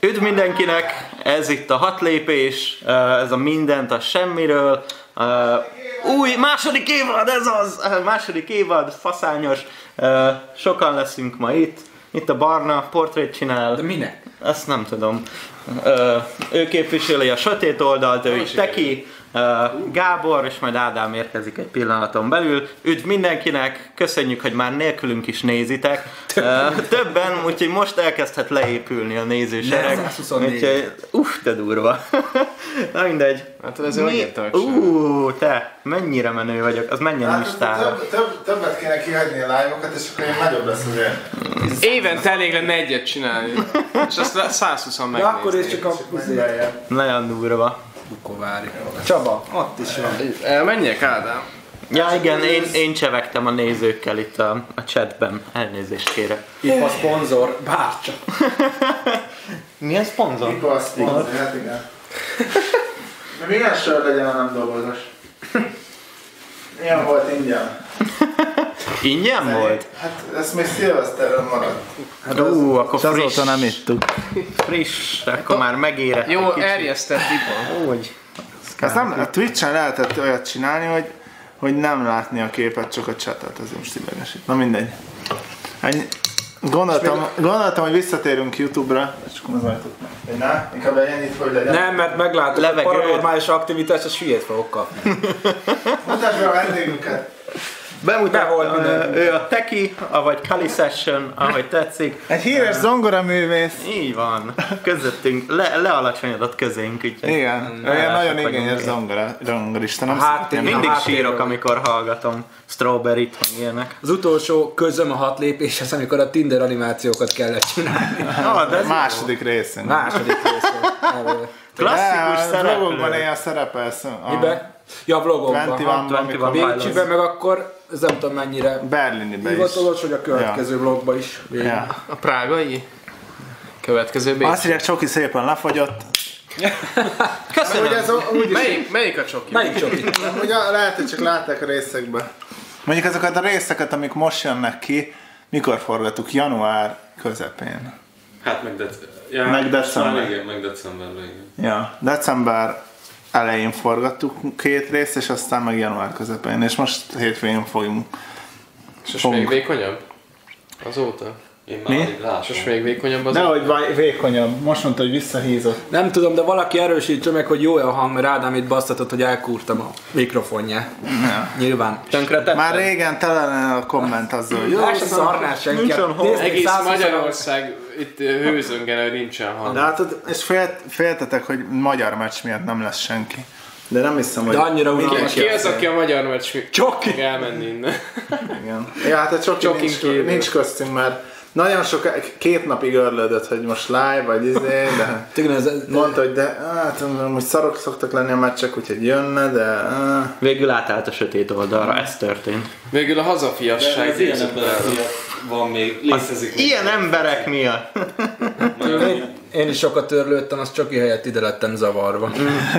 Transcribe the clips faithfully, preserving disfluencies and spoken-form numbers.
Üdv mindenkinek, ez itt a hat lépés, ez a mindent a semmiről. Új, második évad, ez az! Második évad, faszányos. Sokan leszünk ma itt. Itt a Barna, portrét csinál. De minek? Ezt nem tudom. Ő képviseli a sötét oldalt, ő is Teki. Gábor, és majd Ádám érkezik egy pillanaton belül. Üdv mindenkinek, köszönjük, hogy már nélkülünk is nézitek. Többen, úgyhogy most elkezdhet leépülni a nézősereg. Úgyhogy, uff, te durva. Na mindegy. Hát ez Mi? Ú, te, mennyire menő vagyok, az menjen hát, listára. Több, több, többet kéne kihagyni a live-okat, és akkor én nagyobb lesz az én. Évente elég lenne egyet csinálni. És azt százhúszan megnézni. De akkor is csak a kuzéjel. Nagyon durva. Bukovári. Csaba, ott is van. Elmenjek, Ádám? Ja igen, én, én csevegtem a nézőkkel itt a, a chatben. Elnézést kérek. Itt a szponzor, bárcsa. Milyen szponzor? Itt a szponzor, hát igen. De milyen sör legyen, ha nem dolgozos? Milyen volt ingyen? Ingyen Szerint, volt? Hát ez még szilveszterről maradt. Hát ú, akkor friss. Azóta nem ittuk. Friss, akkor már megérett. Jó, erjesztett ipa. Úgy. Ezt nem, a Twitch-en lehetett olyat csinálni, hogy, hogy nem látni a képet, csak a chatet, ez most idegesít. Na mindegy. Ennyi. Gondoltam, gondoltam, hogy visszatérünk YouTube-ra, és akkor az ajtót meg. Na, inkább ennyit, hogy legyen. Nem, mert meglátod, a paranormális aktivitás, az hülyét fogok kapni. Mutasd be a vendégünket. Bemutatom, ő a Teki, avagy Kali Session, ahogy tetszik. Egy híres zongoraművész. Így van, közöttünk, le, lealacsonyodott közénk. Úgyhogy igen, olyan nagyon igényes zongora, zongorista. Nem Hát, én mindig sírok, amikor hallgatom Strawberry-t, meg ilyenek. Az utolsó közöm a hat lépéshez, amikor a Tinder animációkat kellett csinálni. Ah, de ez második részén. Második részén. klasszikus szereplő. Vlogokban ilyen szerepelsz. Miben? Ja, vlogokban. huszonban, Bécsiben, meg akkor, ez nem tudom mennyire Berliniben is. hivatalos, hogy a következő ja. vlogban is. Ja. A prágai? Következő Bécs. Azt mondják, Csoki szépen lefagyott. Köszönöm. Ez, úgy melyik, melyik a Csoki? Melyik Csoki? Ugye lehet, hogy csak látták a részekben. Mondjuk azokat a részeket, amik most jönnek ki, mikor forgatuk? Január közepén. Hát meg, dec- ja, meg december. Igen, meg decemberben, igen. Ja, december elején forgattuk két részt, és aztán meg január közepén, és most hétfőn fogunk. És most még vékonyabb? Azóta? Én már Mi? látom. És most még vékonyabb azóta? Nehogy vékonyabb, most mondta, hogy visszahízott. Nem tudom, de valaki erősítse meg, hogy jó-e a hang, mert Ádám itt basztatott, hogy elkúrtam a mikrofonját. Ja. Nyilván. Tönkretettem. Már régen tele a komment azzal, hogy jó, Más sem szarnál senki. Egész Magyarország itt hőzöngen, hogy nincsen hang. de hát, és fél, féltetek, hogy magyar meccs miatt nem lesz senki. De nem hiszem, hogy... De annyira unalmas. Ki az, aki a magyar meccs Csoki! fog elmenni innen? Igen. Ja, hát a Csoki nincs, nincs köztünk, mert nagyon sok, két napig örlődött, hogy most live vagy izé, de mondta, hogy de hát most szarok szoktak lenni a meccsek, úgyhogy jönne, de... Uh. Végül átállt a sötét oldalra, ez történt. Végül a hazafiasság. Ez ilyen emberek miatt van még, létezik még. Ilyen emberek miatt. Én, én is sokat örlődtem, az Csoki helyett ide lettem zavarva.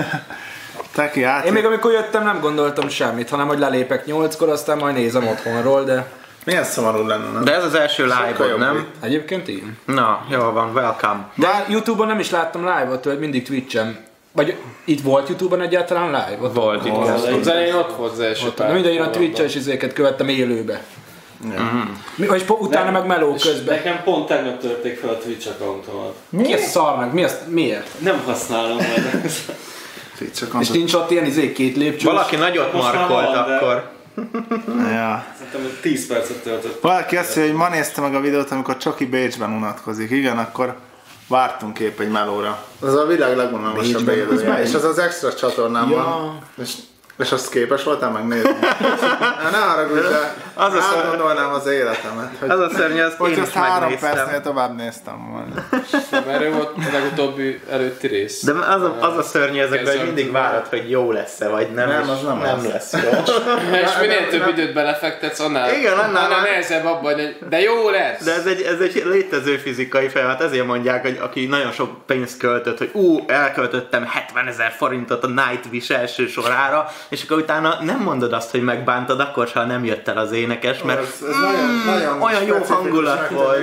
Teki át... Én még amikor jöttem nem gondoltam semmit, hanem hogy lelépek nyolckor, aztán majd nézem otthonról, de... Milyen szomorú lenne, nem? De ez az első live-od, nem? Egyébként igen. Na, jól van, welcome. De YouTube-on nem is láttam live-ot, hogy mindig Twitch-en. Vagy itt volt YouTube-on egyáltalán live-ot? Volt, itt volt. Az elején ott volt az első pár. Mindegy, én a Twitch-es izéket követtem élőbe. Mi, vagy utána meg meló közben. Nekem pont tegnap törték fel a Twitch accountomat. Mi ez szarnak? Mi ezt, miért? Nem használom majd. Twitch És nincs ott ilyen izé két lépcsős? Valaki nagyot Most már markolt van, de- akkor. Ja. Szerintem tíz percet töltött. Valaki azt mondja, hogy ma nézte meg a videót, amikor Csoki Bécsben unatkozik. Igen, akkor vártunk épp egy melóra. Az a világ legunalmasabb élője, és az az extra csatornám Ja. van. És, és azt képes voltál megnézni? Ne haragudj, de Az a szar- átgondolnám az életemet. Hogy Az a szörnyű, azt Hogy én azt is három megnéztem. percnél tovább néztem volna. Mert ő volt a legutóbbi előtti rész. De az a, az a szörnyű ezekben, hogy Kezdem mindig tudni. várod, hogy jó lesz-e, vagy nem, Nem, és az nem nem lesz. lesz jó. És minél több időt belefektetsz, annál, Igen, annál annál már- nehezebb abban, hogy de jó lesz! De ez egy, ez egy létező fizikai folyamat, ezért mondják, hogy aki nagyon sok pénzt költött, hogy ú, elköltöttem hetvenezer forintot a Nightwish első sorára, és akkor utána nem mondod azt, hogy megbántad, akkor ha nem jött el az énekes, mert Ez, ez nagyon, nagyon olyan jó specifikus hangulat megtenni. volt.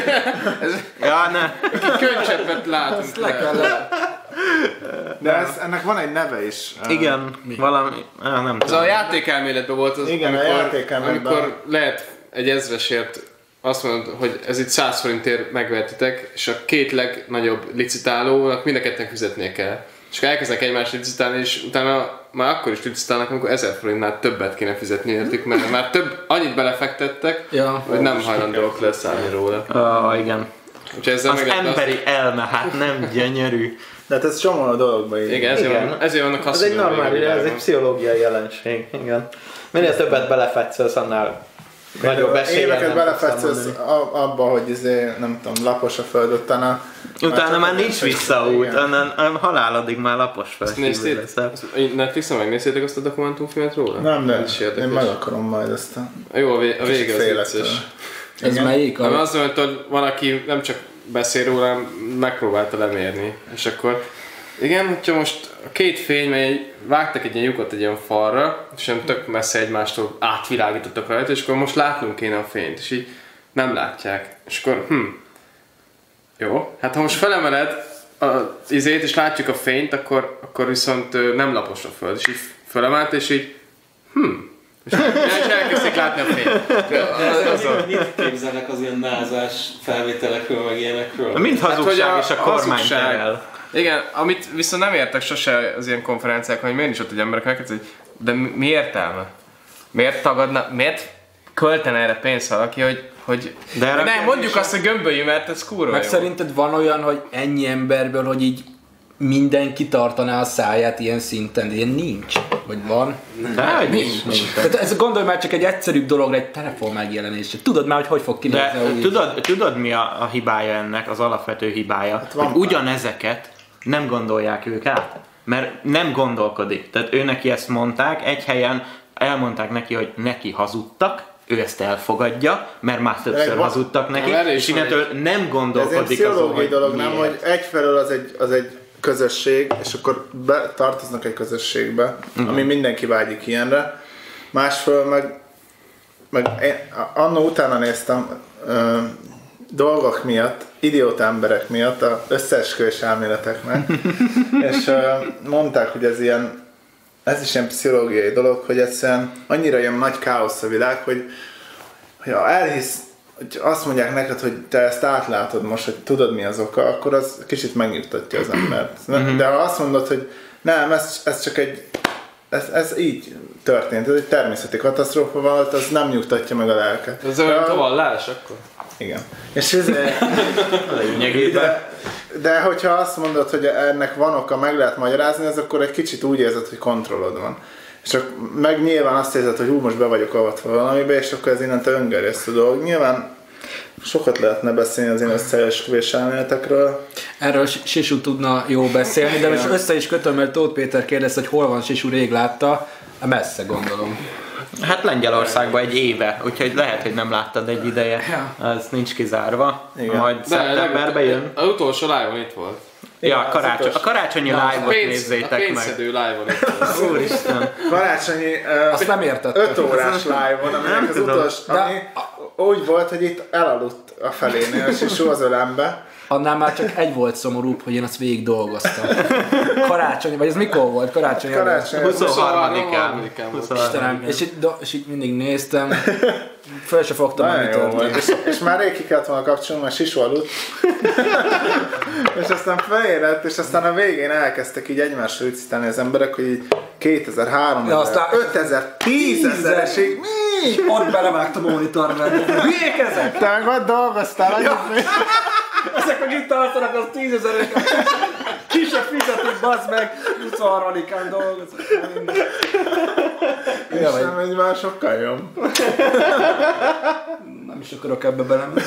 Ja, ne. Könycseppet látunk. Ezt le kell. De ez, ennek van egy neve is. Igen, valami, ah, nem Ez tudom. a játékelméletben volt az, Igen, a amikor, játékelméletben. amikor lehet egy ezresért azt mondod, hogy ez itt száz forintért megvehetitek, és a két legnagyobb licitálónak mind a ketten fizetnie kell. És akkor elkezdenek egymást licitálni, és utána már akkor is licitálnak, amikor ezer forintnál többet kéne fizetni értük, mert már több, annyit belefektettek, Ja. hogy nem hajlandóak leszállni róla. Ah, igen. Úgyhogy ezzel Az meg emberi elme, hát nem gyönyörű. De hát ez csomó a dologban így. Igen, ezért, Igen. van, ezért vannak Ez kaszinók egy még a normális, ez világon. egy pszichológiai jelenség, igen. Minél többet belefetszölsz, annál nagyobb eséllyel Éveket nem belefetsz fogsz mondani. abba, hogy izé, nem tudom, lapos a föld, utána... Utána már csak- nincs visszaút, Igen. onnan a halálodig már lapos Ezt felszívő nézték? leszel. Azt- Netflixen megnéztétek azt a dokumentumfilmet róla? Nem, de Ez is én érdekes. meg akarom majd ezt a... Jó, a, vé- a vége az félek vicces. tőle. Ez melyik? Nem, A... azt mondta, hogy van, aki nem csak beszél róla, hanem megpróbálta lemérni. És akkor, igen, hogyha most a két fény, megy, vágtak egy ilyen lyukot egy ilyen falra, és nem tök messze egymástól átvilágítottak rajta, és akkor most látnunk kéne a fényt, és így nem látják. És akkor, hm, jó, hát ha most felemeled az izét, és látjuk a fényt, akkor, akkor viszont ö, nem lapos a föld, és így felemelt, és így, hm, és elkezdték látni a fényt. Az volt. Mit képzelnek az ilyen názás felvételekről, meg ilyenekről? Mind hazugság Hát, hogy és a kormány hazugság. terel. Igen, amit viszont nem értek sose az ilyen konferenciákon, hogy miért is ott egy emberek megkérdezik, hogy de mi, mi értelme? Miért tagadna, miért költene erre pénzt valaki, hogy, hogy De erre nem, a mondjuk azt, hogy gömböljű, mert ez kurva Meg jó. szerinted van olyan, hogy ennyi emberből, hogy így mindenki tartaná a száját ilyen szinten? Ilyen nincs. Vagy van? De nincs. nincs. Tehát ez gondolj már csak egy egyszerűbb dologra, egy telefon megjelenésre. Tudod már, hogy hogy fog kinézni De a új- tudod, tudod mi a, a hibája ennek, az alapvető hibája? Hát van hogy ugyanezeket nem gondolják ők át. Mert nem gondolkodik. Tehát ő neki ezt mondták, egy helyen elmondták neki, hogy neki hazudtak, ő ezt elfogadja, mert már többször Meg van- hazudtak neki, Na, erre is és van innentől nem De ez egy gondolkodik azon, pszichológiai hogy dolog, nem, miért. hogy egyfelől az egy, az egy közösség, és akkor be, tartoznak egy közösségbe, uh-huh. ami mindenki vágyik ilyenre. Másfelől meg, meg én annó utána néztem ö, dolgok miatt, idióta emberek miatt, az összeesküvés elméleteknek, és ö, mondták, hogy ez ilyen, ez is ilyen pszichológiai dolog, hogy egyszerűen annyira ilyen nagy káosz a világ, hogy ha elhisz, hogy azt mondják neked, hogy te ezt átlátod most, hogy tudod mi az oka, akkor az kicsit megnyugtatja az embert. Mm-hmm. De ha azt mondod, hogy nem, ez, ez csak egy, ez, ez így történt, ez egy természeti katasztrófa volt, az nem nyugtatja meg a lelket. Ez olyan, mint a De- vallás akkor? Igen. És ez, Lényegében. de, de hogyha azt mondod, hogy ennek van oka, meg lehet magyarázni, az akkor egy kicsit úgy érzed, hogy kontrollod van. És akkor meg nyilván azt érzed, hogy hú, most be vagyok avatva valamibe, és akkor ez innentől öngerjesztő dolog. Nyilván sokat lehetne beszélni az én összeesküvés elméletekről. Erről Sisu tudna jó beszélni, de most össze is kötöm, mert Tóth Péter kérdezte, hogy hol van Sisu, rég látta. Messze gondolom. Hát Lengyelországban egy éve, úgyhogy lehet, hogy nem láttad egy ideje. Az nincs kizárva. Igen. Majd szeptemberben jön. Az utolsó live-on itt volt. Ja, a, az karácsony, a utolsó. karácsonyi A live-ot pénz, a nézzétek meg. pénzszedő live-on itt volt. Úristen. Karácsonyi uh, Azt nem értettem. öt órás live-on, aminek az tudom. utolsó, De- ami úgy volt, hogy itt elaludt a felénél, és is az ölembe. Annál már csak egy volt szomorúbb, hogy én azt végig dolgoztam. Karácsony, vagy ez mikor volt? Karácsony. előtt? Karácsony. huszonharmadikán. volt. Istenem, és így, do, és így mindig néztem. Föl se fogtam, ami Nagyon jó volt. történt. És, és már rég ki kellett volna kapcsolni, mert Sisu aludt. És aztán felérett, és aztán a végén elkezdtek így egymásra licitálni az emberek, hogy így kétezer, Ja, háromezer, aztán- ötezer, tízezer, és így mi? Ott belevágt a monitorra. Hülyék ezek? Te meg ott dolgoztál, annyit? Ezek meg itt tartanak, az tízezeres. Ki se fizetik, bazd meg. huszonharmadikán dolgozok. És nem, hogy már sokkal jobb. Nem is akarok ebbe belemenni.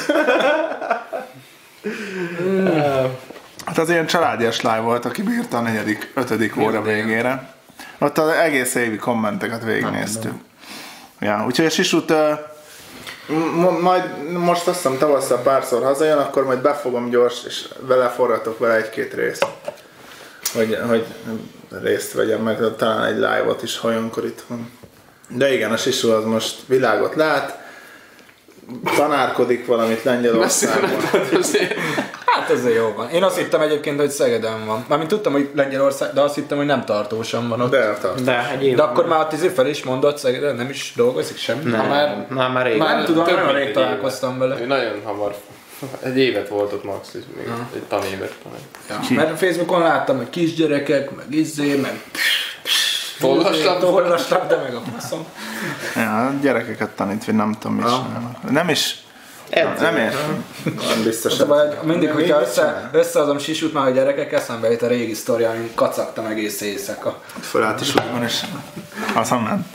Hát az ilyen családias live volt, aki bírta a negyedik, ötödik óra végére. Ott az egész évi kommenteket végignéztük. Ja, úgyhogy a Sisut uh, m- majd most azt hiszem tavasszal párszor hazajön, akkor majd befogom gyors, és vele forgatok vele egy-két részt. hogy, hogy részt vegyem meg, talán egy live-ot is, ha olyankor itt van. De igen, a Sisu az most világot lát, tanárkodik valamit Lengyelországban. Hát azért jó van. Én azt hittem egyébként, hogy Szegeden van. Mármint tudtam, hogy Lengyelország, de azt hittem, hogy nem tartósan van ott. De tartósan. De, egy De akkor már tíz év fel is mondott, Szegeden nem is dolgozik semmi. Nem, már, már, már rég. már nem tudom, Több nagyon mint rég egy találkoztam vele. Ő nagyon hamar, egy évet volt ott max, még egy tanévet talán. Ja. Mert Facebookon láttam, hogy kisgyerekek, meg izzé, meg Tollaslabda. tollaslabda, meg a faszom. Ja, a gyerekeket tanít, vagy nem tudom, mit csinálnak. Nem is, Edző. nem értem. Nem biztos. Szóval mindig, Mi- hogyha mit össze, csinál? összehozom Sisút már a gyerekek, eszembe jut a régi sztoria, amin kacagtam egész éjszaka. Fölállt is úgy van, és azon ment.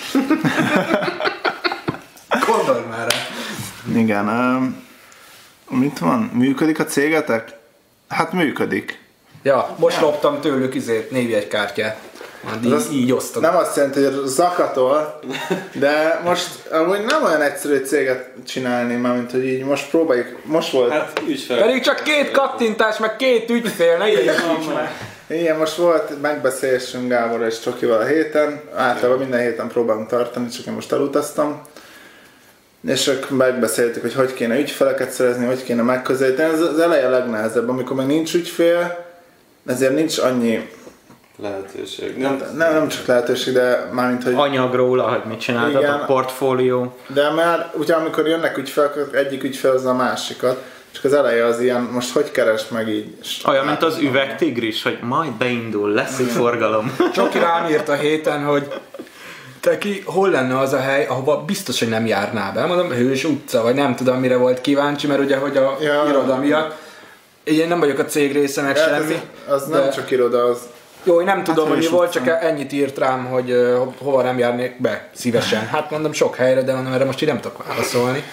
Gondolj már rá. Igen. Um, mit van? Működik a cégetek? Hát működik. Ja, most loptam tőlük izét, névjegykártyát. Majd így, Az így osztok. Nem azt jelenti, hogy zakatol, de most amúgy nem olyan egyszerű egy céget csinálni, mármint hogy így most próbáljuk, most volt, hát, Hát ügyfel. Pedig csak két kattintás, meg két ügyfél, ne idegesíts már. igen, most volt megbeszélésünk Gáborral és Csokival a héten, általában minden héten próbálunk tartani, csak én most elutaztam. És ők megbeszéltük, hogy hogy kéne ügyfeleket szerezni, hogy kéne megközelíteni. Ez az eleje a legnehezebb, amikor még nincs ügyfél, ezért nincs annyi, Lehetőség. nem, Nem, nem, nem csak lehetőség, de mármint, hogy Anyag róla, hogy mit csináltatok, Igen. portfólió. de már ugye amikor jönnek ügyfelek, akkor egyik ügyfél hozza a másikat, csak az eleje az ilyen, most hogy keresd meg így. Olyan, mint az üvegtigris, hogy majd beindul, lesz itt forgalom. Csoki rám írt a héten, hogy te ki, hol lenne az a hely, ahova biztos, hogy nem járnál be. Mondom, Hős utca, vagy nem tudom, mire volt kíváncsi, mert ugye, hogy a Ja. iroda miatt. Én nem vagyok a cég része, meg Hát semmi. ez, az nem de- csak iroda, az Jó, én nem tudom, hogy mi Hős volt, utca. csak ennyit írt rám, hogy uh, hova nem járnék be szívesen. Hát mondom, sok helyre, de mondom, erre most így nem tudok válaszolni.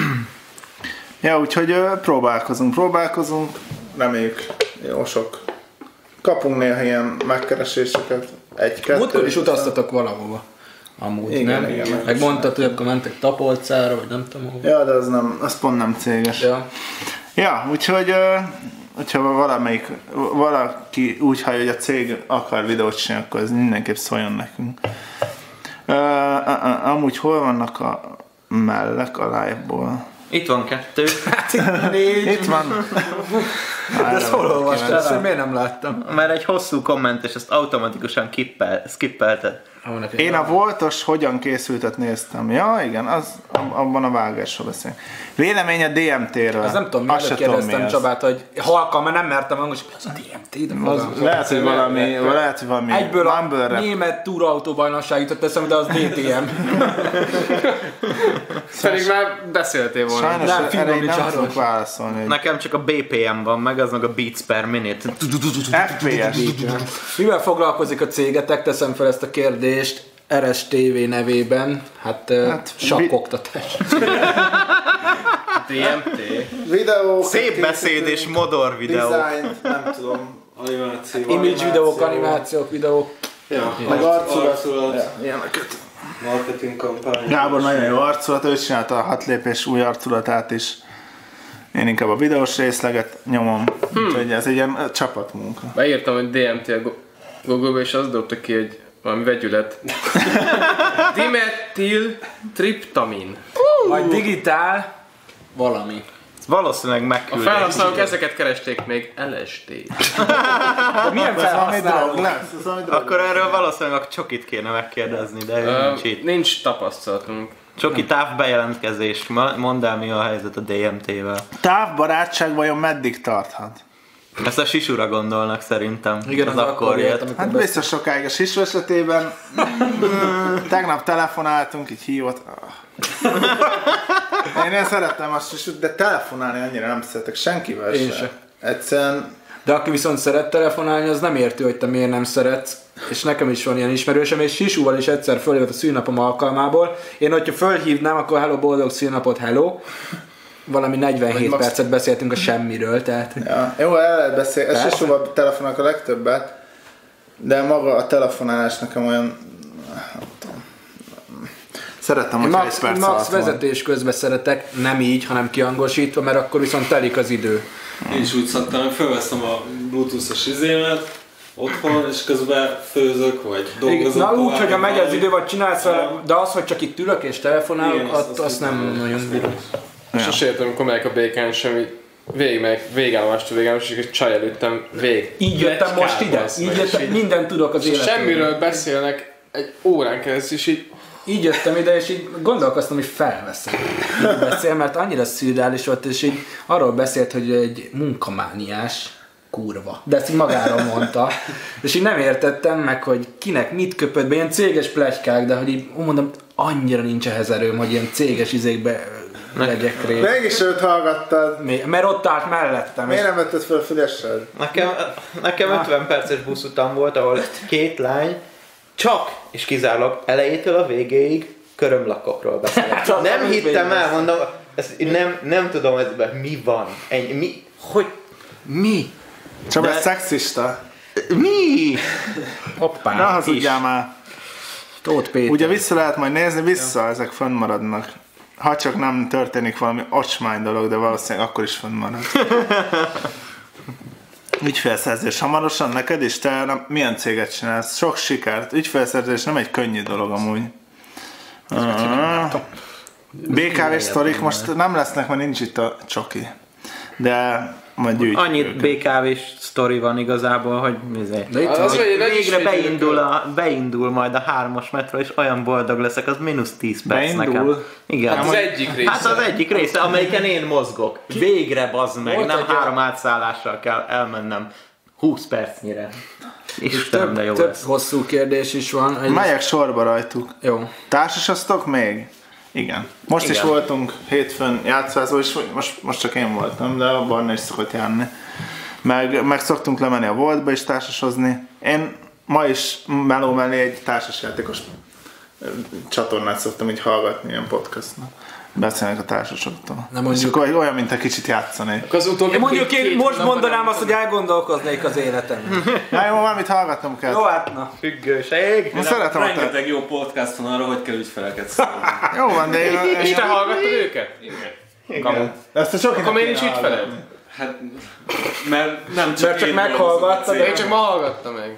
Ja, úgyhogy ö, próbálkozunk, próbálkozunk, reméljük jó sok. Kapunk néha ilyen megkereséseket, egy-kettő. Múltkor is utaztatok valahova. Amúgy, Igen, nem? igen, meg meg is mondtad, hogy akkor mentek Tapolcára, vagy nem tudom hova. Ja, de az nem, az pont nem céges. Ja, Ja. úgyhogy, ö, hogyha valamelyik, valaki úgy hallja, hogy a cég akar videót csinálni, akkor ez mindenképp szóljon nekünk. Ö, ö, ö, amúgy hol vannak a mellek a live-ból? Itt van kettő. Itt van. De ezt hol olvastad? Ezt én miért nem láttam? Mert egy hosszú komment, és ezt automatikusan kippel, skippelted. Én a voltos hogyan készültet néztem. Ja, igen, az, abban a vágásról beszélünk. Vélemény a dé em té-ről. Az nem tudom, mi Azt előtt se tudom, mi kérdeztem az. Csabát, hogy halkan, mert nem mertem hangos, az a dé em té, de Az, fogalmam. lehet, hogy valami, lehet, hogy valami Egyből a mumble rap. német túrautóbajnokság jutott eszembe, de az dé té em. Pedig már beszéltél volna. Sajnos Nem, erre finom így nincs nem arról. tudok válaszolni. Hogy Nekem csak a bé pé em van meg, az meg a beats per minute. ef pé es. Mivel foglalkozik a cégetek? Teszem fel ezt a kérdést. er es té vé nevében, hát, Hát, hát sakkoktatás. dé em té. Videó. Szép beszéd és modor videó. Design, nem tudom. Animáció. Image videók, animációk, videók. Ja, Meg arculat. arculat. Ja, ilyeneket. Marketing kampány. Gábor nagyon jó arculat, ő csinálta a hat lépés új arculatát is. Én inkább a videós részleget nyomom. Hmm. Úgyhogy ez egy ilyen ö, csapatmunka. Beírtam, hogy dé em té a Go- Google-ba, és az dobta ki, hogy valami vegyület. Dimetil triptamin. Vagy digitál valami. Valószínűleg A megküldés. felhasználók ezeket keresték még el es té. De milyen Ez valami drog felhasználó? lesz? Ez valami drog. Akkor erről valószínűleg a Csokit kéne megkérdezni, de ő Ö, nincs itt. Nincs tapasztalatunk. Csoki távbejelentkezés, Ma- mondd el, mi a helyzet a dé em té-vel. Távbarátság vajon meddig tarthat? Ezt a Sisura gondolnak szerintem. Igen, az, akkor jött, amikor Hát biztos sokáig a Sisu esetében. Tegnap telefonáltunk, így hívott. Én, én szeretem a Sisut, de telefonálni annyira nem szeretek senkivel Én se. se. Egyszerűen De aki viszont szeret telefonálni, az nem érti, hogy te miért nem szeretsz. És nekem is van ilyen ismerősöm, és Sisúval is egyszer följött a szűnapom alkalmából. Én, hogyha fölhívnám, akkor hello, boldog szűnapot, hello. Valami negyvenhét max- percet beszéltünk a semmiről, tehát... ja, jó, el lehet beszélni. A Persze. Sisuval telefonálok a legtöbbet, de maga a telefonálás nekem olyan... Nem tudom. Szeretem, Én hogy max, egy perc max alatt van. vezetés közben szeretek, nem így, hanem kiangosítva, mert akkor viszont telik az idő. Én is úgy szoktam, hogy felveszem a bluetooth-os izémet, otthon, és közben főzök, vagy dolgozok. Na úgy, tovább, hogy a megy az valami. idő, vagy csinálsz vele, de az, hogy csak itt ülök és telefonálok, Igen, azt- azt, azt azt nem tudom. nagyon bírom. Sose értem, amikor megyek a békán, semmi végig megyek, végállomástól végállomástól, és egy csaj előttem vég. Így jöttem most ide, így jöttem, mindent tudok az És életemről. semmiről beszélnek egy órán keresztül, és így Így jöttem ide, és így gondolkoztam, hogy felveszem. Így beszél, mert annyira szürreális volt, és így arról beszélt, hogy egy munkamániás kurva. De ezt így magáról mondta. És így nem értettem meg, hogy kinek mit köpött be, ilyen céges pletykák, de hogy így úgy mondom, annyira nincs ehhez erőm, hogy ilyen céges izékbe legyek rég. Mégis őt hallgattad. Mi- Mert ott állt mellettem. Miért És nem vetted fel a fülesed? Nekem, nekem ötven perces buszutam volt, ahol két lány csak és kizárólag elejétől a végéig körömlakokról beszélt. Nem hittem el, mondom, ezt nem, nem tudom, ezben mi van. Ennyi, mi? Hogy? Mi? Csak De- ez szexista. Mi? Hoppá, Ne is. hazudjál már. Tóth Péter. Ugye vissza lehet majd nézni, vissza ezek fönnmaradnak. Ha csak nem történik valami ocsmány dolog, de valószínűleg akkor is fönnmarad. Ügyfélszerzés hamarosan neked is? Te nem, milyen céget csinálsz? Sok sikert. Ügyfélszerzés nem egy könnyű dolog amúgy. Ah. bé ká vé sztorik most nem lesznek, mert nincs itt a csoki. De majd gyűjtjük Annyit őket. bé ká vés sztori van igazából, hogy izé, De itt Az van. vagy egy végre legis beindul, a, beindul majd a hármas metro, és olyan boldog leszek, az mínusz tíz perc Beindul? nekem. Igen. Hát az egyik része. Hát az egyik része, amelyiken én mozgok. Végre bazd meg, Volt nem egy három átszállással kell elmennem húsz percnyire. Istenem, de jó Több, több lesz. hosszú kérdés is van. Egy- Melyek sorba rajtuk? Jó. Társasoztok még? Igen. Most Igen. is voltunk hétfőn játszázó, és most, most csak én voltam, de a Barna is szokott járni. Meg, meg szoktunk lemenni a Voltba is társasozni. Én ma is meló mellé egy társasjátékos ö, csatornát szoktam így hallgatni, ilyen podcastnak. Beszélnek a társasoktól. Na mondjuk- És akkor olyan, mint a kicsit játszanék. Az utóbbi Én mondjuk két- én két most hónapban mondanám nem azt, hogy elgondolkoznék az életem. Na jó, valamit hallgatnom kell. Jó, hát na. Függőség. Én szeretem a te... Rengeteg jó podcast van arra, hogy kell ügyfeleket szólni. Jó van, de én... És én... te hallgattad őket? Igen. Ezt a sokinak Akkor miért nincs kéne ügyfeled? hallgatni. Hát, mert nem csak Mert csak én meghallgattad, dolgozom a Én cégen. csak ma hallgattam meg.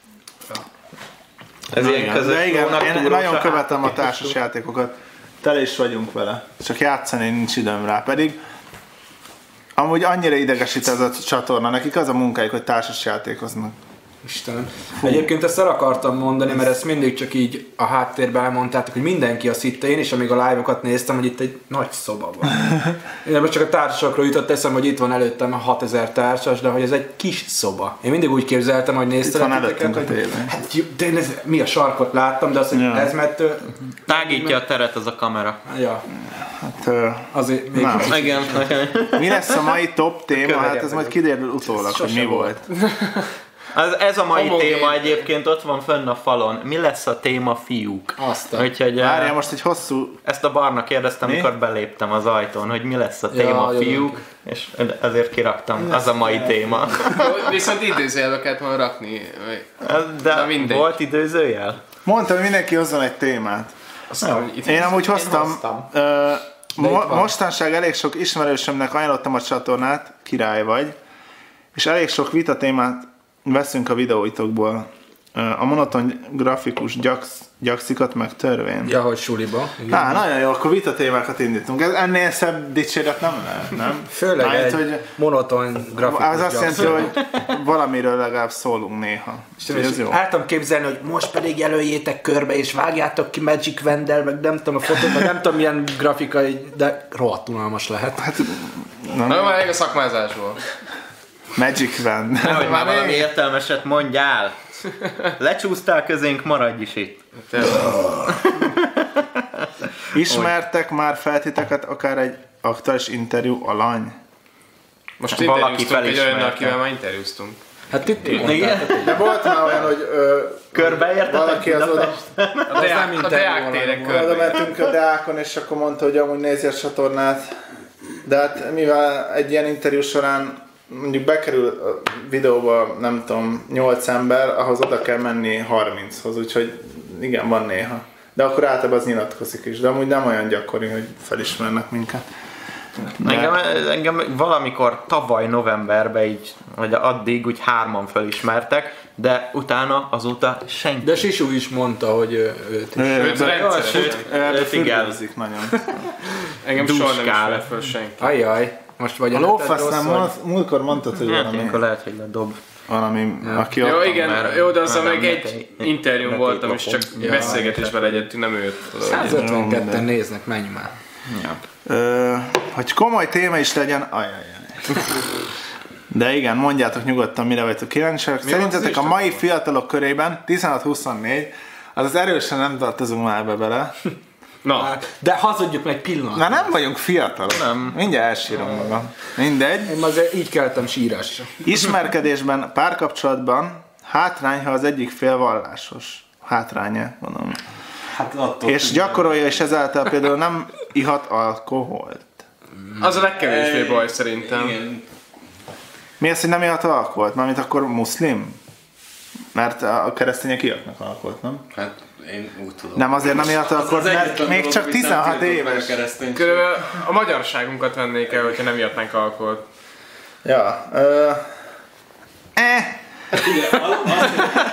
Ez ilyen közös De igen, lónak én túrós nagyon a követem a háttérkis társas játékokat. Tele is vagyunk vele. Csak játszani nincs időm rá. Pedig amúgy annyira idegesít ez a csatorna. Nekik az a munkájuk, hogy társas játékoznak. Istenem. Egyébként ezt el akartam mondani, mert ezt mindig csak így a háttérben elmondtátok, hogy mindenki azt hitte, én is, amíg a live-okat néztem, hogy itt egy nagy szoba van. Én most csak a társasokról jutott eszem, hogy itt van előttem a hatezer társas, de hogy ez egy kis szoba. Én mindig úgy képzeltem, hogy Itt néztem van előttünk a hogy tévé. hát, jó, de én ez, mi a sarkot láttam, de azt, hogy Ja. ez mettől, Tágítja a teret az a kamera. ja, Hát, ö, azért még nem. Igen, nekem. Mi lesz a mai top téma? Hát Köverjen ez majd vagyok. kiderül utólag, hogy mi Sose volt. Az, ez a mai Homogén. téma egyébként ott van fönn a falon. Mi lesz a téma, fiúk? Aztán. Úgyhogy eh, Várjál, most egy hosszú... ezt a Barna kérdeztem, Mi? amikor beléptem az ajtón, hogy mi lesz a Ja, téma, jó, fiúk, és ezért kiraktam. Az a mai téma. Viszont idézőjelbe kellett volna rakni. De Na mindegy. volt időzőjel? Mondtam, hogy mindenki hozzon egy témát. Aztán, itt Én amúgy hoztam, hoztam. ö, mo- itt van. mostanság elég sok ismerősömnek ajánlottam a csatornát, király vagy, és elég sok vita témát veszünk a videóitokból. Ö, A monoton grafikus gyaksz, gyakszikat meg törvény. Ja, hogy suliba. Igen. Á, nagyon jó, akkor vita témákat indítunk. Ez ennél szebb dicséret nem lehet, nem? Főleg Mármint, egy hogy monoton grafikus az azt jelenti, gyaksz. hogy valamiről legalább szólunk néha. És Ez jó. el tudom képzelni, hogy most pedig jelöljétek körbe, és vágjátok ki Magic Vandal, meg nem tudom a fotót, meg nem tudom milyen grafikai, de rohadt unalmas lehet. Hát, Na, na, már elég a szakmázásból. Magic Van. Nehogy már Már valami még- értelmeset mondjál. Lecsúsztál közénk, maradj is itt. Ismertek már fel titeket akár egy aktuális interjú alany? Most Valaki interjúztunk egy felismerte. olyannal, akivel már interjúztunk. Hát itt Igen? De volt már olyan, hogy ö, Körbeértetek valaki az oda, Budapesten? A Deák, nem a interjú Deák valami téren volt. oda körbe. mentünk a Deákon, és akkor mondta, hogy amúgy nézi a csatornát. De hát mivel egy ilyen interjú során mondjuk bekerül a videóba, nem tudom, nyolc ember, ahhoz oda kell menni harminchoz, úgyhogy igen, van néha. De akkor általában az nyilatkozik is, de amúgy nem olyan gyakori, hogy felismernek minket. Engem, engem valamikor tavaly novemberben így, vagy addig úgy hárman felismertek, de utána azóta senki. De Sisu is mondta, hogy ő- őt is. Őt rendszeres. Sőt, őt igen. Fürgőzik nagyon. Engem soha nem Duskál. ismert föl senki. Ajjaj, most vagy A a neted lófasz rossz, nem vagy- mond, múltkor mondtad, hogy Hát valami, ilyenkor lehet, hogy ledob. valami aki Jó, ott igen, mert- jó, de azzal mert meg nem egy net- interjún net- voltam, és csak Ja, beszélgetésben legyettünk, nem őt. száz ötvenketten néznek, menj már. Ö, hogy komoly téma is legyen, ajajaj. De igen, mondjátok nyugodtan, mire vagytok kíváncsiak. Szerintetek a mai fiatalok körében tizenhat-huszonnégy, azaz erősen nem tartozunk már be bele. Na, De hazudjuk meg egy pillanat. Na nem vagyunk fiatalok. Nem. Mindjárt elsírom magam. Mindegy. Én azért így keltem sírásra. Ismerkedésben, párkapcsolatban hátrány, ha az egyik fél vallásos. Hátránya, mondom. Hát attól És gyakorolja, és ezáltal például nem ihat alkoholt. az a legkevésbé baj szerintem. Igen. Mi az, hogy nem ihat alkoholt? Mármint akkor muszlim? Mert a keresztények ihatnak alkoholt, nem? Hát én úgy tudom. Nem azért nem ihat alkoholt, Az mert egyetlen még dolog, csak ami nem tizenhat tiltott meg éves. a kereszténység. Körülbelül a magyarságunkat vennék el, hogyha nem ihatnánk alkoholt. Ja. Ö, eh, Ugye, az, az,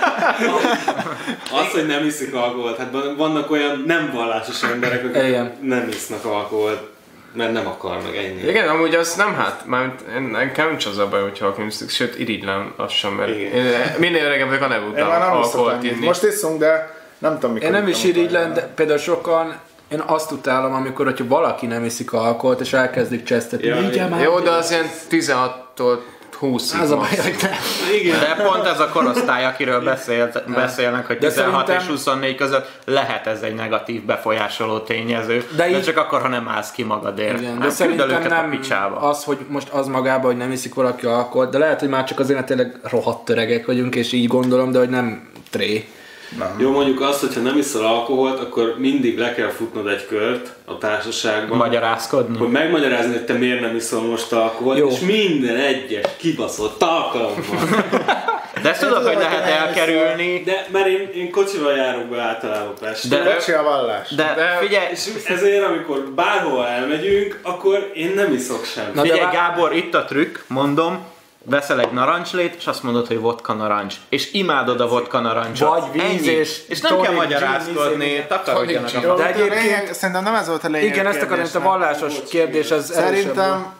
az, hogy nem iszik alkoholt, hát van- vannak olyan nem vallásos emberek, akik Igen. nem isznak alkoholt, mert nem akarnak, ennyi. Igen, amúgy az nem hát, mármint én- nekem nincs az a baj, hogyha alkohol iszik, sőt irigylem lassan, mert Igen. én, minél öregebb vagyok, annál én után már nem alkoholt szoktam inni. inni. Most iszunk, de nem tudom mikor. Én nem is ittam irigylem, utoljára. de például sokan, én azt utálom, amikor hogyha valaki nem iszik alkoholt, és elkezdik csesztetni. Ja, Vigyál már! Jó, de az ilyen tizenhattól húszig Az a max. baj, hogy nem. Igen. De pont ez a korosztály, akiről beszélt, beszélnek, hogy De tizenhat szerintem- és huszonnégy között lehet ez egy negatív befolyásoló tényező, De de, így- csak akkor, ha nem állsz ki magadért. Igen, de nem küld el szerintem őket a nem picsába. az, hogy most az magában, hogy nem iszik valaki alkoholt, de lehet, hogy már csak azért, mert tényleg rohadt öregek vagyunk, és így gondolom, de hogy nem tré. Jó, mondjuk azt, hogyha nem iszol alkoholt, akkor mindig le kell futnod egy kört a társaságban. Magyarázkodni. Hogy megmagyarázni, hogy te miért nem iszol most alkoholt, Jó. és minden egyes kibaszott alkalommal. De ezt tudod, hogy lehet elkerülni, De mert én, én kocsival járok be általában Pestre. De- Kocsi a vallás. de De- figyelj, És ezért, amikor bárhol elmegyünk, akkor én nem iszok semmit. Na, de figyelj vá- Gábor, itt a trükk, mondom, veszel egy narancslét, és azt mondod, hogy vodka narancs. És imádod a vodka narancsot. Vagy víz Ennyi. és és nem kell tonic, magyarázkodni, gin, takarodjanak tonic, a Jó, de de egyébként- lényeg, szerintem nem ez volt a lényeg. Igen, ezt akarom, hogy a vallásos kérdés, ez erősebb. Szerintem,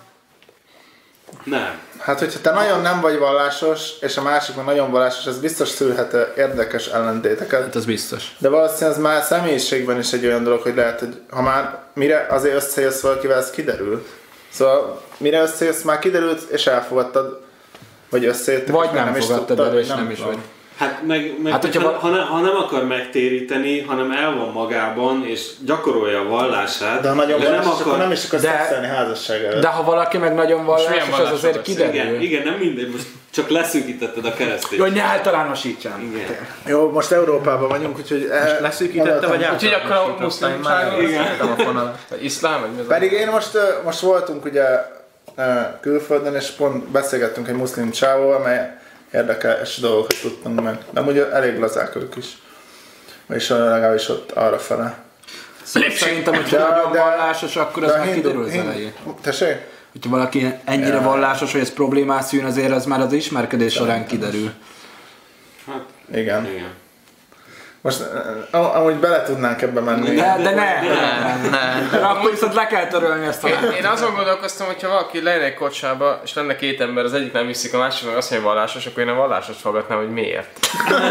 Nem. hát hogyha te nagyon nem vagy vallásos, és a másik meg nagyon vallásos, ez biztos szülhet érdekes ellentéteket. Hát az biztos. De valószínűleg ez már személyiségben is egy olyan dolog, hogy lehet, hogy ha már mire azért összejössz valakivel, ez kiderül. Szóval mire összejössz, már kiderült, és elfogadtad, vagy összejöttek, Vagy és már nem is fogadtad tudtad, el, és vagy nem is tudom. vagy. Hát meg, meg Hát, hát, hogyha ha, va- ha, ne, ha nem akar megtéríteni, hanem el van magában, és gyakorolja a vallását, De ha nagyon de vallásos, nem akkor akar... nem is akar De- szexelni házasság előtt. De ha valaki meg nagyon milyen vallásos, az vallásról azért beszélsz? kiderül. Igen, igen, nem mindegy, most csak leszűkítetted a keresztény. Jó, hogy ne általánosítsam. Igen. Jó, most Európában vagyunk, úgyhogy... Most Leszűkítette, vagy Úgyhogy akkor a muszlimságról Igen. A fonalat. Vagy iszlám, vagy mi az? Pedig én most, ö, most voltunk ugye ö, külföldön, és pont beszélgettünk egy muszlim csávóval, amely érdekes dolgokat tudtunk meg. De amúgy elég lazák ők is. És legalábbis ott arra fele. Szerintem, hogyha De- nagyon de- vallásos, akkor az De a már hindu- kiderül az hindu- elején. Tessék? Hogyha valaki ennyire vallásos, hogy ez problémás szűn, azért az már az ismerkedés során kiderül. Hát, Igen. igen. Most ö, amúgy bele tudnánk ebbe menni. De, de ne! Ne, ne. De akkor viszont le kell törölni ezt a... Én, én azon gondolkoztam, hogyha valaki lenne egy kocsába, és lenne két ember, az egyik nem viszik, a másik meg azt mondja, hogy vallásos, akkor én a vallásos hallgatnám, hogy miért.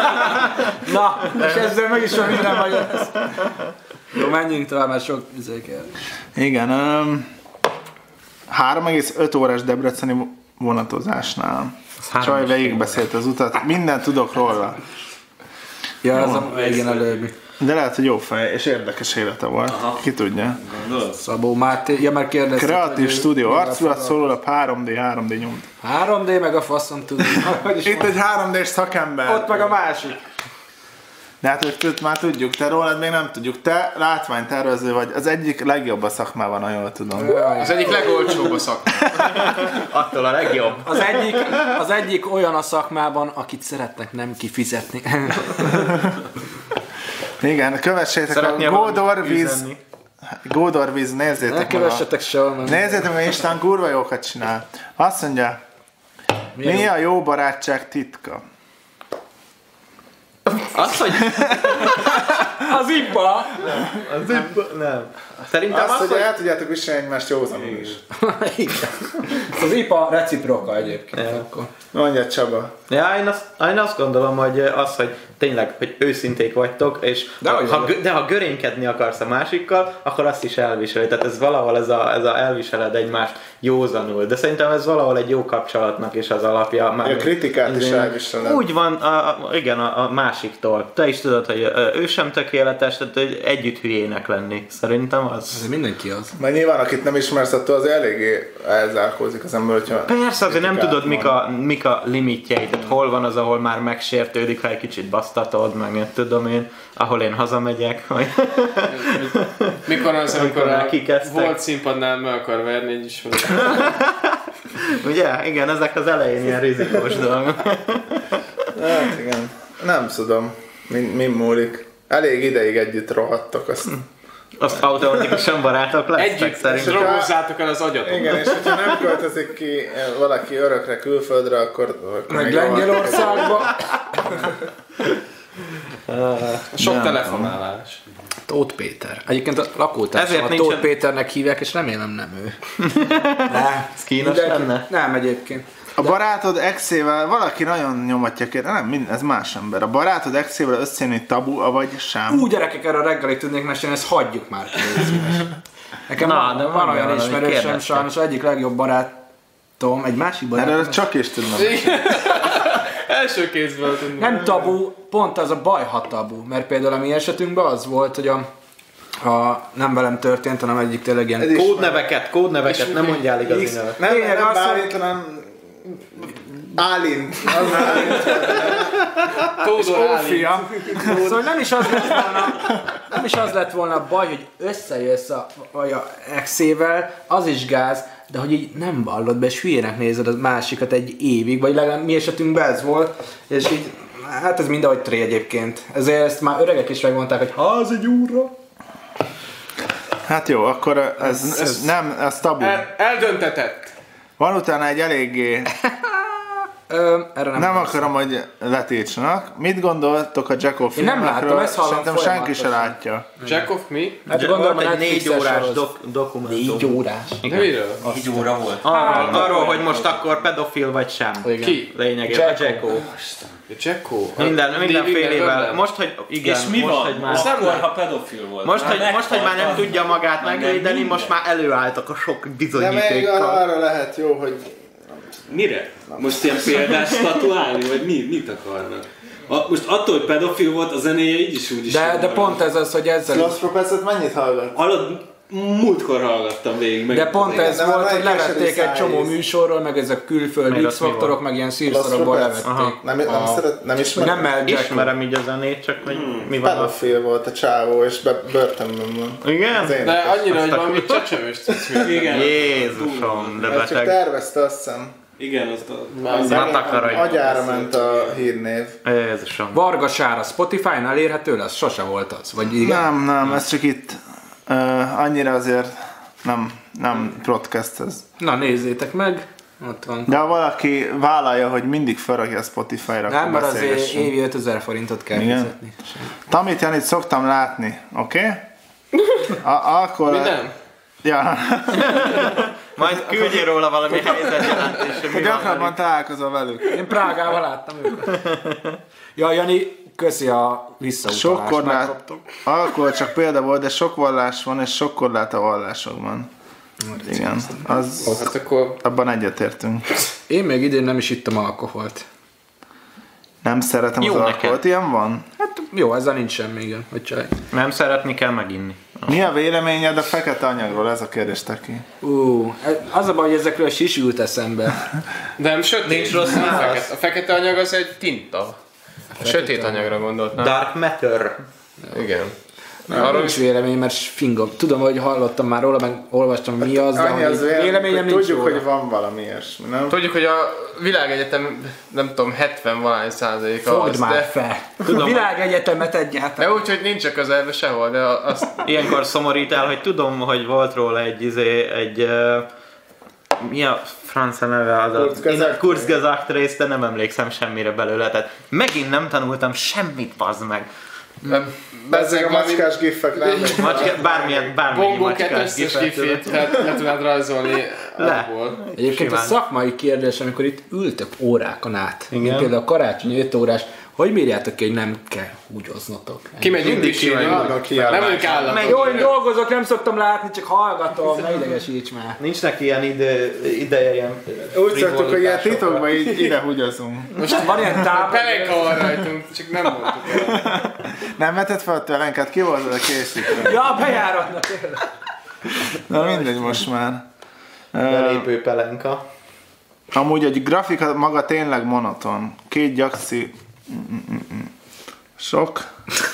Na, és ezzel meg is van minden magyar. Jó, menjünk tovább, mert sok izé kell. Igen. Um, három egész öt órás debreceni vonatozásnál. három Csaj és végigbeszélt az utat, mindent tudok róla. Ja, az a igen előbbi. De lehet, hogy jó fej, és érdekes élete volt. Aha. Ki tudja. Gondolod? Szabó Máté, ja már kérdeztem. Kreatív stúdió, arculat szóló, három dé, három dé nyom. három dé meg a faszom tudni. Itt egy három dés szakember. Ott meg a másik. De hát őt, őt már tudjuk, te rólad még nem tudjuk. Te látványtervező vagy, az egyik legjobb a szakmában, ha jól tudom. Az egyik legolcsóbb a szakma. Attól a legjobb. Az egyik, az egyik olyan a szakmában, akit szeretnek nem kifizetni. Igen, kövessétek Szeretnél a valamit Gódor víz... üzenni? Gódorvíz, nézzétek Ne meg a... kövessetek sehol, mert... Nézzétek meg, István kurva jókat csinál. Azt mondja, Milyen mi jó? a jó barátság titka? Az, hogy... Az ipa! Az nem. nem. Szerintem Azt, az, hogy hogy... el tudjátok viselni egymást józanul is. Igen. Az ipa reciproka egyébként. Akkor. Mondja Csaba. Ja, én azt, én azt gondolom, hogy az, hogy tényleg, hogy őszinték vagytok, és De ha, hogy ha, vagy. gö- de ha görénykedni akarsz a másikkal, akkor azt is elviseli. Tehát ez valahol ez a, ez a elviseled egymást józanul. De szerintem ez valahol egy jó kapcsolatnak is az alapja. Már A kritikát is Izé, elviseled. Úgy van, a, a, igen, a, a másiktól. Te is tudod, hogy ö, ő sem tökéletes, tehát hogy együtt hülyének lenni. Szerintem az. Ez mindenki az. Mert nyilván, akit nem ismersz, attól az eléggé elzárkózik az ember, hogyha... Persze, azért nem kritikát tudod, mik mond. a, mik a limitjei, tehát hol van az, ahol már megsértődik, ha egy kicsit basztatod, meg nem tudom én, ahol én hazamegyek, vagy... Mikor az, amikor Amikor a kikeztek. volt színpadnál meg akar verni egy ismerős. Ugye? Igen, ezek az elején ilyen rizikós dolgok. Hát igen. Nem tudom, mi, mi múlik. Elég ideig együtt rohadtak azt. Azt automatikusan barátok lesztek Együtt szerintem. drogozzátok el az agyatot. Igen, és hogyha nem költözik ki valaki örökre külföldre, akkor... akkor Meg még Lengyelországba. Sok Nem telefonálás. Tóth Péter. Egyébként a lakótársam Ezért a nincsen- Tóth Péternek hívják, és remélem nem ő. Ne. Ez kínos Mindenki- lenne? Nem, egyébként. A barátod exével, valaki nagyon nyomatja ki, nem, mind- ez más ember. A barátod exével összejönni tabu, avagy sem. Ú, gyerekek, erre a reggelig tudnék mesélni, ezt hagyjuk már ki, légy szíves. Nekem Na, van, de van, van olyan valami, ismerősem, kérdeztek. sajnos egyik legjobb barátom, egy másik barátom. Erről csak is tudnom. Első kézből tudni. Nem tabu, pont az a baj, ha tabu. Mert például a mi esetünkben az volt, hogy a, a nem velem történt, hanem egyik tényleg ilyen... is- Kódneveket, kódneveket, nem mondjál igazi X- nevet. Nem, Lényeg nem az, hogy- Bálint, hanem Álint. Az Álint. Tódor Álint. Ófia. Szóval nem is az lett volna, nem is az lett volna a baj, hogy összejössz a, a, a exével, az is gáz, de hogy így nem vallod be, és hülyének nézed a másikat egy évig, vagy legalább mi esetünkben ez volt, és így, hát ez mind ahogy tré egyébként. Ezért ezt már öregek is megmondták, hogy házi gyúrra. Hát jó, akkor ez, ez, ez nem, ez tabu. El, eldöntetett. Van utána egy eléggé, Ö, erre nem, nem nem akarom, hogy letiltsanak. Mit gondoltok a Jackal Én nem filmekről? látom, ezt hallom Szerintem senki se folyamatosan. látja. Jack of mi? Hát Ugye, gondolom, volt a egy négy Netflixes órás sorozat. dok- dokumentum. Négy órás. De miről? Négy óra volt. Arról, arról, hogy most akkor pedofil vagy sem. Igen. Ki? Lényegében a Jacko. Jacko. Jacko? Minden, mindenfélével. Most, hogy igen, És mi most, van? hogy már... Most nem akkor, lehet. ha pedofil volt. Most, Már hogy, most, hogy már nem meghaltak. tudja magát Már nem megvédeni, minden. most már előálltak a sok De még bizonyítékkal. arra lehet jó, hogy Mire? Most ilyen példát statuálni, vagy mi? Mit akarnak? A, most attól, hogy pedofil volt, a zenéje így is úgy is. De, jó de volt. pont ez az, hogy ezzel... Lost Prophet-et mennyit hallgat? Hallod, múltkor hallgattam végig. Meg De pont Igen, ez de már volt, hogy melyik levették keserű egy csomó szájíz? műsorról, meg ezek külföldi Miért az mi X-faktorok, volt? meg ilyen szírszorokból Lost Prophet? levették. Nem, nem, A- szeret, nem ismer? Nem Mel Jackson. Ismerem így a zenét, csak hogy mi van. Pedofil volt a csávó, és be, börtönben van. Igen? Az én. De annyira, hogy Azt a valami kurva. csecsemős cucc még. Igen. Jézusom, de Mert csak beteg. tervezte, azt hiszem. Igen, azt a... Na takarodj. Agyára ment a hírnév. Jézusom. Varga Sára Spotify-n elérhető lesz? Sose volt az. Vagy igen? Nem, nem, ez csak itt uh, annyira azért nem, nem podcast ez. Na nézzétek meg. Ott van. De ha valaki vállalja, hogy mindig felrakja a Spotify-ra, Nem, akkor mert azért beszélgessünk. évi ötezer forintot kell Igen. fizetni. Tamit Janit szoktam látni, oké? Okay? Akkor... Minden? Ja, Majd küldjél róla valami helyzetjelentésre, mi van gyakrabban velük. találkozol velük. Én Prágában láttam őket. Ja, Jani, köszi a Sok visszautalást. korlát, megkaptuk. alkohol csak példa volt, de sok vallás van, és sok korlát a vallásokban. Igen, az, Hát akkor abban egyetértünk. Én még idén nem is ittam alkoholt. Nem szeretem Jó az neked. alkoholt, ilyen van? Hát jó, ezzel nincs semmi, igen. Hogy csaj. Nem szeretni kell meginni. Mi a véleményed a fekete anyagról? Ez a kérdés, Taki. Ú, az a baj, hogy ezekről is jut eszembe. De nem sötét. Nincs rossz a válasz. fekete, a fekete anyag az egy tinta. A sötét anyagra gondoltam. Dark matter. Igen. Arról nincs vélemény, mert fingom. Tudom, hogy hallottam már róla, meg olvastam, mi az, de Annyi az vélemény, véleményem hogy nincs tudjuk, róla. hogy van valami ilyesmi, nem? Tudjuk, hogy a világegyetem, nem tudom, hetven-valány százaléka Fogd az, már de... fel. Tudom, a világegyetemet egyáltalán. De úgy, hogy nincs a közelben sehol, de azt... Ilyenkor szomorít el, hogy tudom, hogy volt róla egy, izé, egy uh, mi a francia neve az a Kurzgesagt. Kurzgesagt rész, de nem emlékszem semmire belőle, tehát megint nem tanultam semmit, bazd meg. Ezek a macskás giffek rám. Macska, bármilyen, bármilyen Bongóket macskás összes gifet, gifét tudod. le, le tudnád rajzolni Le. abból. Egyébként Simán. a szakmai kérdés, amikor itt ültök órákon át, Igen. mint például a karácsonyi öt órás, hogy bírjátok ki, hogy nem kell húgyoznotok? Kimegyünk Mindig pisilni. kimegyünk. Nem vagyunk állatok. Jó, én dolgozok, nem szoktam látni, csak hallgatom, ne idegesíts már. Nincs neki ilyen ide, ideje, ilyen Úgy szoktuk, hogy ilyen frivolitásokra. titokban így ide húgyozunk. Most van ilyen tábor. Pelenka van rajtunk, csak nem mondtuk el. Nem vetted fel a telenkát, ki volt az a készítő? Ja, bejáratnak tényleg. Na mindegy most már. Ö, Belépő pelenka. Amúgy egy grafika maga tényleg monoton. Két gyaxi... Sok.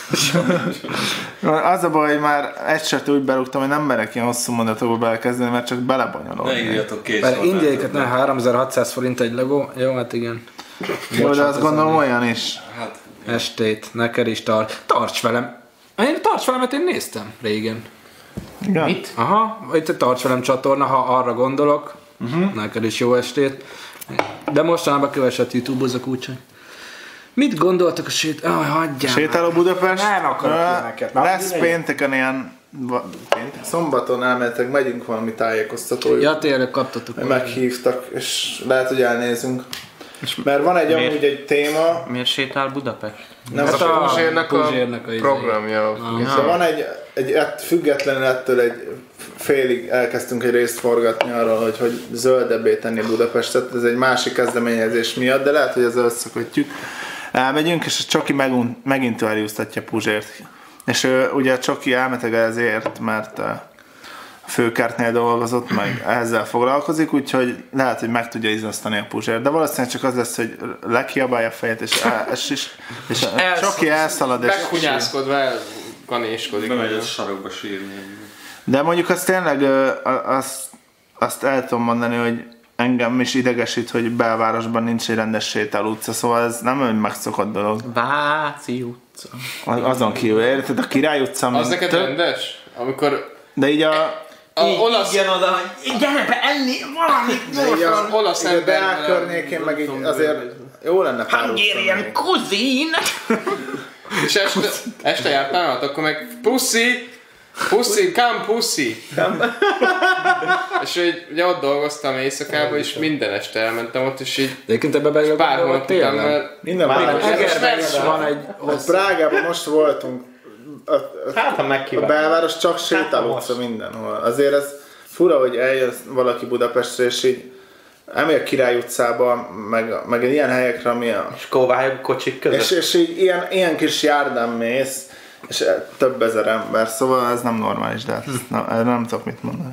Az a baj, hogy már egy sört úgy berúgtam, hogy nem merek ilyen hosszú mondatokba belekezdeni, mert csak Ne belebonyolódni. írjatok két Mert sorát. indiaikat nem háromezer-hatszáz forint egy legó. Jó, hát igen. Jó, de azt gondolom olyan is. Hát, Estét, neked is tart. Tarts velem. Én a Tarts velemet én néztem régen. Igen? Mit? Aha, itt a Tarts velem csatorna, ha arra gondolok. Uh-huh. Neked is jó estét. De mostanában keveset YouTube-ozok úgyhogy. Mit gondoltak a sét... Ah, hagyjál Sétáló Budapest. Nem akarok Ö, ilyeneket. Na, Lesz mindegy. pénteken ilyen... va- Péntek? Szombaton elmehetek, megyünk valami tájékoztatói. Ja, tényleg kaptatok. Meghívtak, és lehet, hogy elnézünk. Mert van egy Miért? amúgy egy téma, Miért sétál Budapest? nem Hát az a Puzsérnek a Puzsérnek a izé. programja. de van egy, egy ett, függetlenül ettől egy félig elkezdtünk egy részt forgatni arról, hogy, hogy zöldebbé tenni Budapestet, ez egy másik kezdeményezés miatt, de lehet, hogy ezzel összekötjük. Elmegyünk, és a Csoki megint, megint eljusztatja Puzsért. És ő, ugye a Csoki elmeteg ezért, mert a főkertnél dolgozott, meg ezzel foglalkozik, úgyhogy lehet, hogy meg tudja izzasztani a Puzsért. De valószínűleg csak az lesz, hogy lekiabálja a fejet, és, el, és, és, és a Elsz- Csoki elszalad, és Meghunyászkodva elganéskodik. bemegy a sarokba sírni. de mondjuk azt tényleg ö, a- azt, azt el tudom mondani, hogy engem is idegesít, hogy belvárosban nincs egy rendes sétáló utca, szóval ez nem egy megszokott dolog. Váci utca. Az- Azon kívül, érted? A Király utca, Az mint neked több- rendes? Amikor de így a, a olasz, Igen oda, hogy gyere be enni valamit de így a, olasz így a Deák emberben környékén meg így azért jó lenne pár utca Hungarian még. cuisine! és este, este jártál, hát akkor meg puszi, puszi, come puszi. És hogy ugye ott dolgoztam éjszakában, és minden este elmentem ott, és így Egyébként ebbe bele pár hónap után tényleg. már Minden Már város. nem- Egerben És is van egy A hosszú... Prágában most voltunk. A, a, Hát, ha a megkívánjuk. belváros csak sétáló most. utca mindenhol. Azért ez fura, hogy eljön valaki Budapestre, és így elmegy a Király utcába, meg, meg ilyen helyekre, ami a... És kóvályok kocsik között. És, és így ilyen, ilyen kis járdán mész, és több ezer ember, szóval ez nem normális, de hát ezt nem, erre nem tudok mit mondani.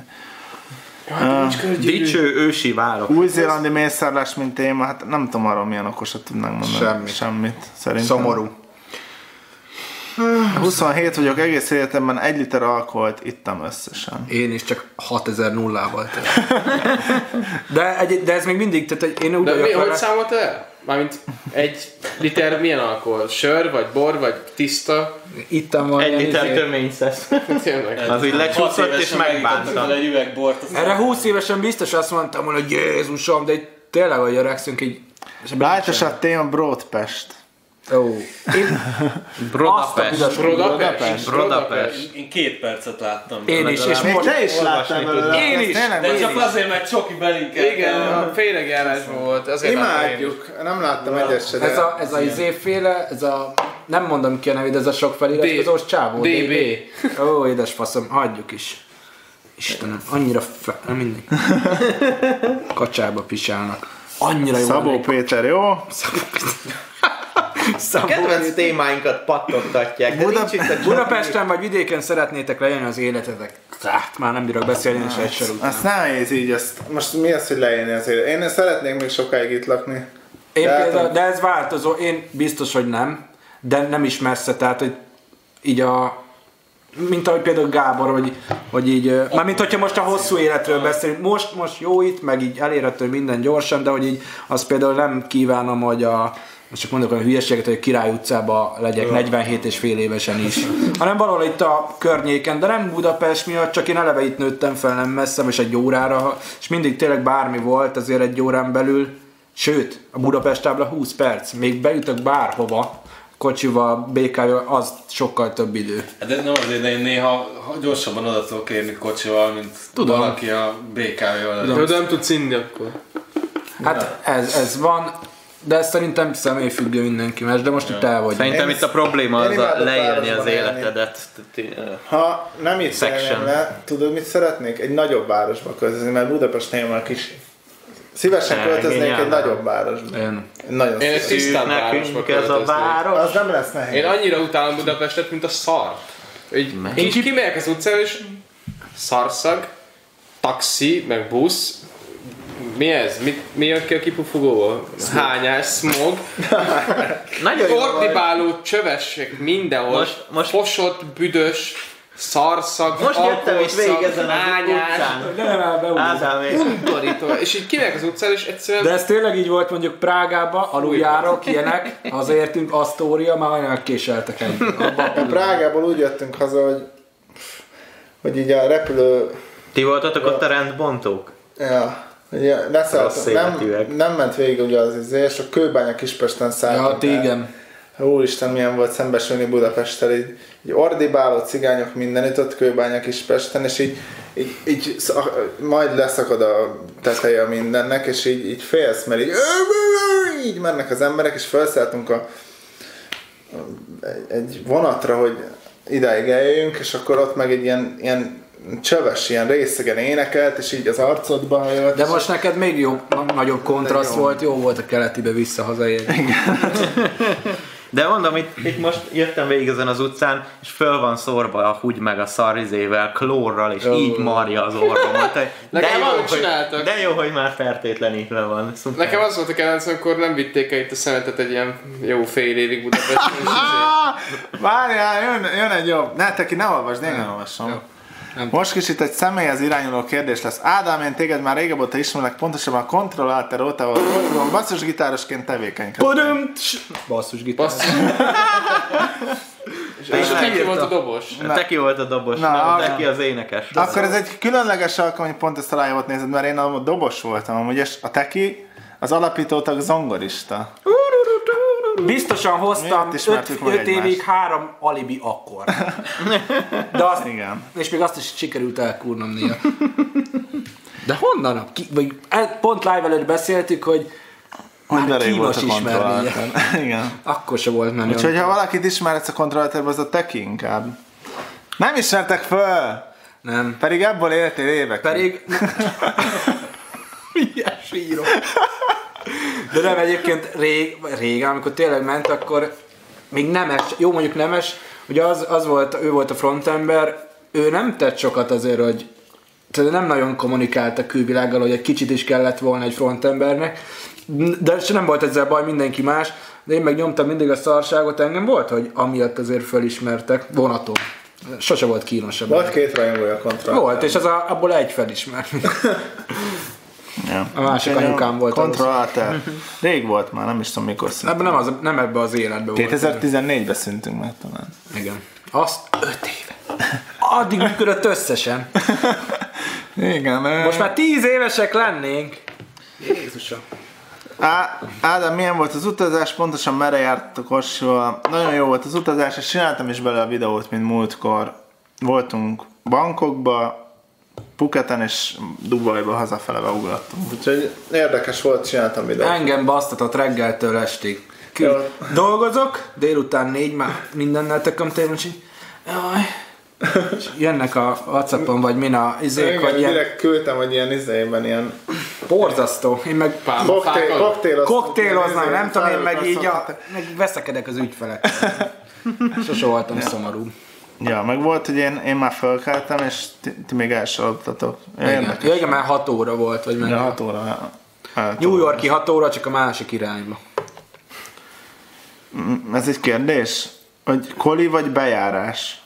Dicső ősi várok. Új-zélandi mészárlás, mint téma, hát nem tudom arról milyen okosat tudnánk mondani. Semmit. Semmit, szerintem. Szomorú. huszonhét vagyok, egész életemben egy liter alkoholt ittam összesen. Én is csak hatezer nullával. De, egy, de ez még mindig, tehát hogy én úgy De mi, vagyok hogy vele, számolt el? Mármint egy liter milyen alkohol? Sör, vagy bor, vagy tiszta? ittam van Egy ilyen liter izé- töményszesz. Tényleg. Az úgy lecsúszott és megbánta. megbántam. Egy üveg bort, aztán Erre húsz évesen biztos azt mondtam volna, hogy Jézusom, de itt tényleg, hogy öregszünk így... és ebben Lájtos a téma Broadpest. Ó, én, Brodapest. Brodapest. Brodapest. én két percet láttam. én is, és Legalább. Még most... te is láttál belőle. Én ez is, tényleg De én csak is. azért, mert Csoki belinkelt. Igen, a félegjárásban volt. Azért láttam én is. Imádjuk, nem láttam egyet se, de... Ez a, ez a izéféle, ez a... Nem mondom ki a nevét, ez a sok feliratkozós csávó. dé bé. Ó, édes faszom, hagyjuk is. Istenem, annyira fe... Nem mindig. Kacsába pisálnak. Annyira jó. Szabó Péter, jó? Szabó Kedvenc témáinkat pattogtatják, de Buda- nincs itt a Budapesten vagy vidéken szeretnétek lejönni az életetek. Hát már nem bírok beszélni, és egy sor után. Azt nehéz így, azt, most mi az, hogy leélni azért? Én szeretnék még sokáig itt lakni. Én De hát- például, de ez változó, én biztos, hogy nem, de nem is messze, tehát, hogy így a mint ahogy például Gábor, hogy, hogy így, mármint hogyha most a hosszú életről beszélünk, most, most jó itt, meg így elérhető minden gyorsan, de hogy így azt például nem kívánom, hogy a most csak mondok olyan hülyeséget, hogy a Király utcába legyek negyvenhét és fél évesen is. Hanem valahol itt a környéken, de nem Budapest miatt, csak én eleve itt nőttem fel, nem messze, és egy órára, és mindig tényleg bármi volt azért egy órán belül, sőt, a Budapest tábla húsz perc, még bejutok bárhova, kocsival, bé ká-val, az sokkal több idő. De nem azért, de én néha gyorsabban oda tudok érni kocsival, mint Tudom. valaki a bé ká-val. De nem tudsz inni akkor. Hát ez, ez van, de ez szerintem személyfüggő mindenki más, de most itt el vagy. Szerintem itt a probléma Én az a imádok leélni városban az élni. életedet. Ha nem itt Section. élném le, tudod mit szeretnék? Egy nagyobb városba költözni, mert Budapestnél már kis. Szívesen Szegény költöznék egy állam. nagyobb városba. Én. Nagyon Én egy szívesen. tisztább városba Nekünk ez a költöznék. város. Az nem lesz nehéz. Én annyira utálom Budapestet, mint a szart. Így, így ki... kimegyek az utcára, és szarszag, taxi, meg busz. Mi ez? Mi, mi jön ki a kipufogóból? Hányás, smog. Nagyon jó vagy. Ordibáló csövesség mindenhol. Most- most- Fosott, büdös, szarszag, Most jöttem és alkoholszag, végezen az hányás. utcán. Nem, nem, beugrom. Ádámék. Undorító. És így kimegyek az utcára, és egyszerűen... De ez tényleg így volt mondjuk Prágába, aluljárok, ilyenek, hazaértünk, Asztória, már majdnem megkéseltek ennyi. A Prágából úgy jöttünk haza, hogy, hogy így a repülő... Ti voltatok ott a rendbontók? Ja, ugye Rossz leszálltunk, nem, életűek. nem ment végig ugye az izé, és a Kőbánya Kispesten szálltunk. Ja, ti el. igen. Úristen, milyen volt szembesülni Budapesttel, így, így ordibáló cigányok mindenütt ott Kőbánya Kispesten, és így, így, így szak, majd leszakad a teteje mindennek, és így, így félsz, mert így, így mennek az emberek, és felszálltunk a, egy, egy vonatra, hogy idáig eljöjjünk, és akkor ott meg egy ilyen, ilyen csöves, ilyen részegen énekelt, és így az arcodba jött. De most neked még jobb, nagyobb kontraszt jó. volt, jó volt a keletibe vissza hazaérni. De mondom, itt, itt most jöttem végig ezen az utcán, és föl van szórva a húgy meg a szarizével, klórral, és így marja az orromat. De Nekem jó, valamit hogy, csináltak. de jó, hogy már fertőtlenítve van. Szuper. Nekem az volt a kedvencem, amikor nem vitték el itt a szemetet egy ilyen jó fél évig Budapesten. és izé- Várjál, jön, jön egy jobb. Ne, te ki ne olvasd, én nem olvasom. Most kicsit egy személyhez irányuló kérdés lesz. Ádám, én téged már régebb óta ismerlek, pontosabban a Control Alter óta, ahol basszusgitárosként tevékenykedtem. Pudum! Basszusgitár. Basszus. És te ki volt a dobos? Te ki volt a dobos, Na, nem, arra. te ki az énekes. Akkor ez egy különleges alkalom, hogy pont ezt a live-ot nézed, mert én a dobos voltam amúgy, és a teki az alapítótag zongorista. Biztosan hoztam Miért ismertük meg öt egymást? évig három alibi akkor. De azt, Igen. és még azt is sikerült elkúrnom néha. De honnan? Ki, vagy, e- pont live előtt beszéltük, hogy Hogy már de rég kínos volt a Control ismernie. Alter. Igen. Akkor se volt menő. Úgyhogy ha valakit ismerhetsz a Control Alterben, az a teki inkább. Nem ismertek föl! Nem. Pedig ebből éltél évek. Pedig... Milyen síró. De nem, egyébként rég, régen, amikor tényleg ment, akkor még nemes, jó mondjuk nemes, ugye az, az volt, ő volt a frontember, ő nem tett sokat azért, hogy tehát nem nagyon kommunikált a külvilággal, hogy egy kicsit is kellett volna egy frontembernek, de se nem volt ezzel baj, mindenki más, de én meg nyomtam mindig a szarságot, engem volt, hogy amiatt azért fölismertek vonaton. Sose volt kínosabb. Volt két rajongója a Control. Volt, és az a, abból egy felismert. Ja. A másik anyukám volt. Control Alter. Rég volt már, nem is tudom mikor szintünk. Ebben nem, az, nem ebbe az életbe volt. kétezer-tizennégyben szintünk meg talán. Igen. Azt öt éve. Addig működött összesen. Igen. Most már tíz évesek lennénk. Jézusom. Á, Ádám, milyen volt az utazás? Pontosan merre jártatok Orsival? Nagyon jó volt az utazás, és csináltam is belőle a videót, mint múltkor. Voltunk Bangkokba, Phuketen és Dubajba hazafele ugrottunk. Úgyhogy érdekes volt, csináltam videót. Engem basztatott reggeltől estig. Jó. Kül- Dolgozok, délután négy már mindennel tököm tényleg, és így, jaj. És jönnek a WhatsAppon, vagy min a izék, Igen, hogy ilyen direkt küldtem, hogy ilyen izében, ilyen borzasztó. Én meg koktél, koktéloztunk. koktéloznám, nem tudom, én meg szállókat így a, szoktak. meg veszekedek az ügyfelek. Sose voltam szomorú. Ja, meg volt, hogy én, én már fölkeltem, és ti, ti még elsaladtatok. Igen. Érdekes. Ja, igen, már hat óra volt, vagy Ja, meg. hat óra. el- New Yorki hat óra, csak a másik irányba. Ez egy kérdés? Hogy koli vagy bejárás?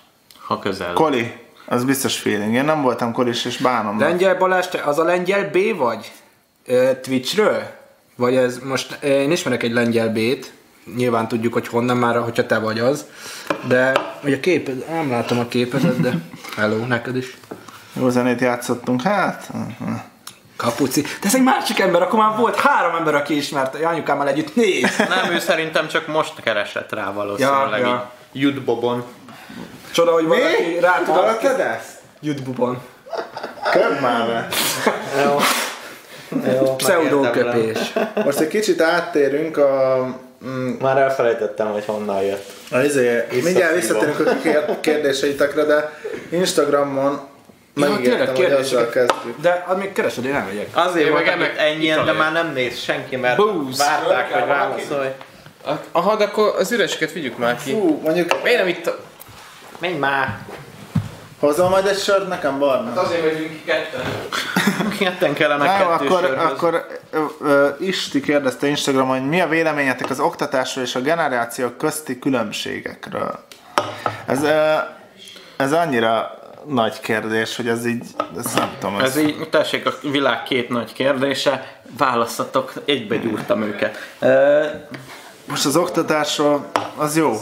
ha közel. Koli, az biztos feeling. Én nem voltam kolis, és bánom. Lengyel Balázs, te az a lengyel B vagy? Ö, Twitchről? Vagy ez most, én ismerek egy lengyel B-t, nyilván tudjuk, hogy honnan már, hogyha te vagy az, de hogy a képed, nem látom a képedet, de hello, neked is. Jó zenét játszottunk, hát... Kapuci. De ez egy másik ember, akkor már volt három ember, aki ismerte, anyukámmal együtt néz. Nem, ő szerintem csak most keresett rá valószínűleg. Ja, ja. YouTube-on. Csoda, hogy valaki rá tud. Hallottad ezt? YouTube-on. Köbb már be. Jó. Jó, Pseudoköpés. Most egy kicsit áttérünk a... Mm, Már elfelejtettem, hogy honnan jött. a izé, mindjárt visszatérünk a kér- kérdéseitekre, de Instagramon megígértem, hogy azzal kezdjük. De az még keresed, én nem megyek. Azért Én volt meg ennek ennek ennyien, de italért. már nem néz senki, mert Booze. várták, hogy válaszolj. Aha, de akkor az üreseket vigyük már ki. Fú, mondjuk Miért nem itt a... Menj már! hozol majd egy sört nekem, Barna? Azért megyünk ki ketten. Ketten kellene Na jó, kettős akkor, sörhöz. akkor ö, ö, Isti kérdezte Instagramon, hogy mi a véleményetek az oktatásról és a generációk közti különbségekről. Ez, ö, ez annyira nagy kérdés, hogy ez így, ez nem tudom. Ez így, tessék, a világ két nagy kérdése, választatok, egybe gyúrtam őket. Ö, Most az oktatásról, az jó.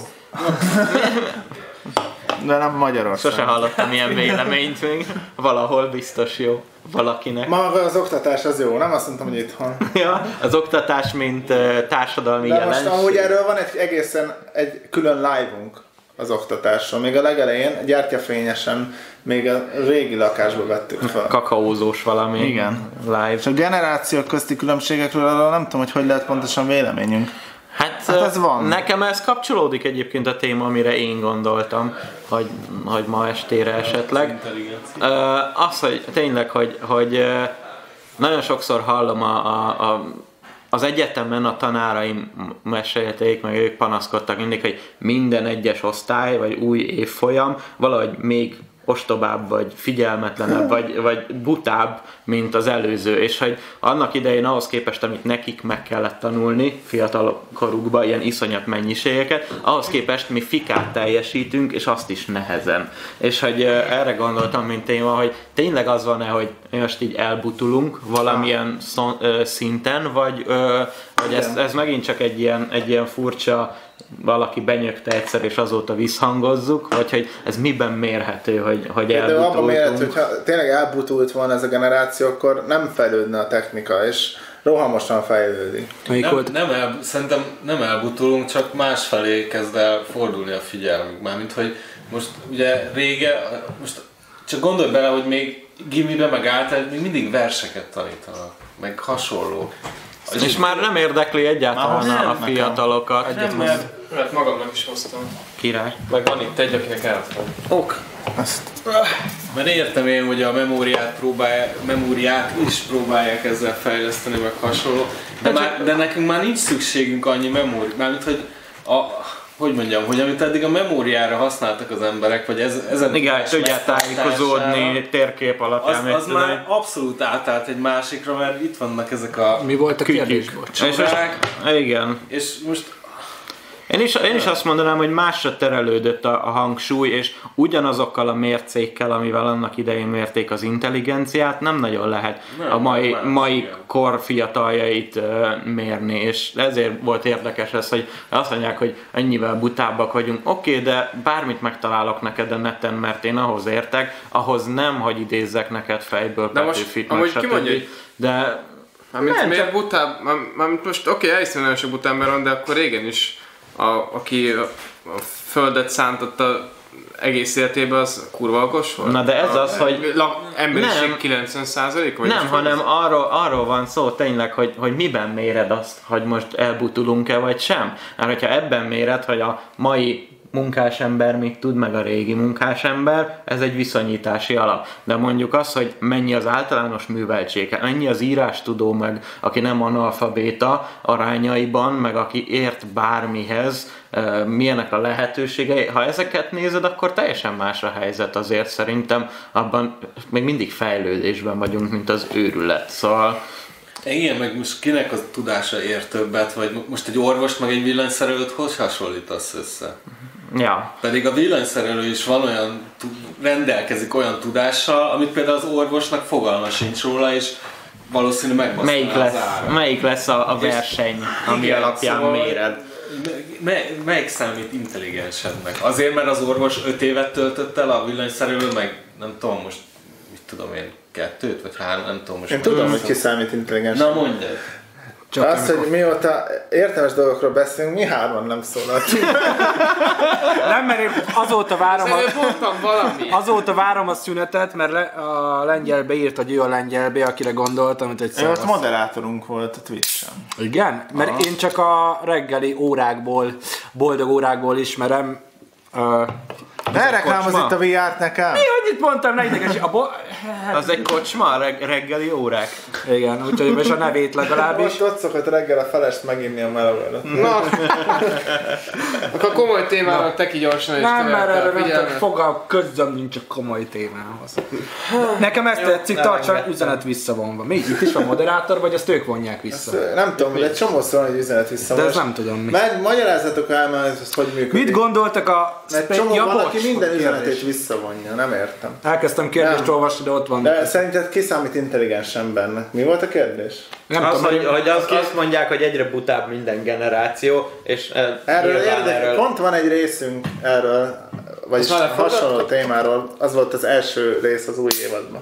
De nem Magyarország. Sose hallottam ilyen véleményt még. Valahol biztos jó valakinek. Maga az oktatás az jó, nem azt mondtam, hogy itthon. Ja, az oktatás, mint uh, társadalmi De most jelenség. amúgy erről van egy egészen egy külön live-unk az oktatásról. Még a legelején, gyertyafényesen, még a régi lakásba vettük fel. Kakaózós valami. Igen. Live. És a generációk közti különbségekről arról nem tudom, hogy hogy lehet pontosan véleményünk. Hát, Hát ez van. Nekem ez kapcsolódik egyébként a téma, amire én gondoltam, hogy, hogy ma estére esetleg. Ö, az, hogy tényleg, hogy, hogy ö, nagyon sokszor hallom a, a, a, az egyetemen a tanáraim mesélték, meg ők panaszkodtak mindig, hogy minden egyes osztály, vagy új évfolyam valahogy még ostobább, vagy figyelmetlenebb, vagy, vagy butább, mint az előző, és hogy annak idején ahhoz képest, amit nekik meg kellett tanulni fiatal korukban, ilyen iszonyat mennyiségeket, ahhoz képest mi fikát teljesítünk, és azt is nehezen. És hogy uh, erre gondoltam, mint téma, hogy tényleg az van-e, hogy most így elbutulunk valamilyen szon, uh, szinten, vagy, uh, vagy ez, ez megint csak egy ilyen, egy ilyen furcsa valaki benyögte egyszer, és azóta visszhangozzuk, vagy hogy ez miben mérhető, hogy, hogy De abban elbutultunk. mérhető, hogyha tényleg elbutult volna ez a generáció, akkor nem fejlődne a technika, és rohamosan fejlődik. Melyik Nem, volt? nem el, szerintem nem elbutulunk, csak másfelé kezd el fordulni a figyelmünk. Mármint, hogy most ugye rége, most csak gondolj bele, hogy még gimibe meg általában még mindig verseket tanítanak, meg hasonló. És már nem érdekli egyáltalán Már a nem, fiatalokat. Nem, mert Mert magamnak is hoztam. Király. Meg van itt egy, akinek elfog. Ok. Mert értem én, hogy a memóriát, próbálják, memóriát is próbálják ezzel fejleszteni, meg hasonló, de, már, de nekünk már nincs szükségünk annyi memóri, mármint, hogy a, hogy mondjam, hogy amit eddig a memóriára használtak az emberek, vagy ez, ezen Igen, tudják tájékozódni térkép alapján. az, az már abszolút átállt egy másikra, mert itt vannak ezek a Mi volt a kérdés? Kütyük. Bocs. És most, csodák, igen. és most Én is, én is azt mondanám, hogy másra terelődött a, a hangsúly, és ugyanazokkal a mércékkel, amivel annak idején mérték az intelligenciát, nem nagyon lehet Nem, a mai, más, mai igen. kor fiataljait uh, mérni, és ezért volt érdekes ez, hogy azt mondják, hogy ennyivel butábbak vagyunk. Oké, okay, de bármit megtalálok neked a neten, mert én ahhoz értek, ahhoz nem, hogy idézzek neked fejből De most Petőfit, meg amúgy ki stb. mondja, hogy- De Mármint Nem, miért csak- butább? Már- Mármint most oké, okay, elhiszem, nagyon sok buta ember van, de akkor régen is, a, aki a, a földet szántotta egész életében, az kurva okos volt. Na de ez a, az, hogy- La, emberiség Nem. kilencven százalék? nem, hanem arról, arról van szó tényleg, hogy, hogy miben méred azt, hogy most elbutulunk-e vagy sem. Mert hogyha ebben méred, hogy a mai munkásember mit tud, meg a régi munkásember, ez egy viszonyítási alap. De mondjuk az, hogy mennyi az általános műveltsége, mennyi az írástudó, meg aki nem analfabéta arányaiban, meg aki ért bármihez, eh, milyenek a lehetőségei. Ha ezeket nézed, akkor teljesen más a helyzet azért szerintem. Abban még mindig fejlődésben vagyunk, mint az őrület. Szóval igen, meg most kinek a tudása ér többet, vagy most egy orvost meg egy villanyszerelőt hogy hasonlítasz össze? Ja. Pedig a villanyszerelő is van olyan, rendelkezik olyan tudással, amit például az orvosnak fogalma sincs róla, és valószínű megbasszaná Melyik az lesz, ára. melyik lesz a, a verseny, ami Igen, alapján szóval méred? Me- melyik számít intelligensebbnek? Azért, mert az orvos öt évet töltött el, a villanyszerelő meg nem tudom most, mit tudom én, kettőt vagy három, nem tudom most. Én tudom, hogy ki számít intelligens. Na mondj! Csak azt, amikor... hogy mióta értelmes dolgokról beszélünk, mi hárman nem szólaltunk. Nem, mert én azóta várom, a, mondtam valami. azóta várom a szünetet, mert le, a lengyel beírt, hogy ő a lengyel B, akire gondoltam, hogy egy Ő ott szavasz. moderátorunk volt a Twitch-en. Igen? Mert aha. Én csak a reggeli órákból, boldog órákból ismerem. Uh, Ne reklámoz itt a vé er-t nekem! mi, hogy itt mondtam, ne ideges. A bo- Az egy kocsma, reg- reggeli órák? Igen, úgyhogy és a nevét legalábbis. Most ott szokott reggel a felest meginni a melógat. Na, akkor komoly témának te ki gyorsan is Nem, mert erre nem figyelme. csak fogal közöm nincs a komoly témához. Nekem ezt tetszik, tartsa üzenet visszavonva. Mi? Itt is van moderátor, vagy azt ők vonják vissza? Ezt, nem tudom, de egy csomószor van egy üzenet vissza. De ez Most nem tudom mi. Meg magyarázzatok el, mert ez hogy működik. Mit gondoltak a... Mert csomó Ja, van, bocs, aki minden kérdés. üzenetét visszavonja, nem értem. Elkezdtem kérdést Nem. olvasni, de ott van. De szerinted ki számít intelligens embernek? Mi volt a kérdés? Nem Az, tudom, hogy, hogy az, azt mondják, hogy egyre butább minden generáció, és uh, Erről nyilván érdekes, pont van egy részünk erről, vagyis már hasonló témáról, az volt az első rész az új évadban.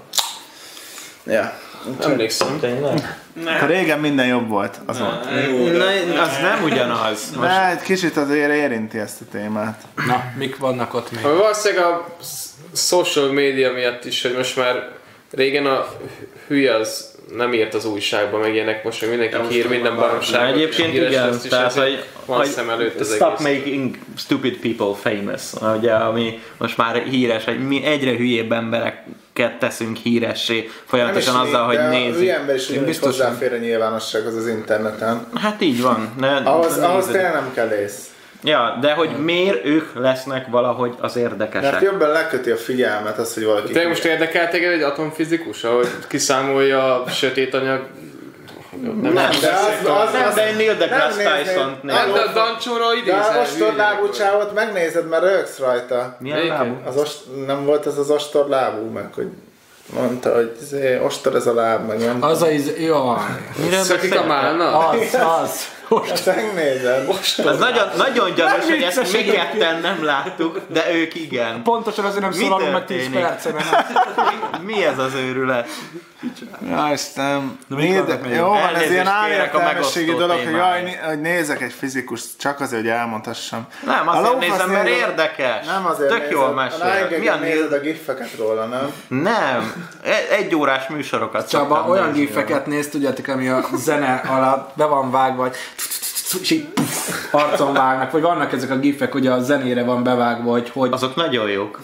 Ja. Emlékszem. Tényleg? Hát régen minden jobb volt, az volt. Na, az nem ugyanaz. Most De egy kicsit azért érinti ezt a témát. Na, mik vannak ott még? Ami valószínűleg a social media miatt is, hogy most már régen a hülye az nem írt az újságba, meg ilyenek, most meg mindenki most hír minden már- baromságot. egyébként híres igen, lesz is, tehát ezért hogy, van hogy szem előtt az stop egész. making stupid people famous, ugye, ami most már híres, hogy mi egyre hülyébb embereket teszünk híressé, folyamatosan Nem is azzal, így, hogy de a nézik. hülye ember is ugyanúgy biztos, hozzáfér a nyilvánossághoz az interneten. Hát így van. Ne, Ahhoz, ne ahhoz nézed. tényleg nem kell ész. Ja, de hogy miért ők lesznek valahogy az érdekesek? Mert jobban leköti a figyelmet az, hogy valaki... Te most érdekel téged egy atomfizikus, ahogy kiszámolja a sötét anyag? Nem, nem, de az, az, Nem, az, de én Neil nem deGrasse néznéd. Tyson-t nem, nézem. de a Dancsóról De idézel. az ostorlábú csávot megnézed, mert rögsz rajta. Milyen Melyiket? lábú? Az ost, nem volt az az ostorlábú, meg hogy mondta, hogy izé, ostor ez a láb, meg nem Az a iz... Jó. Miről Szökik a beszéltek? málna? Az, az. Ezt megnézed. Az nagyon, nagyon gyanús, hogy ezt vicces mi egyébként. ketten nem láttuk, de ők igen. Pontosan azért nem Mi szólalunk meg tíz történik? percben. Mi, mi ez az őrület? Ja, Istenem. mik vannak még? Jó van, ez Elnézést ilyen kérek a álértelmességi megosztó dolog, hogy, jaj, témáért. né- hogy nézek egy fizikust, csak azért, hogy elmondhassam. Nem, A azért lófasz nézem, mert nézem- érdekes. Nem azért Tök nézed, jól a mesél. Mi a Nine nézed a gifeket róla, nem? Nem. E- Egy órás műsorokat Csaba, szoktam olyan nézni. gifeket néz, tudjátok, ami a zene alatt be van vágva, vagy és így arcon vágnak, vagy vannak ezek a gifek, hogy a zenére van bevágva, hogy hogy... Azok nagyon jók.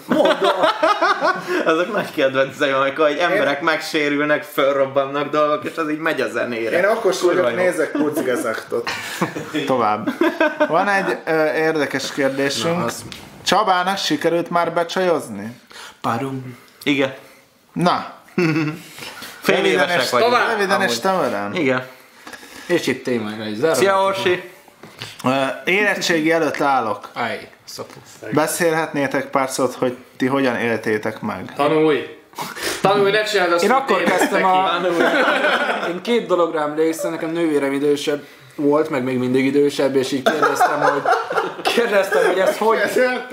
Azok nagy kedvenceim, amikor hogy emberek megsérülnek, fölrobbannak dolgok, és az így megy a zenére. Én okos Kurva vagyok, jó. nézek Kurzgesagtot. Tovább. Van egy ö, érdekes kérdésünk. Na, az- Csabának sikerült már becsajozni? Parum. Igen. Na, Fél röviden évesek és, vagyunk. röviden és tömören. Igen. És itt témára is. Zárva. Szia, Orsi! Ö, Érettségi előtt állok. Aj, szapu. Beszélhetnétek pár szót, hogy ti hogyan éltétek meg? Tanulj! Tanulj, ne csináld azt, Én hogy akkor tévedsz kezdtem neki. a... Én két dologra emlékszem, nekem nővérem idősebb volt, meg még mindig idősebb, és így kérdeztem, hogy kérdeztem, hogy ez hogy,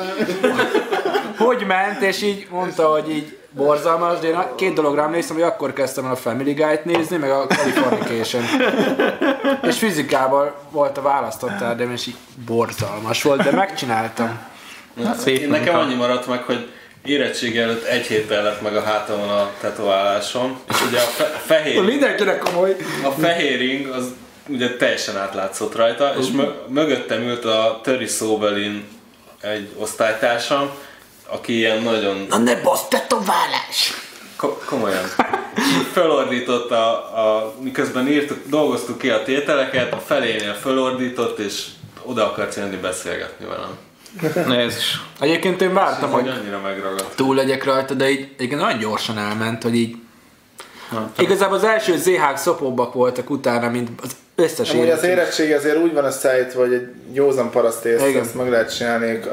hogy ment, és így mondta, hogy így borzalmas, de én a két dologra emlékszem, hogy akkor kezdtem el a Family Guy-t nézni, meg a Californication. És fizikában volt a választott tárgyam, és így borzalmas volt, de megcsináltam. Szép Én nekem munka. annyi maradt meg, hogy érettség előtt egy héttel lett meg a hátamon a tetoválásom, és ugye a fe- fehér, Mindenkinek komoly. a fehér ing az ugye teljesen átlátszott rajta, és mö- mögöttem ült a Töri Szóbelin egy osztálytársam, aki ilyen nagyon Na ne basz, tetoválás! ko- komolyan fölordította, a, miközben írtuk, dolgoztuk ki a tételeket, a felénél fölordított, és oda akart jönni beszélgetni velem. Nézd is. Egyébként én vártam, Ez hogy annyira megragadt. túl legyek rajta, de így egyébként nagyon gyorsan elment, hogy így... Igazából az első zé há szopóbbak voltak utána, mint az összes Amúgy az érettség. érettség azért úgy van összeállítva, hogy egy józan parasztészt Igen. ezt meg lehet csinálni, uh,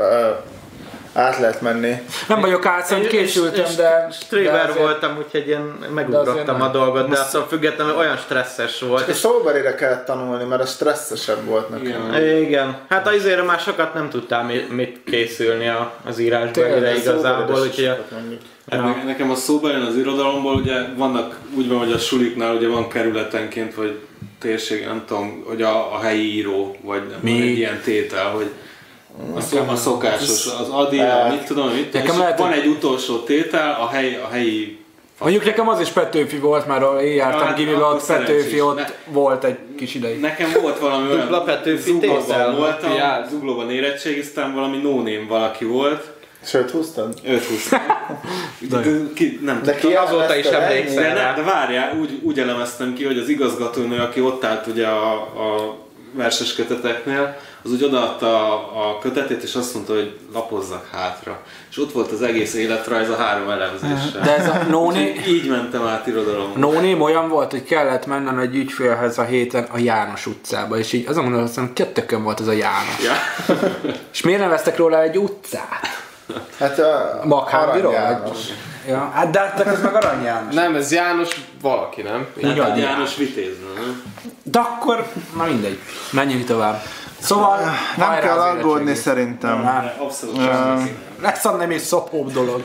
át lehet menni. Nem vagyok átszent, készültem, de... Streamer de azért- voltam, úgyhogy én De megugrottam azért a nem. dolgot, de attól függetlenül olyan stresszes volt. A szóberére kellett tanulni, mert a stresszesebb volt nekem. Igen, hát azért már sokat nem tudtál mi- mit készülni a- az írásbelire Tényleg, igazából, szóberedes úgyhogy a, sokat mondjuk. Ne- Nekem a szóbeli az irodalomból ugye vannak, úgy van, hogy a suliknál ugye van kerületenként, vagy térség, nem tudom, hogy a, a helyi író, vagy nem Mi? van egy ilyen tétel, hogy a, szó, a szokásos, az adi, a mit tudom, mit tudom, Nekem és lehet, van hogy- egy utolsó tétel, a, hely, a helyi. Mondjuk nekem az is Petőfi volt, mert ahol én jártam Ja, hát gimibe, akkor ott Petőfi, szerencsés. ott Ne- volt egy kis ideig. Nekem volt valami olyan, Dupla Petőfi Zuglóban tétel. voltam, Ja. Zuglóban érettségiztem, valami no-name valaki volt, Sőt, húztad? őt húztam. De, ki, nem De tudom. ki azóta is elemezte emlékszel. ennyi? De, ne, de várjál, úgy, úgy elemeztem ki, hogy az igazgatónő, aki ott állt ugye a, a verses köteteknél, az úgy odaadta a, a kötetét, és azt mondta, hogy lapozzak hátra. És ott volt az egész életrajz a három elemzéssel. De ez a Nóni, Úgyhogy így mentem át irodalomba. Nóni olyan volt, hogy kellett mennem egy ügyfélhez a héten a János utcába, és így azon gondoltam, hogy kettökön volt ez a János. Ja. És miért neveztek róla egy utcát? Hát a Maghándiról? Arany János. Ja, hát de hát ez meg Arany János. Nem, ez János valaki, nem? Hát Ugyan. János Vitézből, nem? De akkor, na mindegy, menjünk tovább. Szóval, Nem hajrá kell az aggódni érettségét. szerintem. Hát, Abszolút sem. lesz az nem is szopóbb dolog.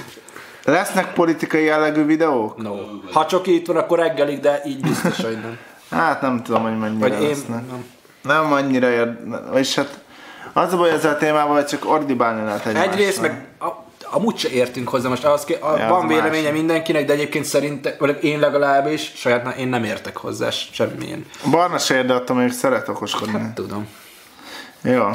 Lesznek politikai jellegű videók? No. Ha csak itt van, akkor reggelig, de így biztos, hogy nem. Hát nem tudom, hogy mennyire Vagy én, lesznek. nem. Nem annyira ér... Vagyis hát az a baj ezzel a témával, hogy csak ordibálni lehet egymással. Egyrészt meg a, amúgy se értünk hozzá, most ahhoz ké, a, Ja, van az véleménye más. mindenkinek, de egyébként szerintem, vagy én legalábbis, saját én nem értek hozzá semmilyen. Barna se ér, de attól még szeret okoskodni. Tudom. Jó.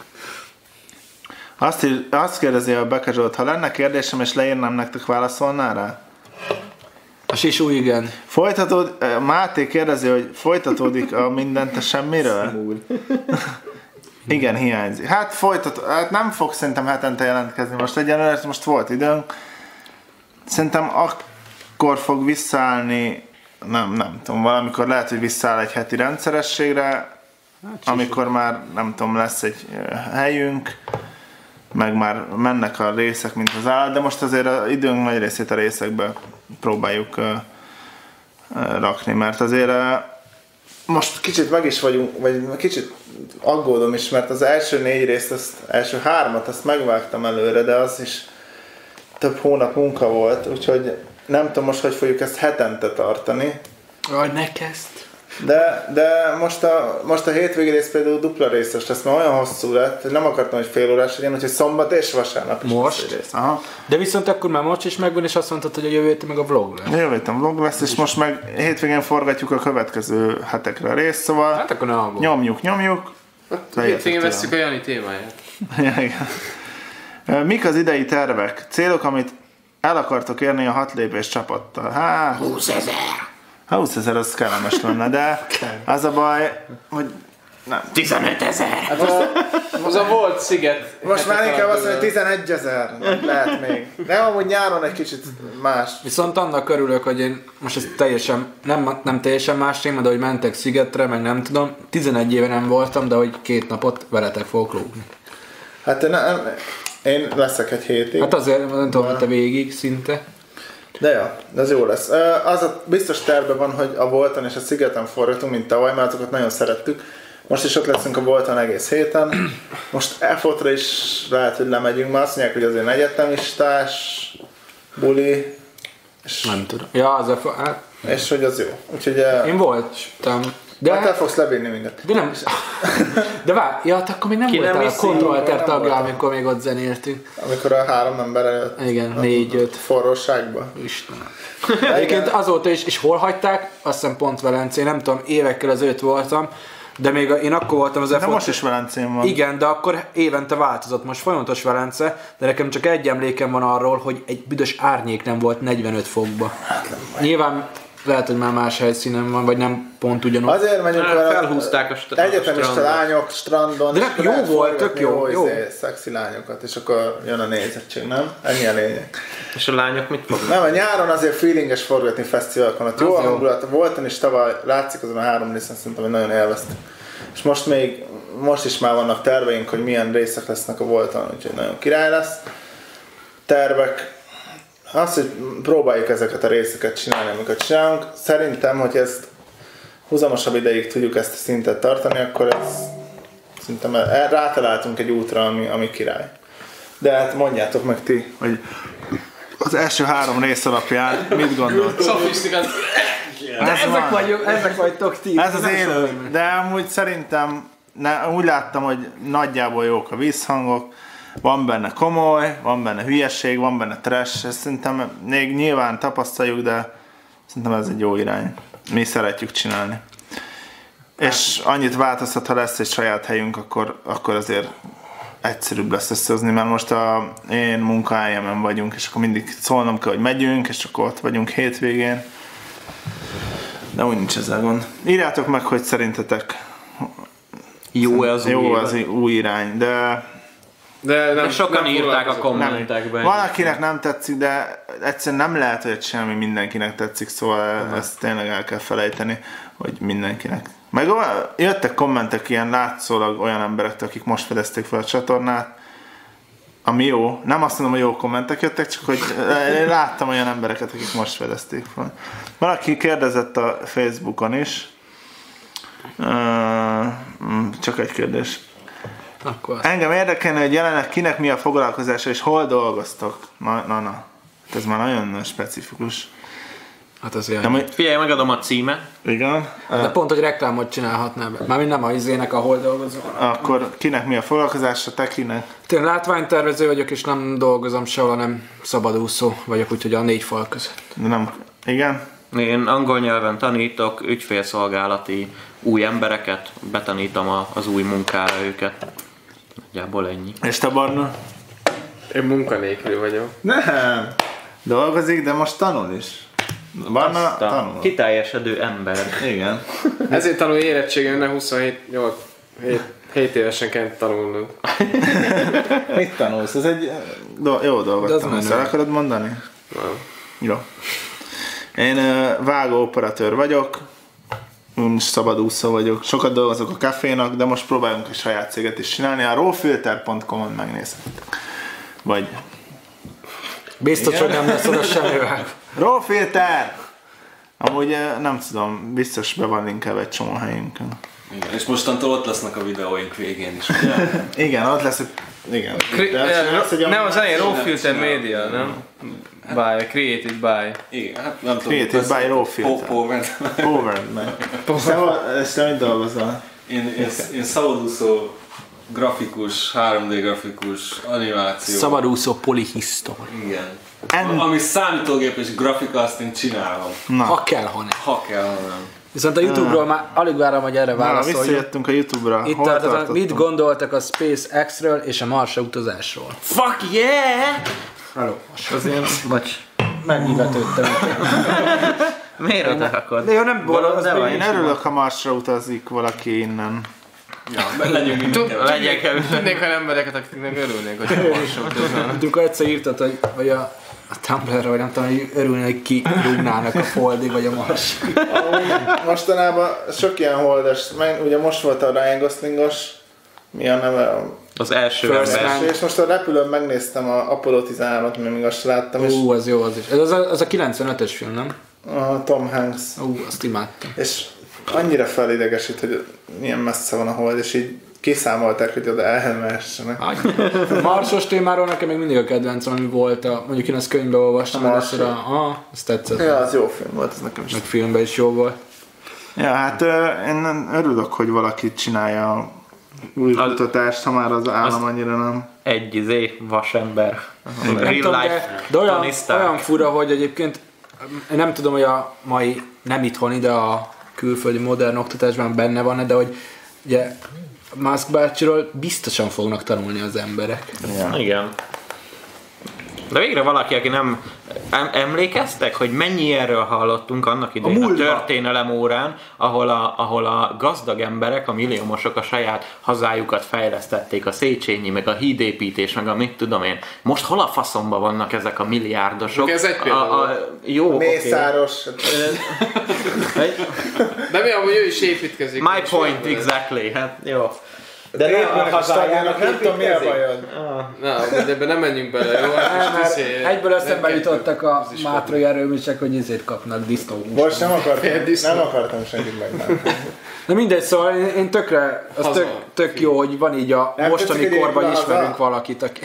Azt, ír, azt kérdezi a Beke Zsolt, ha lenne kérdésem és leírnám nektek, válaszolnál rá? A sisú igen. Folytatód, eh, Máté kérdezi, hogy folytatódik a mindent a semmiről? Igen, hiányzik. Hát folytat, hát nem fog szerintem hetente jelentkezni most egyenlőre, most volt időnk. Szerintem akkor fog visszaállni, nem, nem tudom, valamikor lehet, hogy visszaáll egy heti rendszerességre, amikor már nem tudom, lesz egy eh, helyünk, meg már mennek a részek, mint az állat, de most azért az időnk nagy részét a részekbe próbáljuk uh, uh, rakni, mert azért uh, Most kicsit meg is vagyunk, vagy kicsit aggódom is, mert az első négy részt, azt, első hármat, azt megvágtam előre, de az is több hónap munka volt, úgyhogy nem tudom most, hogy fogjuk ezt hetente tartani. Aj, ne kezd. De, de most, a, most a hétvégi rész például dupla részes lesz, mert olyan hosszú lett, hogy nem akartam, hogy fél órás legyen, úgyhogy szombat és vasárnap is Most? lesz egy rész. aha, De viszont akkor már most is megvan, és azt mondtad, hogy a jövő héten meg a vlog lesz. jövő héten vlog lesz, és most meg hétvégén forgatjuk a következő hetekre a részt, szóval Hát akkor ne aggódj. nyomjuk, nyomjuk. Hétvégén vesszük a Jani témáját. Ja, igen. Ö, Mik az idei tervek? Célok, amit el akartok érni a hat lépés csapattal? Hát... húszezer! húszezer az kellemes lenne, de az a baj, hogy nem. Hát az, az a volt sziget. Most már hetek inkább alatt azt mondja, tizenegyezer, lehet még. De amúgy nyáron egy kicsit más. Viszont annak örülök, hogy én most ez teljesen, nem, nem teljesen más téma, de hogy mentek szigetre, meg nem tudom, tizenegy éve nem voltam, de hogy két napot veletek fogok lógni. Hát én, nem, én leszek egy hétig. Hát azért nem tudom, hogy te végig szinte. De ja, ez jó lesz. Ö, Az a biztos terve van, hogy a Volton és a Szigeten forgatunk, mint tavaly, mert azokat nagyon szerettük. Most is ott leszünk a Volton egész héten. Most F-otra is lehet, hogy lemegyünk, mert azt mondják, hogy azért egyetemistás, buli, és, Nem tudom. Ja, az a fa- hát, és hogy az jó. Úgyhogy eh, én voltam. De, hát te fogsz levinni mindet. de nem. De várj, ja, hát akkor még nem Ki nem voltál a viszi? Kontrolter Nem tagja, voltam. amikor még ott zenéltünk. Amikor a három ember előtt Igen, négy-öt. forróságba. Istenem. Egyébként azóta is, és hol hagyták? Azt hiszem pont Velencén, nem tudom, évekkel ezelőtt voltam, de még a, én akkor voltam az De F-ot. most is Velencén van. Igen, de akkor évente változott, most folyamatos Velence, de nekem csak egy emlékem van arról, hogy egy büdös árnyék nem volt negyvenöt fokba. Nyilván lehet, hogy már más helyszínen van, vagy nem pont ugyanott. Azért megyünk Hát, vele, felhúzták a str- egyetemista strandot. lányok strandon, De és nem- akkor jó lehet volt, tök forgatni jó, jó. izé, szexi lányokat, és akkor jön a nézettség, nem? Ennyi a lényeg. És a lányok mit fognak? Nem, a nyáron azért feelinges forgatni fesztiválokon, ott jó a hangulat, voltam is tavaly, látszik azon a három részen, szerintem, hogy nagyon élveztem. És most még, most is már vannak terveink, hogy milyen részek lesznek a Volton, úgyhogy nagyon király lesz. Tervek, az, hogy próbáljuk ezeket a részeket csinálni, amiket csinálunk. Szerintem, hogy ezt húzamosabb ideig tudjuk ezt a szintet tartani, akkor ez, szerintem rátaláltunk egy útra, ami, ami király. De hát mondjátok meg ti, hogy Az első három rész alapján mit gondolt? Szofisztikát. De ezek, vagyok, ezek vagytok ti. Ez az Nem élő, tudom. de amúgy szerintem ne, úgy láttam, hogy nagyjából jók a vízhangok, van benne komoly, van benne hülyeség, van benne trash, ezt szerintem még nyilván tapasztaljuk, de szerintem ez egy jó irány. Mi szeretjük csinálni. És annyit változtat, ha lesz egy saját helyünk, akkor, akkor azért egyszerűbb lesz összehozni, mert most a én munkahelyemen vagyunk, és akkor mindig szólnom kell, hogy megyünk, és akkor ott vagyunk hétvégén. De úgy nincs ezzel gond. Írjátok meg, hogy szerintetek Jó az új jó évad. az új irány, de De nem, De sokan nem írták a foglalkozok. kommentekben. van, akinek nem tetszik, de egyszerűen nem lehet olyat csinálni, ami mindenkinek tetszik, szóval ezt tényleg el kell felejteni, hogy mindenkinek. Meg olyan- jöttek kommentek ilyen látszólag olyan emberektől, akik most fedezték fel a csatornát, ami jó. Nem azt mondom, hogy jó kommentek jöttek, csak hogy én láttam olyan embereket, akik most fedezték fel. Valaki kérdezett a Facebookon is, Ö, csak egy kérdés. Akkor azt. Engem érdekelne, hogy jelenleg kinek mi a foglalkozása és hol dolgoztok. Na, na, na. Ez már nagyon specifikus. Hát azért. De, majd- Figyelj, megadom a címet. igen. De pont, hogy reklámot csinálhatnál be. Mármint nem a izének, ahol dolgozom. Akkor kinek mi a foglalkozása, te kinek? Én látványtervező vagyok, és nem dolgozom sehol, hanem szabadúszó vagyok, úgyhogy a négy fal között. De nem. Igen? Én angol nyelven tanítok, ügyfélszolgálati új embereket, betanítom a- az új munkára őket. Nagyjából ennyi. És te, Barna? Én munkanélkül vagyok. Nem. Dolgozik, de most tanul is. Barna tanul. Kiteljesedő ember. Igen. Ezért tanul érettségemnek huszonhét hét évesen kell tanulnunk. Mit tanulsz? Ez egy do- jó dolgot De az tanulsz. menő. El akarod mondani? Nem. Jó. Én ö, vágó operatőr vagyok, Én is szabadúszó vagyok. Sokat dolgozok a kafénak, de most próbálunk egy saját céget is csinálni. A rawfilter pont com-on megnézhetek. Vagy Biztos, hogy nem lesz oda semmivel. Rawfilter! Amúgy ö, nem tudom, biztos be van linkelve egy csomó helyünkön. Igen, és mostantól ott lesznek a videóink végén is. Igen, ott lesz egy... Igen. Kri- De csinálsz egy nem, az elején Csinál- Raw Filter csinál. Media, nem? By, created by. Igen, hát nem tudom. Created ez- by Rawfilter. Po- Power. Overed meg. Te, hol- és te mit dolgozol? Én, én, én szabadúszó grafikus, három dé grafikus, animáció. Szabadúszó polihisztor. Igen. En- Ami számítógépes grafika, azt én csinálom. Na, Ha kell, ha nem. Ha kell, ha nem. Viszont a Youtube-ról már alig várom, hogy erre na válaszoljuk. visszajöttünk a YouTube-ra. Itt Hol tartottam, tartottunk? mit gondoltak a SpaceX-ről és a Marsra utazásról? Fuck yeah! Hello. Azért, bocs. Megnyilvetődtem. Miért oda rakod? De jó, nem boldog, az De még vagy, Én örülök, ha Marsra utazik valaki innen. Ja, legyünk mindenki. Legyek el. Tudnék olyan embereket, akiknek örülnék, hogy marsok közben. Amikor egyszer írtad, hogy, hogy a, a Tumblr-ra, vagy nem tudom, hogy örülne, hogy ki rúgnának a Foldi vagy a Mars. Mostanában sok ilyen holdes, meg ugye most volt a Ryan Goslingos, mi a neve? Az első First ember. Man. És most a repülőn megnéztem a Apollo tizenhármat, mert még azt sem láttam, és Ú, az jó az is. Ez az a, az a kilencvenötös film, nem? a Tom Hanks. Ú, azt imádtam. És annyira felidegesít, hogy milyen messze van a hold, és így kiszámolták, hogy oda elmehessenek. A Marsos témáról nekem még mindig a kedvencem, ami volt, a, mondjuk én ezt könyvbe olvastam, A először a, Mars. ah, azt tetszett. Ja, az jó film volt, ez nekem is. Meg filmben is jó volt. Ja, hát ö, én örülök, hogy valaki csinálja a új Az- kutatást, ha már az állam annyira nem. Egy izé, vasember. Nem Real tudom, life de, de olyan, Tony Stark. olyan fura, hogy egyébként én nem tudom, hogy a mai, nem itthoni, de a külföldi modern oktatásban benne van, de hogy ugye Musk bácsiról biztosan fognak tanulni az emberek. Ja. Igen. De végre valaki, aki nem em- emlékeztek, hogy mennyi erről hallottunk annak idején a, a történelem órán, ahol a, ahol a gazdag emberek, a milliómosok a saját hazájukat fejlesztették, a Széchenyi, meg a hídépítés, meg a mit tudom én. Most hol a faszomba vannak ezek a milliárdosok? Ez egy a, a, jó, Mészáros. Okay. De mi amúgy ő is építkezik. My point, exactly. Hát, jó. De De nem nem a hazájának nem tudom mi a építkezik? bajod. Na, de ebben nem menjünk bele, jó? Hát Nem, most mert izé- egyből eszembe nem jutottak a az is mátrai erőműsek, hogy izét kapnak disznóhúst. Most nem akartam, Fél disznó. nem akartam senkit megmondani. Na mindegy, szóval én, én tökre, az Haza. tök, tök jó, hogy van így a Nem mostani tetszik, hogy korban épül a ismerünk haza? valakit, aki,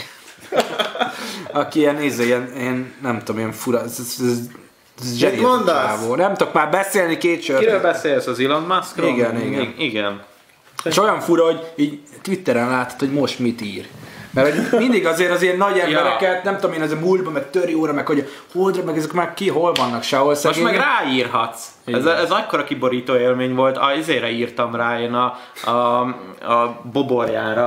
aki ilyen, izé, ilyen, ilyen, nem tudom, ilyen fura, ez, ez, ez, ez zseni ez a mondasz? csávó. Nem tudok már beszélni két sört. Kiről beszélsz, az Elon Muskról? Igen, igen. I- igen. És olyan fura, hogy így Twitteren látod, hogy most mit ír. Mert hogy mindig azért az ilyen nagy embereket, nem tudom én, ez a múltban, meg töri óra, meg hogy holdra, meg ezek már ki, hol vannak sehol Most szegények. meg ráírhatsz. Ez, ez akkora kiborító élmény volt, a, izére írtam rá én a, a, a boborjára.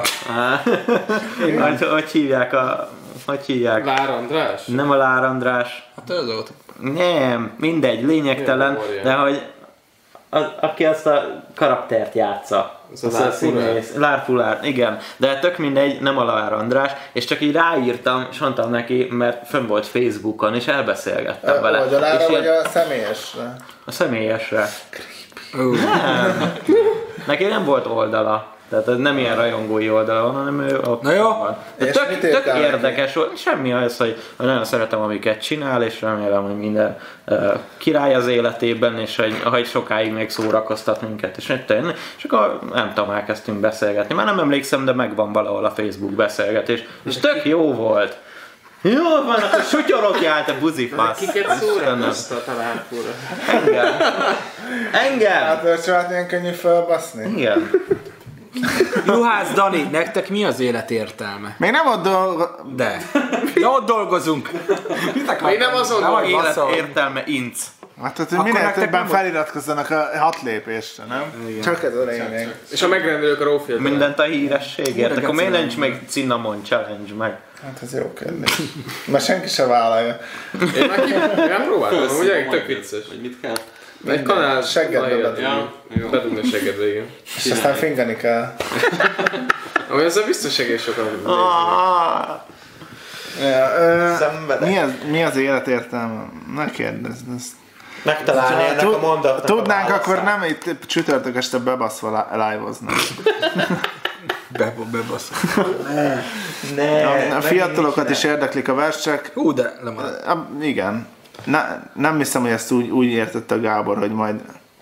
hogy, hogy hívják a... Hogy hívják? Lár András? Nem a Lár András. Hát ez volt. Nem, mindegy, lényegtelen, Mi a boborja? de hogy a, aki azt a karaktert játsza. Az a Lár színész. Lár Fulár, igen. De tök mindegy, nem a Lár András, és csak így ráírtam, és mondtam neki, mert fönn volt Facebookon, és elbeszélgettem vele. Oldalára És vagy ilyen- a személyesre? a személyesre. Uh. Nem. Neki nem volt oldala. Tehát ez nem ilyen rajongói oldala van, hanem ő ott Na jó. van. De És tök, mit tök írtál neki? érdekes volt. Semmi az, hogy, hogy nagyon szeretem, amiket csinál, és remélem, hogy minden uh, király az életében, és hogy, hogy sokáig még szórakoztat minket. És, és akkor nem tudom, elkezdtünk beszélgetni. Már nem emlékszem, de megvan valahol a Facebook beszélgetés. És tök jó volt. Jó van, akkor sutyorokjál, te buzifasz. Kiket szórakoztat a Lár Fulár? Engem. Engem. Hát a csavát ilyen könnyű felbaszni? Igen. Juhász Dani, nektek mi az élet értelme? Még nem ott dolgo... De. De ott dolgozunk. Mit Még nem azon Nem vagy dolgozom. Élet basszol. értelme inc. Hát, hogy Akkor minél nektek többen nem- feliratkozzanak a hat lépésre, nem? Csak ez a lényeg. És a megrendelők a rófilter. Mindent a hírességért. Akkor miért Híreget nincs még Cinnamon Challenge meg? Hát ez jó kérdés. Mert senki se vállalja. Én már ki, én már próbáltam, ugye? Tök vicces. Hogy mit kell? Egy kanál Seggedbe na, bedugni. ja, Jó. bedugni a seggedbe, igen. És aztán fingani kell. Ami ezzel biztos egész sokan nézni. Ja, ö, Szenvedek. Mi az, mi az élet értelme? Ne kérdezz. ezt. Megtalálni ennek a mondatnak Tudnánk, a akkor válaszát. nem itt csütörtök este bebaszva live-oznánk. Be, bebasz. Ne, A fiatalokat is érdeklik a versek. Hú, de lemarad. A, igen. Ne, nem hiszem, hogy ezt úgy, úgy értette a Gábor, hogy majd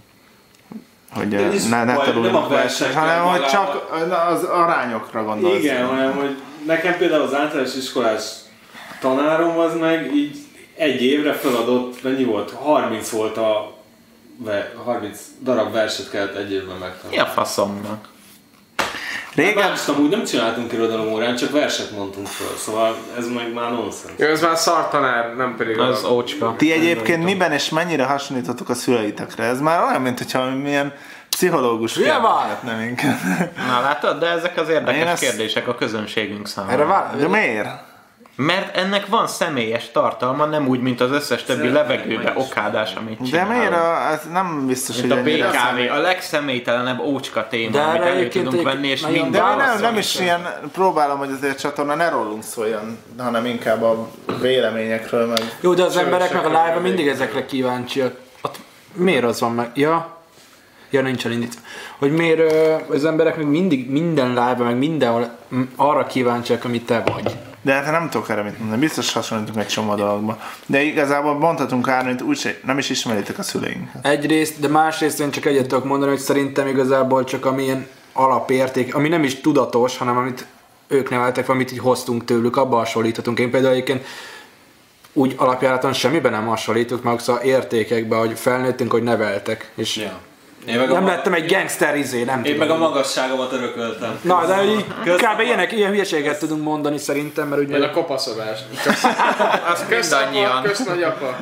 hogy De is ne, ne baj, nem a tanuljuk verset, versekkel hanem hogy magával. csak az arányokra gondolsz. Igen, hanem hogy nekem például az általános iskolás tanárom az meg így egy évre feladott, mennyi volt? harminc volt a ve- harminc darab verset kellett egy évben megtanulni. Mi a faszomnak? Régen, Más amúgy nem csináltunk irodalom órán, csak verset mondtunk föl, szóval ez meg már nonsens. Jó, ez már szar tanár, nem pedig Az a... ócska. ti egyébként miben és mennyire hasonlítotok a szüleitekre? Ez már olyan, mint hogyha milyen pszichológus Hülye vagy? nem inkább. Na látod, de ezek az Én érdekes ezt- kérdések a közönségünk számára. Erre vár... De miért? Mert ennek van személyes tartalma, nem úgy, mint az összes többi levegőbe okádás, amit De csinálunk. miért? A, ez nem biztos, Mint hogy a bé ennyire ká vé, személy- a legszemélytelenebb ócska téma, De amit erre elő egyébként tudunk egy- venni, és nagyon minden De mi nem, válaszol nem is is. ilyen, próbálom, hogy azért csatorna ne rólunk szóljon. hanem inkább a véleményekről meg. Jó, de az Sőt, emberek meg a sokkal live-ban mindig elég. ezekre kíváncsiak. Ott miért az van meg? Ja, ja nincsen indítva. Hogy miért ö, az emberek meg mindig minden live-ban, meg mindenhol m, arra kíváncsiak, amit te vagy. De hát nem tudok erre mit mondani. Biztos hasonlítunk egy csomó dologba. De igazából mondhatunk árni, hogy úgyse nem is ismeritek a szüleinket. Egyrészt, de másrészt én csak egyet tudok mondani, hogy szerintem igazából csak amilyen alapérték, ami nem is tudatos, hanem amit ők neveltek, amit így hoztunk tőlük, abba hasonlíthatunk. Én például egyébként úgy alapjáraton semmiben nem hasonlítok, meg szóval értékekbe, hogy felnőttünk, hogy neveltek. És Ja. Én meg, a, nem ma- lettem egy gangster izé, nem én tudom. meg a magasságomat örököltem. Na, de így Köszönöm. kb. ilyenek, ilyen hülyeséget tudunk mondani szerintem, mert Vagy a ugye... kopaszodás. azt Kösz apa, mindannyian. kösz nagyapa.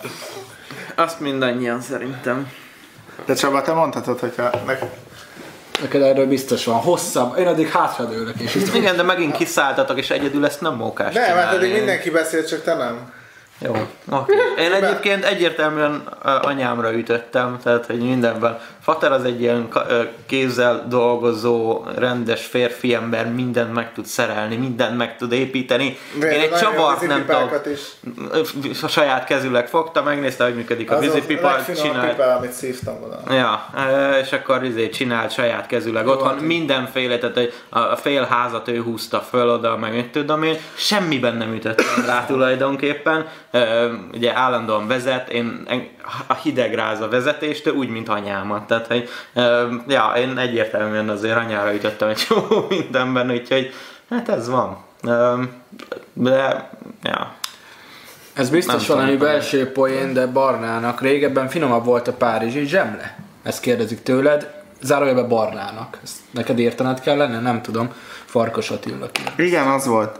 Azt mindannyian szerintem. De Csaba, te mondhatod, hogyha nek... Neked erről biztos van. Hosszabb. Én addig hátradőlök és így. Igen, de megint kiszálltatok, és egyedül ezt nem mókás Nem, csinálni. hát eddig mindenki beszélt, csak te nem. Jó, oké. Én egyébként egyértelműen uh, anyámra ütöttem, tehát hogy mindenben. Fater az egy ilyen uh, kézzel dolgozó, rendes férfi ember, mindent meg tud szerelni, mindent meg tud építeni. Én egy csavart nem tudok. A saját kezüleg fogta, megnézte, hogy működik a vízipipa, csinált. Pipa, amit szívtam oda. Ja, és akkor izé csinált saját kezüleg otthon mindenféle, tehát hogy a fél házat ő húzta föl oda, meg mit tudom én, semmiben nem ütöttem rá tulajdonképpen. Ugye állandóan vezet, én a hidegráz a vezetéstől, úgy, mint anyámat. Tehát, hogy ja, én egyértelműen azért anyára ütöttem egy csomó mindenben, úgyhogy hát ez van. De, ja. Ez biztos Nem valami tudom, belső poén, de Barnának régebben finomabb volt a párizsi zsemle? Ezt kérdezik tőled, zárójelben Barnának. Ezt neked értened kellene? Nem tudom. Farkas Attila. Igen, az volt.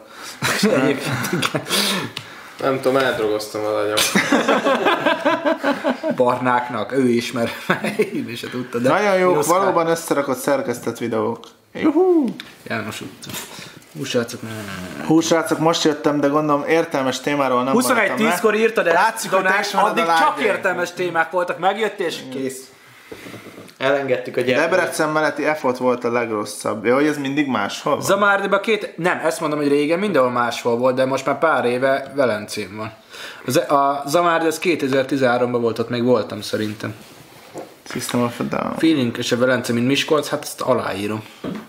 Nem tudom, eldrogoztam az agyam. Barnáknak, ő ismer, én is se tudta. De nagyon jók, Oszkár. valóban összerakott szerkesztett videók. Juhú! János utca. Hú, srácok, Hú, srácok, most jöttem, de gondolom értelmes témáról nem huszonegy maradtam le. tízkor írtad ezt, Látszik, hogy Donát, te addig a csak lágyék. értelmes témák voltak, megjöttél és kész. Elengedtük a gyereket. Debrecen melletti F ott volt a legrosszabb. Jó, hogy ez mindig máshol van? Zamárdiban két, nem, ezt mondom, hogy régen mindenhol máshol volt, de most már pár éve Velencén van. Az, a Zamárdi az kétezer-tizenháromban volt, ott még voltam szerintem. System of a Down. Feeling és a Velence, mint Miskolc, hát ezt aláírom.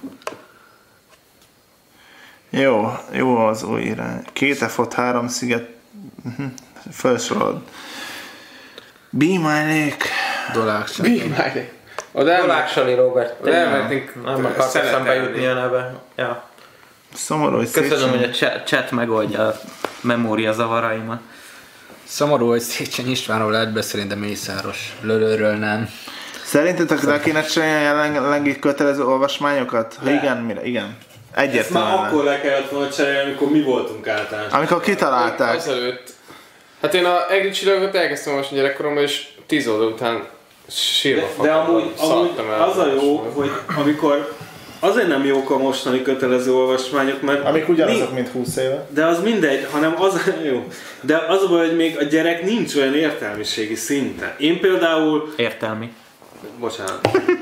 Jó, jó az új irány. Két F ott, három sziget. Uh-huh. Felsorolod. Be my lake. Dolák sem. Bímáj. Oda elment- Dolák-Sali Robert. oda elmentünk Nem akart eszembe szeletelni. jutni a neve. Ja. Szomorú, hogy Köszönöm, Széchenyi. hogy a chat, chat megoldja a memória zavaraimat. Szomorú, hogy Széchenyi Istvánról lehet beszélni, de Mészáros Lölőről nem. Szerintetek le kéne csinálni a jelenlegi kötelező olvasmányokat? Ha igen, mire? Igen. Ezt már Egyértelműen. akkor le kellett volna cserélni, amikor mi voltunk általános. Amikor kitalálták. Azelőtt. Hát én a Egri csillagot elkezdtem most gyerekkoromban, és tíz óra után sírva De, de fakadtam, amúgy, amúgy szartam el az a jó, olvasmányt. hogy amikor azért nem jók a mostani kötelező olvasmányok, mert Amik ugyanazok, mi- mint húsz éve. de az mindegy, hanem az jó. De az a baj, hogy még a gyerek nincs olyan értelmiségi szinten. Én például... Értelmi. Bocsánat.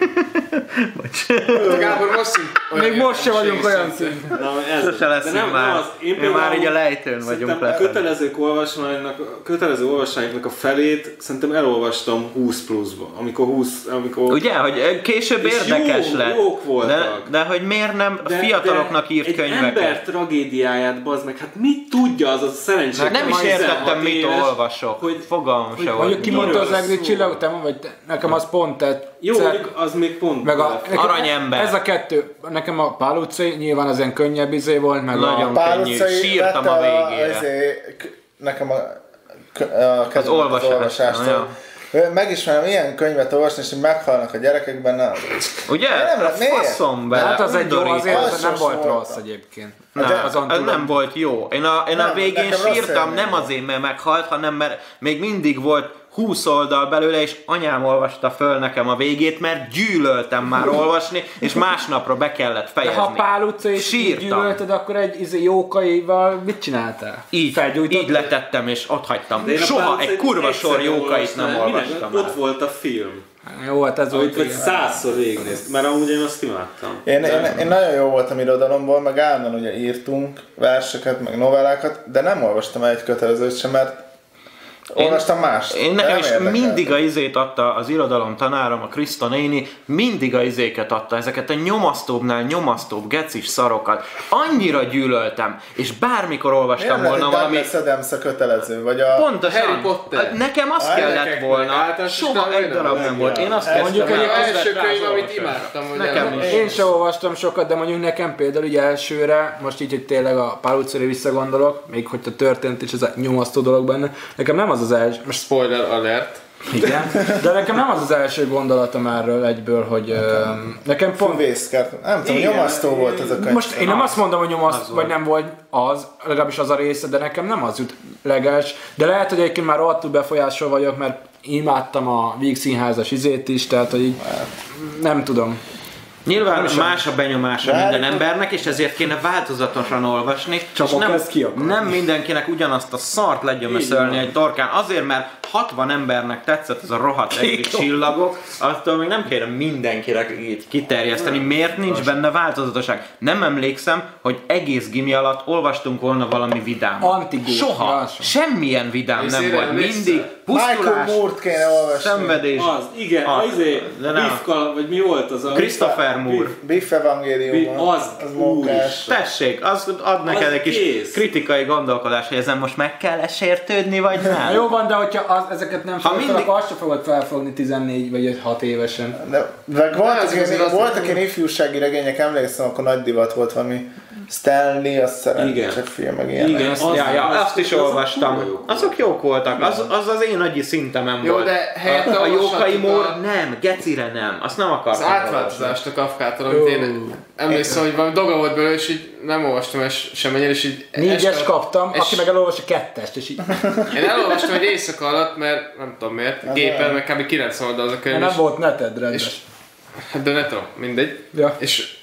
Gábor, most szint olyan Még most se vagyunk olyan értelmiségi szinten. Na, ez, Sose leszünk de nem, már. nem az, én Mi már így a például lejtőn vagyunk szerintem a lefelé. kötelező olvasmánynak, a kötelező olvasmányoknak a felét szerintem elolvastam húsz pluszba. Amikor húsz, amikor... Ugye, hogy később És érdekes jó, lett. jók voltak. De, de hogy miért nem a De- fiataloknak de írt egy könyveket? ember tragédiáját, bazd meg, hát mit tudja az a szerencsét? Nem is értettem, mit olvasok. Hogy, Fogalmam se volt. Mondjuk ki mondta az miről Egri szól? csillagot, te vagy te, nekem az pont tetszett. jó, mondjuk az még pont. Meg a, belefér. nekem Aranyember. Ez a kettő, nekem a Pál utcai nyilván az ilyen könnyebb izé volt, meg Nagyon. a... Pál könnyű. utcai Sírtam vette a végére. izé, k- nekem a, k- a kedvenc olvasás. olvasástól. Megismerem ilyen könyvet olvasni, és hogy meghalnak a gyerekek benne. Ugye? Nem lett, miért? Faszom De bele. hát az egy jó, undorító. azért Az az nem sos volt volt. rossz egyébként. Nem, Az az, Antulon- nem volt jó. Én a, én a Nem, végén nekem rossz sírtam, élmény nem volt. azért, mert meghalt, hanem mert még mindig volt húsz oldal belőle, és anyám olvasta föl nekem a végét, mert gyűlöltem már olvasni, és másnapra be kellett De fejezni. ha Pál utcai és így Sírtam. gyűlölted, akkor egy izé jókaival mit csináltál? Így, Felgyújtottad? így letettem, és ott hagytam. De én a Soha Pál egy utcait kurva egyszer sor jókait nem olvastam, olvastam minden- el. Ott volt a film. Jó, hát ez Amit volt. vagy igen. százszor végignéztem, mert amúgy én azt imádtam. Én, én, én nagyon jó voltam irodalomból, meg állandóan ugye írtunk verseket, meg novellákat, de nem olvastam el egy kötelezőt sem, mert olvastam mást. Én de nekem nem is érdekelt. mindig a izét adta az irodalom tanárom, a Kriszta néni, mindig a izéket adta, ezeket a nyomasztóbbnál nyomasztóbb gecis szarokat. Annyira gyűlöltem, és bármikor olvastam Miért volna lett egy valami... Douglas Adams a kötelező, vagy a... Pontosan. Harry Potter. Nekem az A kellett gyerekeknek volna. általános Soha iskolában egy darab nem nem volt. Én azt Mondjuk, kezdtem hogy el. Az első rá az könyv, amit olvasás. imádtam, hogy Nekem el- is. Én sem olvastam sokat, de mondjuk nekem például ugye elsőre, most így, hogy tényleg a Pál utcai visszagondolok, még hogyha történt is ez a nyomasztó dolog benne, nekem nem az az első, most Spoiler alert. igen, de nekem nem az az első gondolatom erről egyből, hogy öm, nekem pont... Vészkert. Nem tudom, nyomasztó volt ez a könyv. Most én nem azt mondom, hogy nyomaszt, az vagy volt. nem volt az, legalábbis az a része, de nekem nem az jut leges, de lehet, hogy egyébként már rohadtul befolyásol vagyok, mert imádtam a Víg Színházas izét is, tehát hogy így, nem tudom. Nyilván más a benyomása Várj, minden embernek, és ezért kéne változatosan olvasni, Csak és nem, ezt ki akar. nem mindenkinek ugyanazt a szart legyömöszölni egy torkán. Azért, mert hatvan embernek tetszett ez a rohadt egri csillagok, attól még nem kéne mindenkire így kiterjeszteni. Miért nincs benne változatosság? Nem emlékszem, hogy egész gimi alatt olvastunk volna valami vidámot. Antigót. Soha. Ja, Semmilyen vidám nem Ezért volt. emlékszel? Mindig Michael pusztulás, Moore-t kéne olvasni. szenvedés. Az, igen, Az. az, izé, De nem. Biffkal, vagy mi volt az a... Christopher Moore. Biff Evangelium. Az, az mókás. Tessék, az ad neked Az egy kis kész. kritikai gondolkodás, hogy ezen most meg kell sértődni, vagy Na nem? jó van, de hogyha az, ezeket nem fogod mindig- fel, akkor azt sem fogod felfogni tizennégy vagy hat évesen. De, meg voltak, azért ilyen, azt voltak mondom. ilyen ifjúsági regények, emlékszem, akkor nagy divat volt valami Stanley, azt szeretem, Igen. csak film, meg ilyenek. Igen, Azt, ja, ja, azt is azok olvastam. kurva jók Azok jók voltak, az, az az én agyi szintemen Jó, volt. de helyette a, a Jókai olvashatjuk Mór a- nem, gecire nem, azt nem Az akartam. átváltozást a Kafkától, amit én emlékszem, hogy valami dolga volt belőle, és így nem olvastam es semmennyire, és így... Négyes este- kaptam, és- aki meg elolvas a kettest, és így Én elolvastam egy éjszaka alatt, mert nem tudom miért, gépen, meg kb. kilenc oldal az a könyv, nem és, volt neted rendes. és hát de ne tudom, mindegy. Ja. És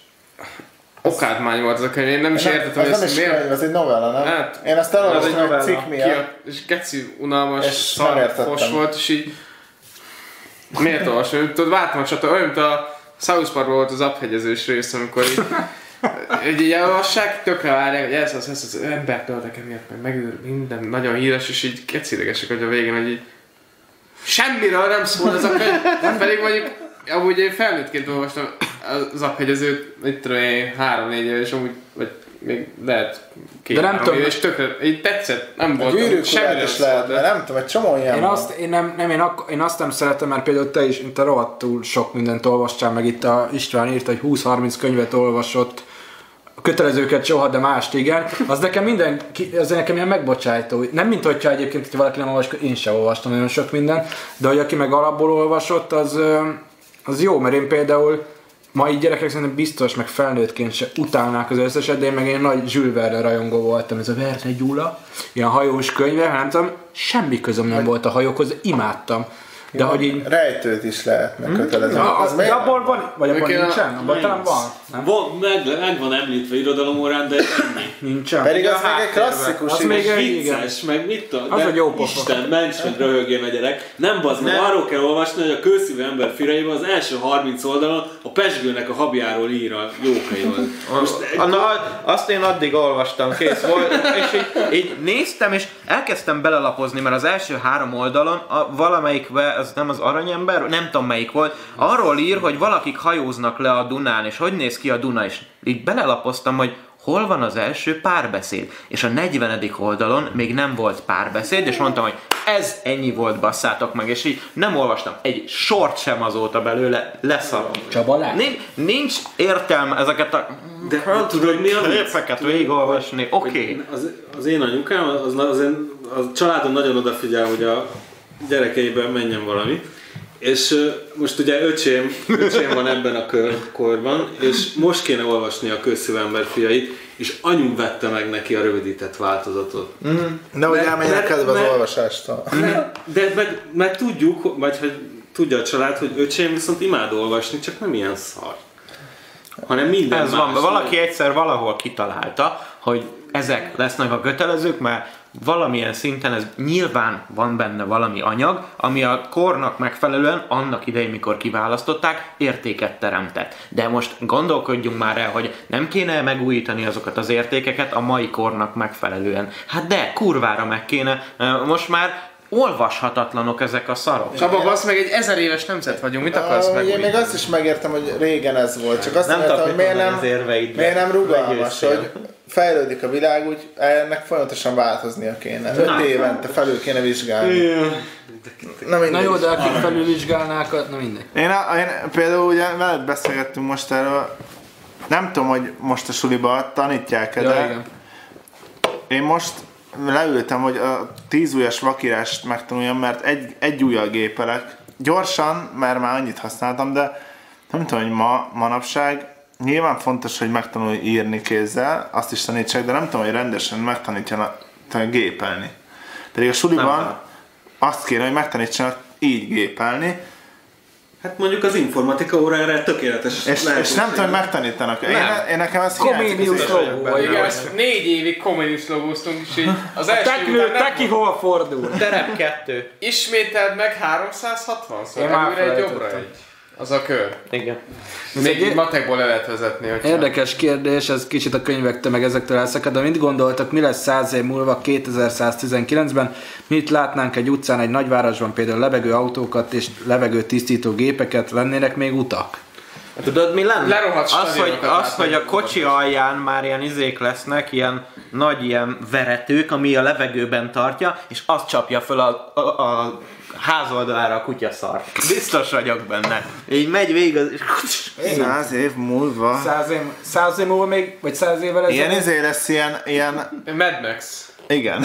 okádmány volt az a könyv, én nem is Nem, értettem, az hogy nem ezt is miért... könyv, az egy novella, nem? Hát, Én azt az egy elolvastam egy novella. cikk miatt. Ki, és geci unalmas, És nem szar, értettem. fos volt, és így... Miért olvastam? Tudod, vártam a csata, olyan, mint a South Parkban volt az aphegyezős rész, amikor így... Így, így elolvassák, tökre várják, hogy ez az, ez az embert öltek emiatt, meg megőr, minden nagyon híres, és így kecidegesek, hogy a végén, hogy így... Semmiről nem szól ez a könyv, pedig mondjuk, amúgy én felnőttként olvastam az aphegyezőt, mit tudom én, három-négy éve, és amúgy, vagy még lehet két De nem három tudom, éve, és tökre, így tetszett, nem A volt, gyűrűk semmire urát is szól, lehet, de- mert nem tudom, egy csomó ilyen Én van. azt, én nem, nem én, ak- én azt nem szeretem, mert például te is, te rohadtul sok mindent olvastál, meg itt a István írt, hogy húsz-harminc könyvet olvasott, a kötelezőket soha, de mást igen. Az nekem minden, az nekem ilyen megbocsájtó. Nem mint hogyha egyébként, hogyha valaki nem olvas, én sem olvastam nagyon sok mindent, de hogy aki meg alapból olvasott, az, ö, az jó, mert én például mai gyerekek szerintem biztos, meg felnőttként se utálnák az összeset, de én meg egy nagy Jules Verne rajongó voltam, ez a Verne Gyula, ilyen hajós könyve, hát nem tudom, semmi közöm nem volt a hajókhoz, imádtam. De hogy így... Rejtőt is lehetne kötelező. Ja, Az az miért? abból van, vagy abban Ők a- nincsen? Abban talán van? Nem? Van, meg, meg van említve irodalomórán, de ennyi. Nincsen. Pedig az a meg egy háttérben. klasszikus. Az így- még egy- Vicces, meg mit tudom, Az de egy jó pofa. Isten, ments, hogy röhögjön a gyerek. Nem bazd meg, arról kell olvasni, hogy a kőszívű ember fireiben az első harminc oldalon a pezsgőnek a habjáról ír a Jókairól. Most Na, azt én addig olvastam, kész volt, és így, így néztem, és elkezdtem belelapozni, mert az első három oldalon a, valamelyikbe, az nem az aranyember, nem tudom melyik volt, arról ír, hogy valakik hajóznak le a Dunán, és hogy néz ki a Duna, és így belelapoztam, hogy hol van az első párbeszéd, és a negyvenedik oldalon még nem volt párbeszéd, és mondtam, hogy ez ennyi volt, basszátok meg, és így nem olvastam egy sort sem azóta belőle, leszarom. Csaba lát? Nincs, nincs értelme ezeket a De tudod mi a vicc? képeket végigolvasni, oké. Okay. Az, az én anyukám, az, az én, a családom nagyon odafigyel, hogy a gyerekeiben menjen valami. És uh, most ugye öcsém, öcsém van ebben a kör, korban, és most kéne olvasni a Kőszívű ember fiait, és anyu vette meg neki a rövidített változatot. De hogy Mert- elmenjen mert- kedve az mert- olvasástól. De meg, meg tudjuk, vagy hogy tudja a család, hogy öcsém viszont imád olvasni, csak nem ilyen szar. Hanem minden Ez más. van, valaki egyszer valahol kitalálta, hogy ezek lesznek a kötelezők, mert valamilyen szinten ez nyilván van benne valami anyag, ami a kornak megfelelően annak idején, mikor kiválasztották, értéket teremtett. De most gondolkodjunk már el, hogy nem kéne megújítani azokat az értékeket a mai kornak megfelelően. Hát de, kurvára meg kéne. Most már olvashatatlanok ezek a szarok. Csaba, basz meg egy ezer éves nemzet vagyunk, mit akarsz Ah, ugye még megújítani? azt is megértem, hogy régen ez volt, csak azt Nem nem értem, tudok hogy mit miért mondani nem, az érveidbe. miért nem rugalmas, Meggyőztél. hogy fejlődik a világ, úgy ennek folyamatosan változnia kéne. Öt évente felül kéne vizsgálni. Na, mindegy. Na jó, de akik felülvizsgálnák, na mindegy. Én, a, én például ugye veled beszélgettünk most erről, nem tudom, hogy most a suliba tanítják-e, Ja, de igen. én most leültem, hogy a tíz ujjas vakírást megtanuljam, mert egy, egy ujjal gépelek. Gyorsan, mert már annyit használtam, de nem tudom, hogy ma, manapság nyilván fontos, hogy megtanulj írni kézzel, azt is tanítsák, de nem tudom, hogy rendesen megtanítjanak gépelni. Pedig a suliban azt kéne, hogy megtanítsanak így gépelni, Hát mondjuk az informatika órára tökéletes. És, és nem tudom, hogy megtanítanak. Én, én nekem ez Comenius logó. Igen, ezt négy évig Comenius logóztunk, és így az első Teknő, teki hol fordul? Terep kettő. ismételd meg háromszázhatvan, Én szóval már előre egy jobbra felejtettem. egy. Az a kör. Igen. Még így matekból le lehet vezetni. Hogyha... Érdekes kérdés, ez kicsit a könyvektől meg ezektől elszakad, de mit gondoltak, mi lesz száz év múlva kétezer-száztizenkilencben? Mit látnánk egy utcán, egy nagyvárosban, például levegő autókat és levegő tisztító gépeket, lennének még utak? Tudod mi lenne? Lerohadt Az, hogy, stadionokat az, hogy a kocsi alján már ilyen izék lesznek, ilyen nagy ilyen veretők, ami a levegőben tartja, és azt csapja föl a, a, a ház oldalára a kutyaszart. Biztos vagyok benne. Így megy végig az... Száz év múlva. Száz év, száz év múlva még, vagy száz évvel ezelőtt? Ilyen izé lesz ilyen, ilyen Mad Max. igen.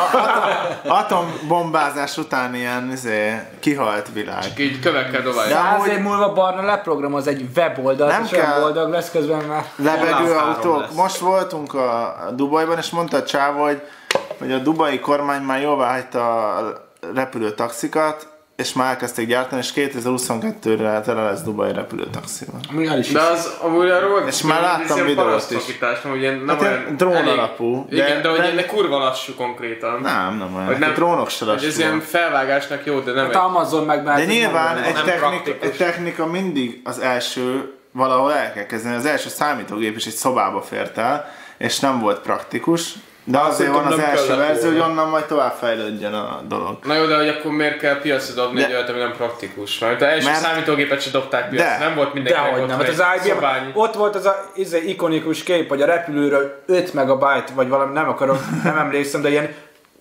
Atom, atombombázás után ilyen izé, kihalt világ. Így kövekkel dobálja. Száz amúgy- év múlva Barna leprogramoz egy weboldalt, Nem és olyan kell- boldog lesz közben már. Levegőautók. lesz. Most voltunk a a Dubajban, és mondta a csávó, hogy, hogy a dubai kormány már jóvá hagyta a repülőtaxikat, és már elkezdték gyártani, és kétezer-huszonkettőre tele lesz Dubai repülőtaxival. Mi el is De az amúgy arról És már láttam videót is. Hogy ilyen nem Hát olyan ilyen drón elég- alapú. De, Igen, de hogy de- ennek kurva lassú konkrétan. Nem, nem olyan. Hogy Nem, nem- drónok se Hogy ez lassúak. ilyen felvágásnak jó, de nem Hát egy... Amazon meg már... De ez nyilván nem egy nem technika, praktikus. egy technika mindig az első valahol el kell kezdeni. Az első számítógép is egy szobába fért el, és nem volt praktikus. De azért van tudom, az nem első kellett verzió, hogy volna. onnan majd tovább fejlődjön a dolog. Na jó, de hogy akkor miért kell piacra dobni De- egy olyat, ami nem praktikus? Mert az első Mert- számítógépet se dobták piacra, De. nem volt mindenkinek Dehogy otthon nem, hát egy az I B M, szobányi. ott volt az a izé, ikonikus kép, hogy a repülőről öt megabyte, vagy valami, nem akarok, nem emlékszem, de ilyen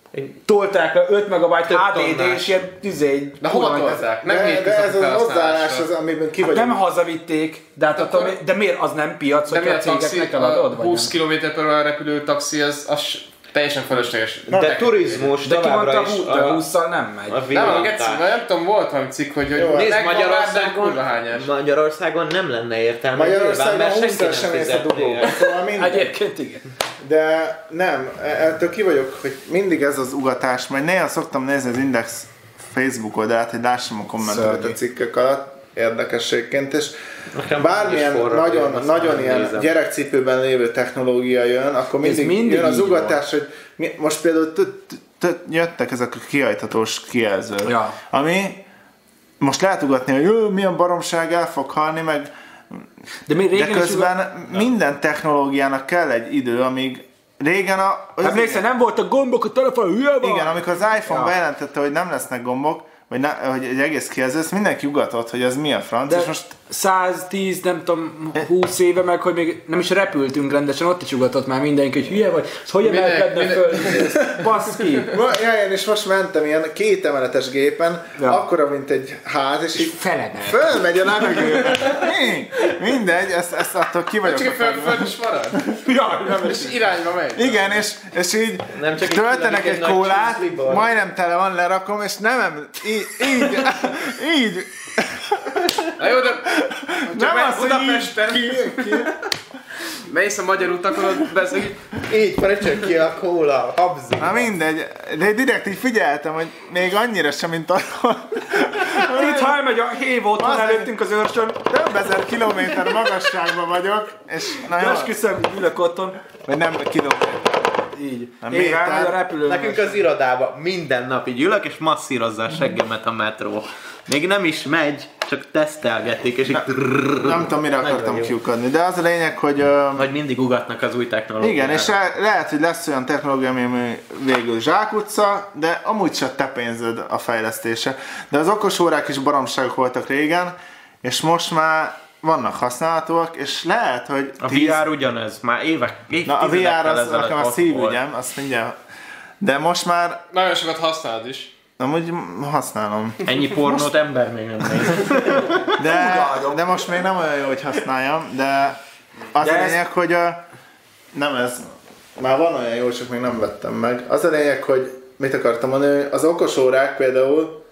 tolták le öt megabyte há dé dé tonnás. és ilyen izé... De hova kurva- tolták? Nem De, de ez hétköznapi az hozzáállás, felhasználásra. az, amiben ki Hát vagyunk. nem hazavitték, de hát attól, mi- de miért az nem piac, De hogy mi a a taxi, cégeknek a eladod? Vagy húsz nem? kilométer per óra repülő taxi, az, az teljesen fölösleges. De turizmus De ki továbbra mondta, is hú- de hússzal nem megy. a Nem, a világtár. Geci, nem tudom, volt valami cikk, hogy, hogy Jó, Nézd, megvan már, de Magyarországon, kurva hányás. Magyarországon nem lenne értelme. Magyarországon nyilván, mert senki húszszor nem sem ész a fizetné dugóba. el. Szóval mindegy. Egyébként igen. De nem, ettől ki vagyok, hogy Mindig ez az ugatás, majd néha szoktam nézni az Index Facebook oldalát, hogy lássam a kommenteket. a cikkek alatt érdekességként, és Nekem bármilyen is forrad, én nagyon, azt nagyon nem ilyen nézem. gyerekcipőben lévő technológia jön, akkor mindig, mindig jön az így ugatás, hogy mi, most például t- Tö- Jöttek ezek a kihajthatós kijelzők, Ja. ami most lehet ugatni, hogy jó, milyen baromság, el fog halni, meg De mi de régen is közben minden technológiának kell egy idő, amíg régen a... az- emlékszel, nem voltak gombok a telefonon, hülye van? igen, amikor az iPhone Ja. bejelentette, hogy nem lesznek gombok, vagy ne, hogy egy egész kijelző, ezt mindenki ugatott, hogy ez milyen franc, De és most száztíz, nem tudom, húsz éve meg, hogy még nem is repültünk rendesen, ott is ugatott már mindenki, hogy hülye vagy, ez hogy Minek- emelkedne minek- föl, baszki. Ma- ja, én is most mentem ilyen két emeletes gépen, Ja. akkora, mint egy ház, és így Felemel. fölmegy a levegőbe. Mi? Mindegy, ezt, ezt attól ki vagyok. Csak a föl, fejben. föl is marad. Ja, nem is. És irányba megy. Igen, és, és így Nem csak így töltenek kilövik egy egy nagy kólát, csizliból. majdnem tele van, lerakom, és nem em, így, így, így, Na jó, de nem meg az, hogy Budapesten így, ki, mész a magyar utakon, ott beszél, Így fröcsök ki a kóla, habzi. na mindegy, de direkt így figyeltem, hogy még annyira sem, mint arról, Itt ha elmegy a hév otthon Az- előttünk az őrsön, több ezer kilométer magasságban vagyok, és na de jó, esküszöm, ülök otthon, vagy nem kilométer. így. Nem, Én méter. elmegy a repülő. Nekünk az irodába minden nap így ülök és masszírozza a seggemet a metró. Még nem is megy, csak tesztelgetik, és így Nem tudom, mire akartam jó. kiukadni, de az a lényeg, hogy... ö, hogy mindig ugatnak az új technológiára. Igen, és le- lehet, hogy lesz olyan technológia, ami végül zsákutca, de amúgy se te pénzed a fejlesztése. De az okos órák is baromságok voltak régen, és most már vannak használhatóak, és lehet, hogy... A tíz- vé er ugyanez, már évek, Na, a vé er évtizedekkel az ezelőtt nekem a ott volt. szívügyem, azt mindjárt... De most már nagyon sokat használod is. amúgy használom. Ennyi pornót ember még nem néz. De, de most még nem olyan jó, hogy használjam, de az De a ez- lényeg, hogy ö, nem ez. Már van olyan jó, csak még nem vettem meg. Az a lényeg, hogy mit akartam mondani, az okos órák például,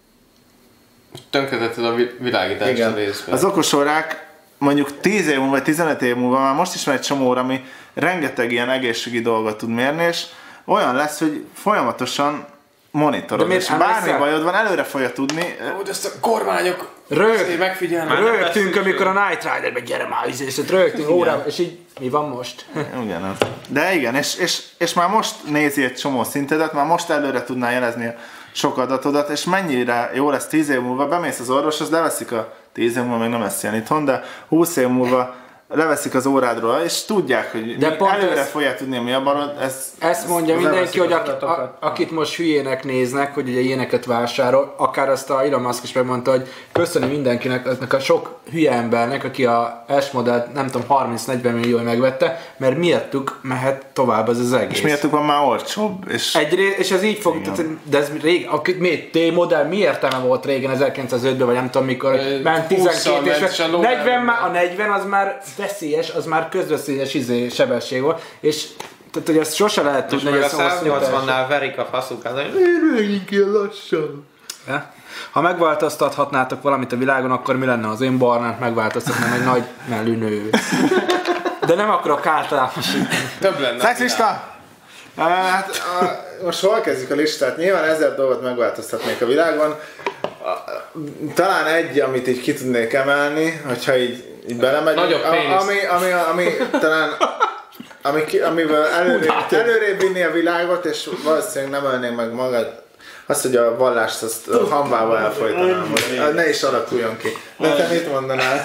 Tönkretetted a vi- világítást Igen. a részben. Az okos órák mondjuk tíz év múlva, vagy tizenöt év múlva már most is van egy csomó óra, ami rengeteg ilyen egészségi dolgot tud mérni, és olyan lesz, hogy folyamatosan monitorod, és bármi bajod van, előre fogja tudni. Úgy ezt a kormányok Rög, megfigyelnek. rögtünk, amikor a Knight Riderbe gyere már, és rögtünk óra, és így mi van most? Ugyanaz. De igen, és, és, és már most nézi egy csomó szintedet, már most előre tudnál jelezni a sok adatodat, és mennyire jó lesz tíz év múlva, bemész az orvoshoz, leveszik a tíz év múlva, még nem lesz ilyen itthon, de húsz év múlva leveszik az órádról, és tudják, hogy de előre ez, fogják tudni, mi a balod. Ez, ezt mondja ez mindenki, hogy aki, a, akit most hülyének néznek, hogy ugye ilyeneket vásárol, akár azt a Elon Musk is megmondta, hogy köszönöm mindenkinek, aznak a sok hülye embernek, aki a S modellt nem tudom harminc-negyven millió megvette, mert miattuk mehet tovább az az egész. És miattuk van már olcsóbb. És, Egyrészt, és ez így fog, tehát, de ez rég, a T modell mi értelme volt régen ezerkilencszázötben, vagy nem tudom mikor, ment tizenkét és negyven, a negyven az már veszélyes, az már közveszélyes izé, sebesség volt, és tehát, hogy ezt sose lehet tudni, hogy a száz nyolcvannál verik a faszukát, hogy lőjünk ilyen lassan. Ja? Ha megváltoztathatnátok valamit a világon, akkor mi lenne az én barnát megváltoztatnám egy nagy mellű nő. De nem akarok általánosítani. Több lenne. Szexista! Hát, a, most hol kezdjük a listát? Nyilván ezer dolgot megváltoztatnék a világon. A, talán egy, amit így ki tudnék emelni, hogyha így, így belemegy. Nagyobb pénisz. Ami, ami, ami, ami talán ami, amivel előrébb, előrébb vinni a világot, és valószínűleg nem ölnénk meg magad. Azt, hogy a vallást azt hambával elfolytanám. Ne is alakuljon ki. De te mit mondanál?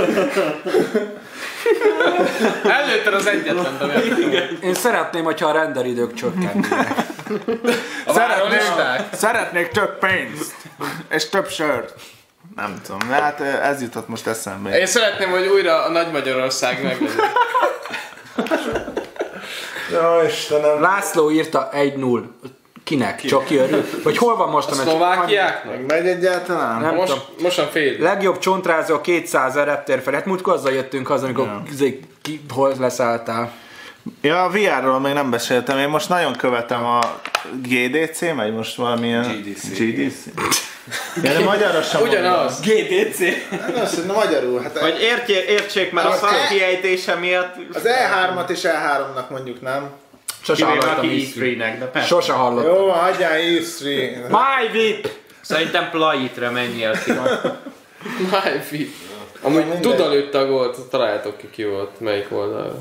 Előtted az egyetlen, de Én szeretném, hogyha a renderidők csökkennének. Szeretnék, szeretnék több pénzt, és több sört. Nem tudom, hát ez jutott most eszembe. Én szeretném, hogy újra a Nagy Magyarország meglegyen. Jó, Istenem. László írta egy null. Kinek? Ki? Csak ki örül? Vagy hol van most a, a szlovákiáknak? Megy egyáltalán? Nem most, tudom. mostan fél. Legjobb csontrázó kétszáz reptér fel. Hát múltkor azzal jöttünk haza, amikor yeah. ki, hol leszálltál. Ja, a vé er-ről még nem beszéltem. Én most nagyon követem a gé dé cé, vagy most valamilyen... gé dé cé. gé dé cé. Ja, de magyarra sem ugyanaz. gé dé cé. Nem azt, hogy magyarul. Hát vagy értjé, értsék már a szakkiejtése miatt. Az E hármat is E háromnak mondjuk, nem? Sose hallottam E három-nek, de persze. Sose hallottam. Jó, hagyjál E három. My vip! Szerintem Play-tre menjél ki. Májfi. Amúgy Tudalőtt a gólt, találjátok ki ki volt, melyik oldal.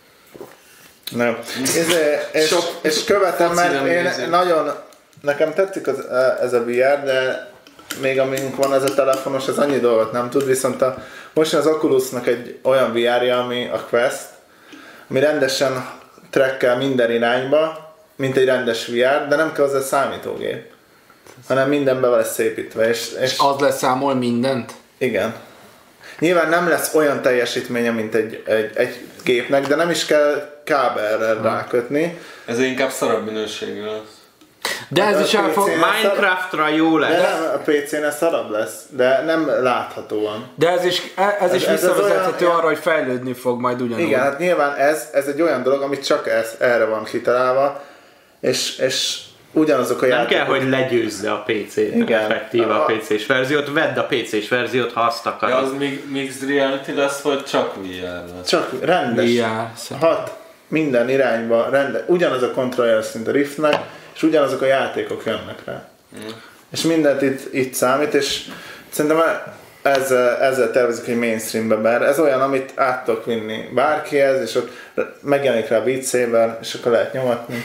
Nem. Ez, és, Sok és követem, mert én néző. nagyon, nekem tetszik az, ez a vé er, de még amink van ez a telefonos, az annyi dolgot nem tud, viszont a, most az Oculusnak egy olyan vé er-je, ami a Quest, ami rendesen trackkel minden irányba, mint egy rendes vé er, de nem kell hozzá számítógép, hanem mindenbe lesz építve. És, és az leszámol mindent? igen. Nyilván nem lesz olyan teljesítménye, mint egy, egy, egy gépnek, de nem is kell kábelrel hmm. rákötni. Ez inkább szarabb minőségű lesz. De ez is elfog... Minecraftra jó lesz. De nem, a pé cén ez szarabb lesz, de nem láthatóan. De ez is, ez is ez, visszavezethető olyan, arra, hogy fejlődni fog majd ugyanúgy. Igen, hát nyilván ez, ez egy olyan dolog, amit csak ez, erre van kitalálva, és, és ugyanazok a nem játékok... kell, hogy legyőzze a pé cét, effektíve a pé cés verziót, vedd a pé cés verziót, ha azt akarod. Ja, az még mixed reality lesz, vagy csak vé er lesz? Csak rendes. vé er, hat minden irányba, rende, ugyanaz a kontroller szint a Riftnek, és ugyanazok a játékok jönnek rá. Mm. És mindent itt, itt számít, és szerintem ezzel, ezzel tervezik egy mainstreambe, mert ez olyan, amit át tudok vinni bárkihez, és ott megjelenik rá a Beat Saber, és akkor lehet nyomatni.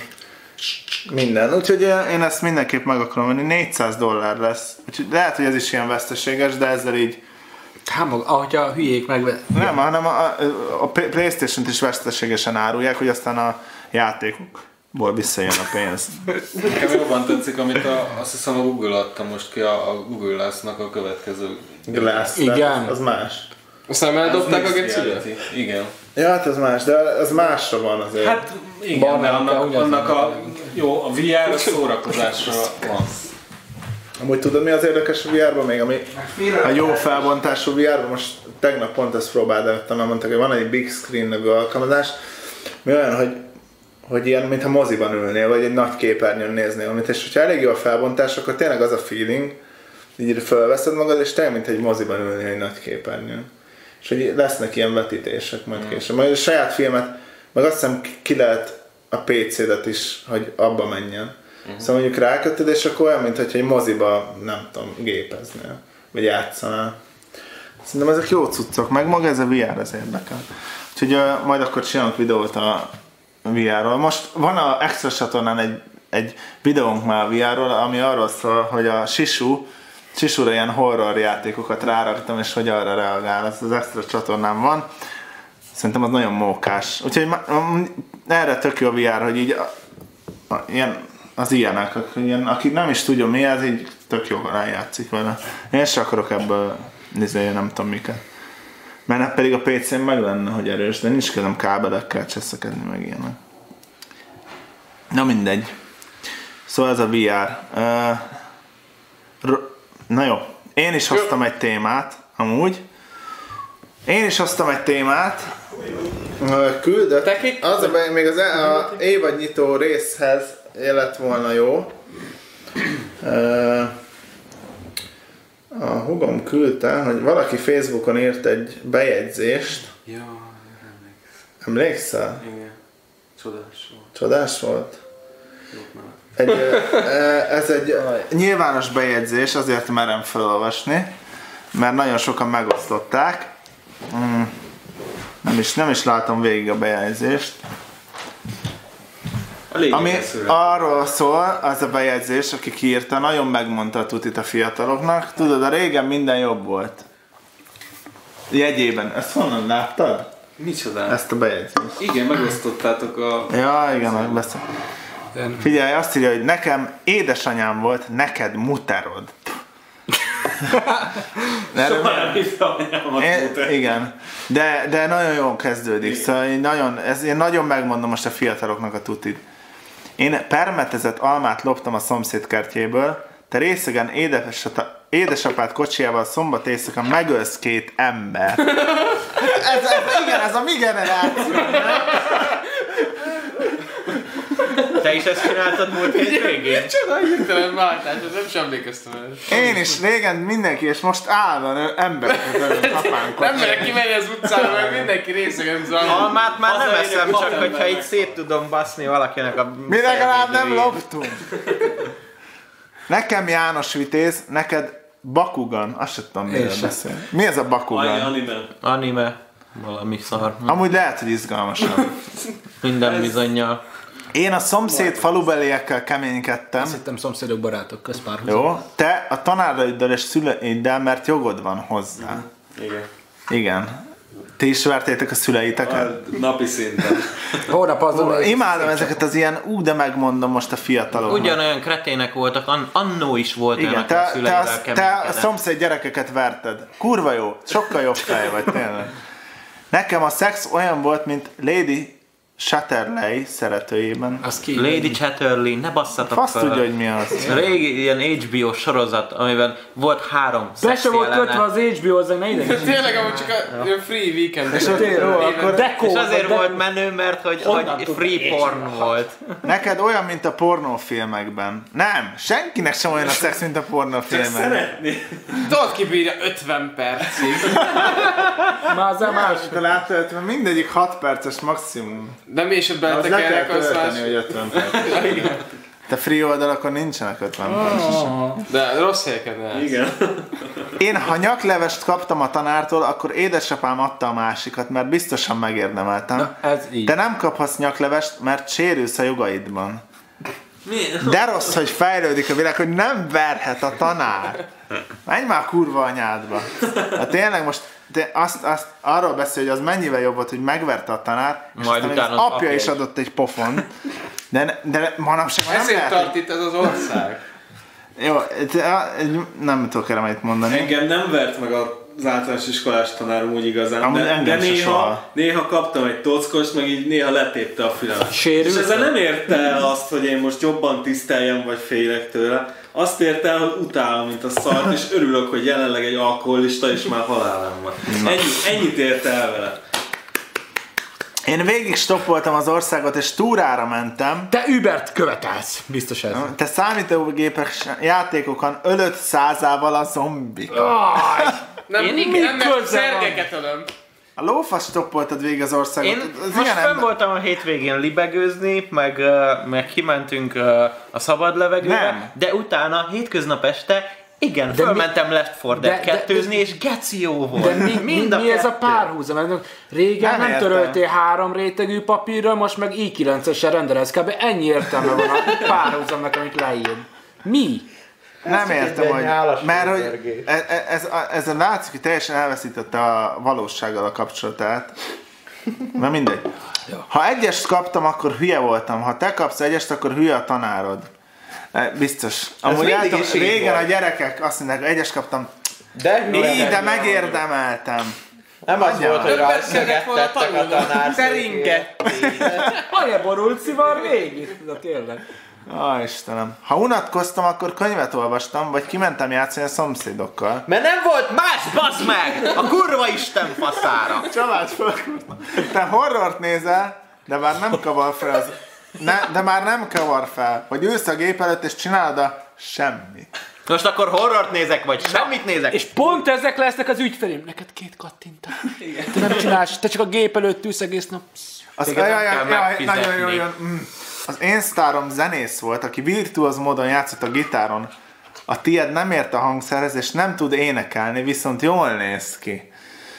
Minden. Úgyhogy én ezt mindenképp meg akarom venni. négyszáz dollár lesz. Úgyhogy lehet, hogy ez is ilyen veszteséges, de ezzel így... Hát maga, ahogy a hülyék meg... Nem, hanem a, a, a PlayStation-t is veszteségesen árulják, hogy aztán a játékokból visszajön a pénz. Nekem jobban tetszik, amit a, azt hiszem a Google adta most ki, a, a Google Glass-nak a következő... Glass, igen. Az más. Aztán eldobták a gecibe? Igen. Ja, hát az más, de az másra van azért. Hát igen, mert annak, annak a, jó, a vé er szórakozásra van. Amúgy tudod, mi az érdekes a vé er-ben még, ami a jó felbontású vé er-ben, most tegnap pont ezt próbáltam, mert mondták, hogy van egy Big Screen nevű alkalmazás, mi olyan, hogy, hogy ilyen, mintha moziban ülnél, vagy egy nagy képernyőn néznél valamit, és hogyha elég jó a felbontás, akkor tényleg az a feeling, így felveszed magad, és tényleg, mint egy moziban ülnél egy nagy képernyőn. És hogy lesznek ilyen vetítések majd később. Majd a saját filmet, meg azt hiszem ki lehet a pé cédet is, hogy abba menjen. Szóval mondjuk rákötöd, és akkor olyan, mintha egy moziba, nem tudom, gépeznél, vagy játszanál. Szerintem ezek jó cuccok, meg maga ez a vé er, ez érdekel. Úgyhogy uh, majd akkor csinálunk videót a vé er-ről. Most van a Extra csatornán egy, egy videónk már a vé er-ről, ami arról szól, hogy a Sisu, Sisura ilyen horror játékokat ráraktam, és hogy arra reagál. Ez az Extra csatornán van. Szerintem az nagyon mókás. Úgyhogy erre tök jó a vé er, hogy így a, a, ilyen, az ilyenek, ilyen, aki nem is tudja mi ez, így tök jól rájátszik vele. Én sem akarok ebből nézni, nem tudom miket. Mert pedig a pé cén meg lenne, hogy erős, de nincs kedvem kábelekkel cseszekedni, meg ilyenek. Na mindegy. Szóval ez a vé er. Uh, r- na jó, én is hoztam egy témát, amúgy. Én is hoztam egy témát. Küldött. Az a baj, még az a, a évadnyitó részhez lett volna jó. Uh, a hugom küldte, hogy valaki Facebookon írt egy bejegyzést. Ja, emlékszem. Emlékszel? Igen. Csodás volt. Csodás volt? Egy, uh, ez egy nyilvános bejegyzés, azért merem felolvasni, mert nagyon sokan megosztották. Mm. Nem is, nem is látom végig a bejegyzést. A Ami arról szól, az a bejegyzés, aki kiírta, nagyon megmondta a tutit a fiataloknak. Tudod, a régen minden jobb volt. Jegyében. Ezt honnan láttad? Micsoda? Ezt a bejegyzést. Igen, megosztottátok a... Ja, igen, megbeszél. Figyelj, azt írja, hogy nekem édesanyám volt, neked muterod. Soha nem hiszem, anyámat muter. Igen, de, de nagyon jól kezdődik, szóval én nagyon, ez, én nagyon megmondom most a fiataloknak a tutit. Én permetezett almát loptam a szomszéd kertjéből, te részegen édesapa, édesapád kocsijával szombat éjszaka megölsz két ember. ez, ez, igen, ez a mi generáció. Te is ezt csináltad múlt hét végén? Csoda, hirtelen váltás, ez nem sem emlékeztem el. Én is régen mindenki, és most állva embereket ölök apám Nem merek kimenni az utcára, mert mindenki részegen zajló. Almát már nem Hazaérünk eszem, hat csak hogyha embernek. így szét tudom baszni valakinek a... mi legalább nem szegényi. loptunk. Nekem János Vitéz, neked Bakugan. Azt sem tudom, miről beszél. Mi ez a Bakugan? Anime. Anime. Valami szar. Amúgy lehet, hogy izgalmasabb. Minden bizonnyal. Én a szomszéd falubeliekkel keménykedtem. Azt hittem szomszédok barátok, közpárhuzam. Jó, te a tanáraiddal és szüleiddel, mert jogod van hozzá. Igen. Igen. Ti is vertétek a szüleiteket? Napi szinten. Hónap azon. Imádom ezeket az ilyen, ú, de megmondom most a fiataloknak. Ugyanolyan kretének voltak, an- annó is volt olyan, Igen, aki a te, te, szüleivel az, te a keménykedett. szomszéd gyerekeket verted. Kurva jó, sokkal jobb fej vagy, tényleg. Nekem a szex olyan volt, mint Lady Chatterley szeretőjében. Az ki? Lady Chatterley, ne basszatok Fasz fel. tudja, hogy mi az. Régi ilyen há bé ó sorozat, amiben volt három Be szexi se volt kötve jelenet. az há bé ó-hoz, ne ide. Tényleg, amúgy csak a ja. free weekend. És ott jó, akkor Dekó, És azért de- volt menő, mert hogy, Honnan hogy tudod? free porn volt. neked olyan, mint a pornófilmekben. Nem, senkinek sem olyan a szex, mint a pornófilmekben. Szeretni. Tudod, kibírja ötven percig. Már az más. Te láttad, mert mindegyik hat perces maximum. De mi is ott Az le kell beletekernek, az más. tölteni, hogy ötven perc. Te free oldalakon nincsenek ötven perc. De rossz helyeken ne. Igen. Én, ha nyaklevest kaptam a tanártól, akkor édesapám adta a másikat, mert biztosan megérdemeltem. Na, ez így. Te nem kaphatsz nyaklevest, mert sérülsz a jogaidban. Mi? De rossz, hogy fejlődik a világ, hogy nem verhet a tanár. Menj már kurva anyádba. Hát tényleg most de azt, azt arról beszél, hogy az mennyivel jobb volt, hogy megverte a tanár, és Majd aztán utána az az apja apja is is. adott egy pofon. De, de manapság már nem Ezért lehet, tart itt ez az ország. hogy... Jó, de- nem tudok erre mit mondani. Engem nem vert meg az általános iskolás tanárom úgy igazán, Amúgy de, engem de se néha, soha. néha kaptam egy tockost, meg így néha letépte a fülemet. Sérült? És ezzel nem érte el azt, hogy én most jobban tiszteljem, vagy félek tőle. Azt érte el, hogy utálom, mint a szart, és örülök, hogy jelenleg egy alkoholista, és már halálám van. Ennyi, ennyit érte el vele. Én végig stoppoltam az országot, és túrára mentem. Te Ubert követelsz. Biztos ez. Te számítógépes játékokon ölött százával a zombika. Aj, Nem, Én nem, igen. nem, nem köze van? szergeket ölöm. A lófasz stoppoltad végig az országot. Én az most fenn ember... voltam a hétvégén libegőzni, meg, uh, meg kimentünk uh, a szabad levegőre, Nem. de utána hétköznap este igen, De fölmentem mi... Left four Dead de- de- kettőzni, és geci jó volt. De mi, mi, Mind a mi ez a kettő. párhuzam? Régen Nem nem, nem értem. töröltél három rétegű papírra, most meg i kilencesen rendelez. Kb. Ennyi értelme van a párhuzamnak, amit leír. Mi? Nem értem, egy hogy... nyálas Mert hogy főzergés. ez, ez, ez a látszik, hogy teljesen elveszítette a valósággal a kapcsolatát. Na mindegy. Ha egyest kaptam, akkor hülye voltam. Ha te kapsz egyest, akkor hülye a tanárod. E, Biztos. Amúgy mindig álltam, is így régen volt. a gyerekek azt mondják, egyest kaptam. De Így, de megérdemeltem. Nem az Adjál. volt, hogy Többet kellett volna rajszögettettek a tanulni. tanár. Anya borulci van végig. De tényleg. Ó, Istenem. Ha unatkoztam, akkor könyvet olvastam, vagy kimentem játszani a szomszédokkal. Mert nem volt más, bazd meg! A kurva Isten faszára! Csabát fölkurtam. Te horrort nézel, de már nem kavar fel az... Ne, de már nem kavar fel, hogy ülsz a gép előtt és csinálod a semmi. Most akkor horrort nézek, vagy semmit nézek? És pont ezek lesznek az ügyfelém. Neked két kattintás. Te nem csinálsz, te csak a gép előtt ülsz egész nap. Az, Téged nem jaj, kell jaj, jaj, megfizetni. nagyon, nagyon, nagyon, mm. Az én sztárom zenész volt, aki virtuóz módon játszott a gitáron. A tied nem ért a hangszerhez, és nem tud énekelni, viszont jól néz ki.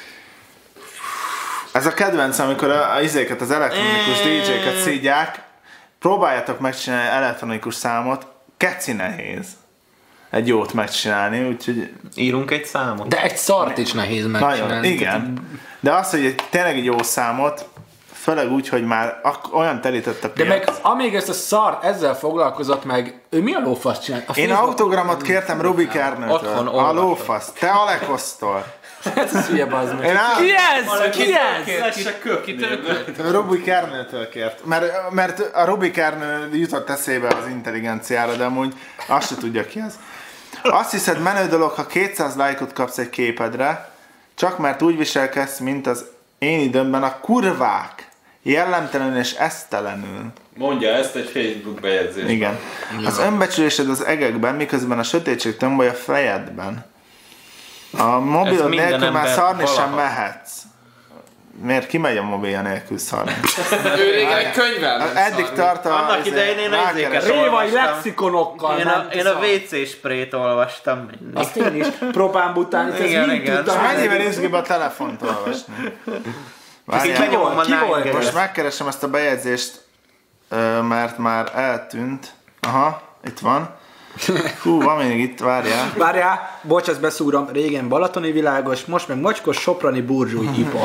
Ez a kedvenc, amikor a, a izéket, az elektronikus dé dzséket szídják. Próbáljátok megcsinálni elektronikus számot, keci nehéz egy jót megcsinálni, úgyhogy Írunk egy számot. De egy szart is nehéz nagyon, megcsinálni. igen. De az, hogy egy, tényleg egy jó számot, főleg úgy, hogy már ak- olyan telített a De piac. meg amíg ezt a szart ezzel foglalkozott meg, ő mi a lófasz csinál? A Én Facebook- autogramot kértem Rubik Ernőtől. Otthon A olvastam. lófasz. Te Alekosztól. Ez az hülye bazd meg. Én áll... Ki ez? Ki ez? Lesse köpni. Rubik Ernőtől kért. Mert, mert a Rubik Ernő jutott eszébe az intelligenciára, de amúgy azt se tudja ki az. Azt hiszed menő dolog, ha kétszáz lájkot kapsz egy képedre, csak mert úgy viselkedsz, mint az én időmben a kurvák. Jellemtelenül és esztelenül. Mondja ezt egy Facebook bejegyzés. Igen. Az önbecsülésed az egekben, miközben a sötétség tömböly a fejedben. A Ez mobilod minden nélkül már ember szarni sem valaha. mehetsz. Miért kimegy a mobilja nélkül szarni? Ő régen egy könyvvel ment Eddig szarni. tart a... Annak idején én a izéket Révai olvastam. lexikonokkal. Én a, ment én a szar. vé cé sprayt olvastam mindig. Azt én is. Propán bután, ez Igen, mind igen. tudtam. Mennyivel izgibb a telefont olvasni? Így Várjál, benyomom a ki volt? nájngeres. most megkeresem ezt a bejegyzést, ö, mert már eltűnt. Aha, itt van. Hú, van még itt, várjál. Várjál, bocs, ezt beszúrom. Régen balatoni világos, most meg mocskos soprani burzsúj ipa.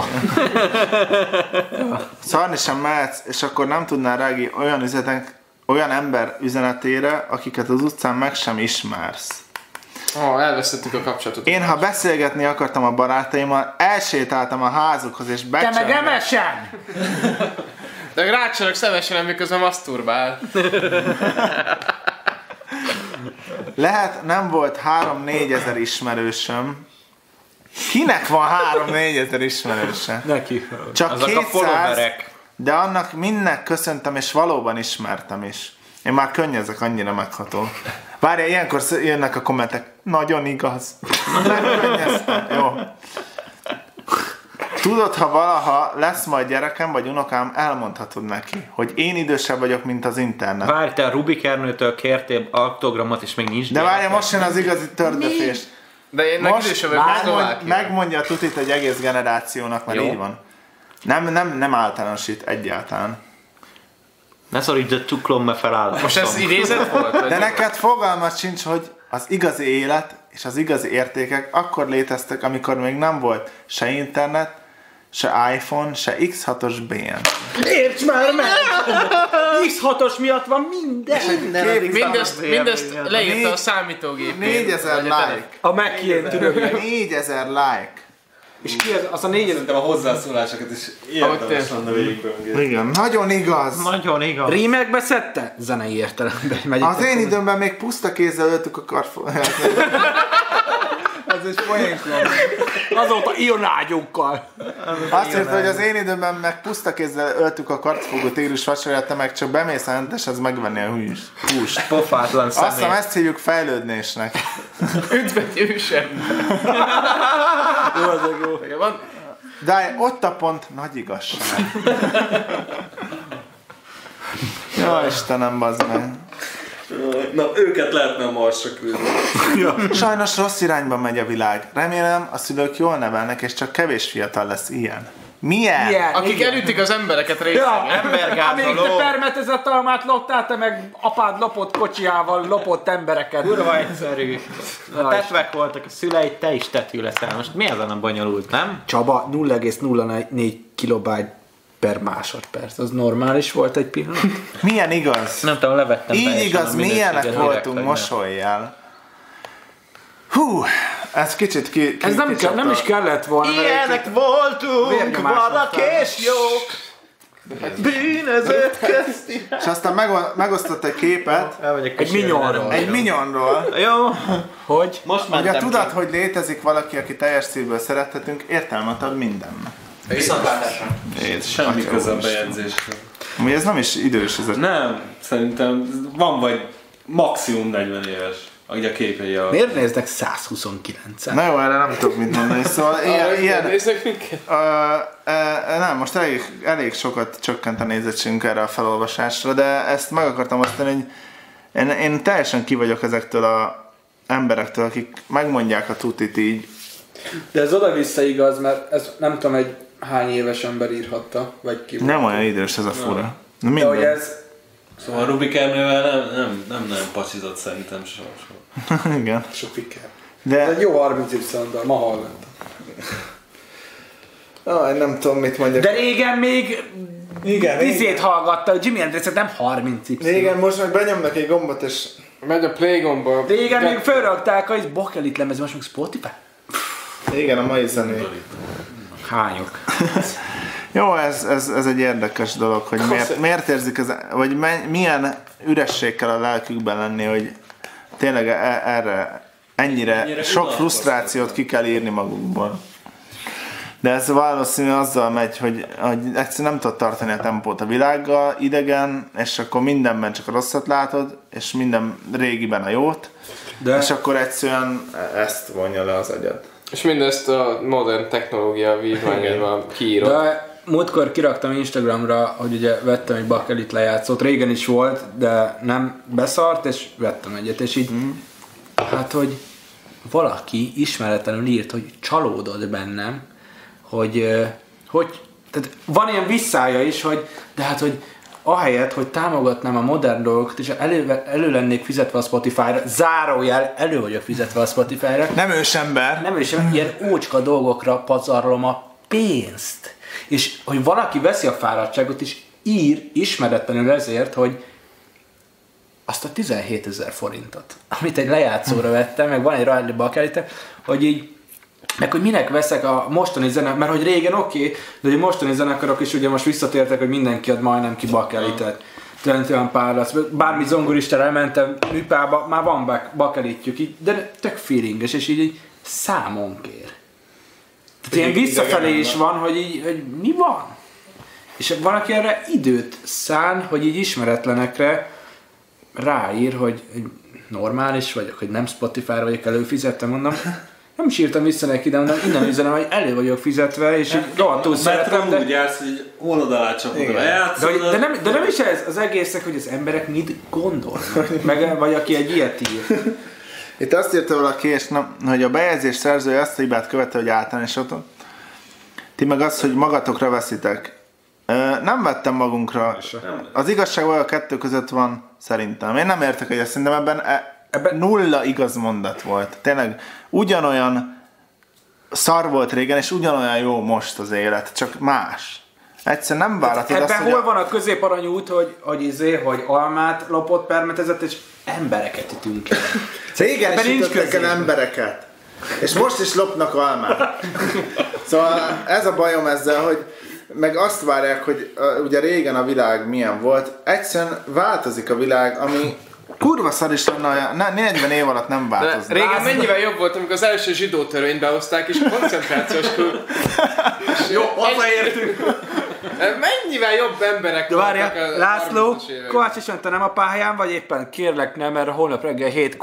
Szarni sem mehetsz, és akkor nem tudnál rágni olyan üzenetek, olyan ember üzenetére, akiket az utcán meg sem ismersz. Oh, elvesztettük a kapcsolatot. Én, ha beszélgetni akartam a barátaimmal, elsétáltam a házukhoz, és Te meg becsörgettem. emesen! De rácsolok szemesen, miközben maszturbál. Lehet, nem volt három-négy ezer ismerősöm. Kinek van három-négy ezer ismerőse? Neki. Csak Azok a kétszáz, followerek. de annak mindnek köszöntem, és valóban ismertem is. Én már könnyezek, annyira megható. Várjál, ilyenkor sz- jönnek a kommentek. Nagyon igaz. Nem könnyeztem. Jó. Tudod, ha valaha lesz majd gyerekem vagy unokám, elmondhatod neki, hogy én idősebb vagyok, mint az internet. Várj, te a Rubik Ernőtől kértél autogramot, és még nincs De várjál, gyereke. most jön az igazi tördöfés. De én meg Most idősebb vagyok, mint megmond, Szlovákia. megmondja a tutit egy egész generációnak, mert Jó. így van. Nem, nem, nem általánosít egyáltalán. Ne szorítsd a csuklom, mert feláll. Most ez idézet volt? vagy De mi neked fogalmat sincs, hogy az igazi élet és az igazi értékek akkor léteztek, amikor még nem volt se internet, se iPhone, se iksz hatos bé en. Érts már meg! iksz hatos miatt van minden! volt? Mindezt, mindezt leírta Négy- a számítógép. négyezer like. A megkient tudod. négyezer like. És ki az, az a négyezer? Szerintem a hozzászólásokat is érdemes lenne végigböngészni. Igen, nagyon igaz. Nagyon igaz. Rímekbe szedte? Zenei értelemben megy. Az én időmben még puszta kézzel öltük a karfogát. Ez is poénklom. Azóta ionágyókkal. Azt írta, hogy az én időmben meg puszta kézzel öltük a kartfogó térus vacsorát, te meg csak bemész a henteshez megvenni a hús. húst. Pofátlan Azt hiszem, személy. ezt hívjuk fejlődésnek. Üdv egy ősem. Jó, az a jó. Van, de ott a pont, nagy igazság. Jó, Istenem, bazd meg. Na, őket lehetne a Marsra küldeni. Sajnos rossz irányba megy a világ. Remélem, a szülők jól nevelnek, és csak kevés fiatal lesz ilyen. Milyen? Ilyen, Akik igen. elütik az embereket részben. Ja, amíg Embergázoló. te permetezett almát loptál, te meg apád lopott kocsijával lopott embereket. Kurva egyszerű. A tetvek voltak a szüleid, te is tetű leszel. Most mi ezen a bonyolult, nem? Csaba, nulla egész nulla négy kilobájt per másodperc. Az normális volt egy pillanat? Milyen igaz? Nem tudom, levettem Így teljesen igaz, a minőséget milyenek direkt, voltunk, hogy mosolyjál. Hú, ez kicsit ki, ki Ez nem, kicsapta. nem is kellett volna. mert Ilyenek voltunk, Vérnyomásnak vadak és jók, bűnözők közti. És aztán meg, megosztott egy képet Egy minyonról. egy minyonról. Jó, Hogy? most Ugye mentem tudod, ki. hogy létezik valaki, aki teljes szívből szerethetünk, értelmet ad mindennek. Viszontlátásra. Jézus, Semmi Atya köze a Úristen. bejegyzésre. Ugye ez nem is idős ez a... Nem, szerintem van vagy maximum negyven éves. Ugye a képei a... Miért néznek száz huszonkilencet? Na jó, erre nem tudok mit mondani, szóval ilyen... ilyen Nézzük minket. ö, ö, nem, most elég, elég sokat csökkent a nézettségünk erre a felolvasásra, de ezt meg akartam azt mondani, hogy én, én teljesen ki vagyok ezektől a emberektől, akik megmondják a tutit így. De ez oda-vissza igaz, mert ez nem tudom, egy hány éves ember írhatta, vagy ki volt. Nem olyan idős ez a fura. Na De hogy mindegy. ez... Szóval Rubik Ernővel nem, nem, nem, nem pacsizott szerintem soha. Igen. Sofiker. Ez De egy jó harminc évszázadban, ma hallottam. Ah, nem tudom, mit mondjak. De régen még Igen, tízét hallgatta, hogy Jimi Hendrixet nem harminc évszázad. Igen, most meg benyomnak egy gombot, és Megy a play gomba. Régen még fölrakták a Bakelit lemez, most meg Spotify. igen, a mai zené. Hányok. jó, ez, ez, ez egy érdekes dolog, hogy miért, miért érzik ez, vagy me- milyen üresség kell a lelkükben lenni, hogy tényleg e- erre ennyire, Ennyire sok unalmas frusztrációt ki kell írni magukból. De ez valószínűleg azzal megy, hogy, hogy egyszerűen nem tudod tartani a tempót a világgal, idegen, és akkor mindenben csak a rosszat látod, és minden régiben a jót, De és akkor egyszerűen Ezt vonja le az agyad. És mindezt a modern technológia vívmányaival kiírod. De múltkor kiraktam Instagramra, hogy ugye vettem egy Bakelit lejátszót, régen is volt, de nem beszart, és vettem egyet, és így, mm. hát, hogy valaki ismeretlenül írt, hogy csalódott bennem, hogy, eh, hogy tehát van ilyen visszája is, hogy de hát, hogy ahelyett, hogy támogatnám a modern dolgokat, és elő, elő lennék fizetve a Spotify-ra, zárójel, elő vagyok fizetve a Spotify-ra, nem ősember. nem is ilyen ócska dolgokra pazarlom a pénzt. És hogy valaki veszi a fáradtságot, és ír ismeretlenül ezért, hogy azt a tizenhétezer forintot, amit egy lejátszóra vettem, meg van egy Riley Bakelite, hogy így, meg hogy minek veszek a mostani zene, mert hogy régen oké, okay, de hogy a mostani zenekarok is ugye most visszatértek, hogy mindenki ad majdnem ki Bakelitet. Tőlent olyan pár lesz, bármi zongoristára elmentem műpába, már van bakelitjük, így, de tök feelinges, és így, így számon kér. Tehát ilyen visszafelé is van, hogy így, hogy mi van? És van, aki erre időt szán, hogy így ismeretlenekre ráír, hogy normális vagyok, hogy nem Spotify-ra vagyok előfizettem, mondom. Nem is írtam vissza neki, de mondom, innen üzenem, hogy elő vagyok fizetve, és így rohadtul szeretem, de... de... úgy jársz, hogy oldalát alá csapod a De, lejátszódat. hogy- de, nem, de nem is ez az egészek, hogy az emberek mit gondolnak, meg, vagy aki egy ilyet ír. Itt azt írta valaki, és nem, hogy a bejegyzés szerzője azt a hibát követte, hogy általánosított. Ti meg azt, hogy magatokra veszitek. Ö, Nem vettem magunkra. Az igazság a kettő között van, szerintem. Én nem értek egyet, szerintem ebben, e, ebben nulla igaz mondat volt. Tényleg ugyanolyan szar volt régen, és ugyanolyan jó most az élet, csak más. Egyszerűen nem várhatod azt, Ebben hogy hol a... van a középarany út, hogy, hogy, izé, hogy almát lopott, permetezett, és embereket ütünk el. Régen Ebben is nincs ütöttek el közé. embereket. És most is lopnak almát. Szóval ez a bajom ezzel, hogy meg azt várják, hogy uh, ugye régen a világ milyen volt, egyszerűen változik a világ, ami Kurva szar is lenne, olyan- ne- negyven év alatt nem De változna. régen mennyivel jobb volt, amikor az első zsidó törvényt behozták, és koncentrációs kül... Jó, Hazaértünk! Mennyivel jobb emberek De várjál, voltak a László, harmincas években. Kovács István, te nem a pályán vagy éppen? Kérlek nem, mert holnap reggel hétkor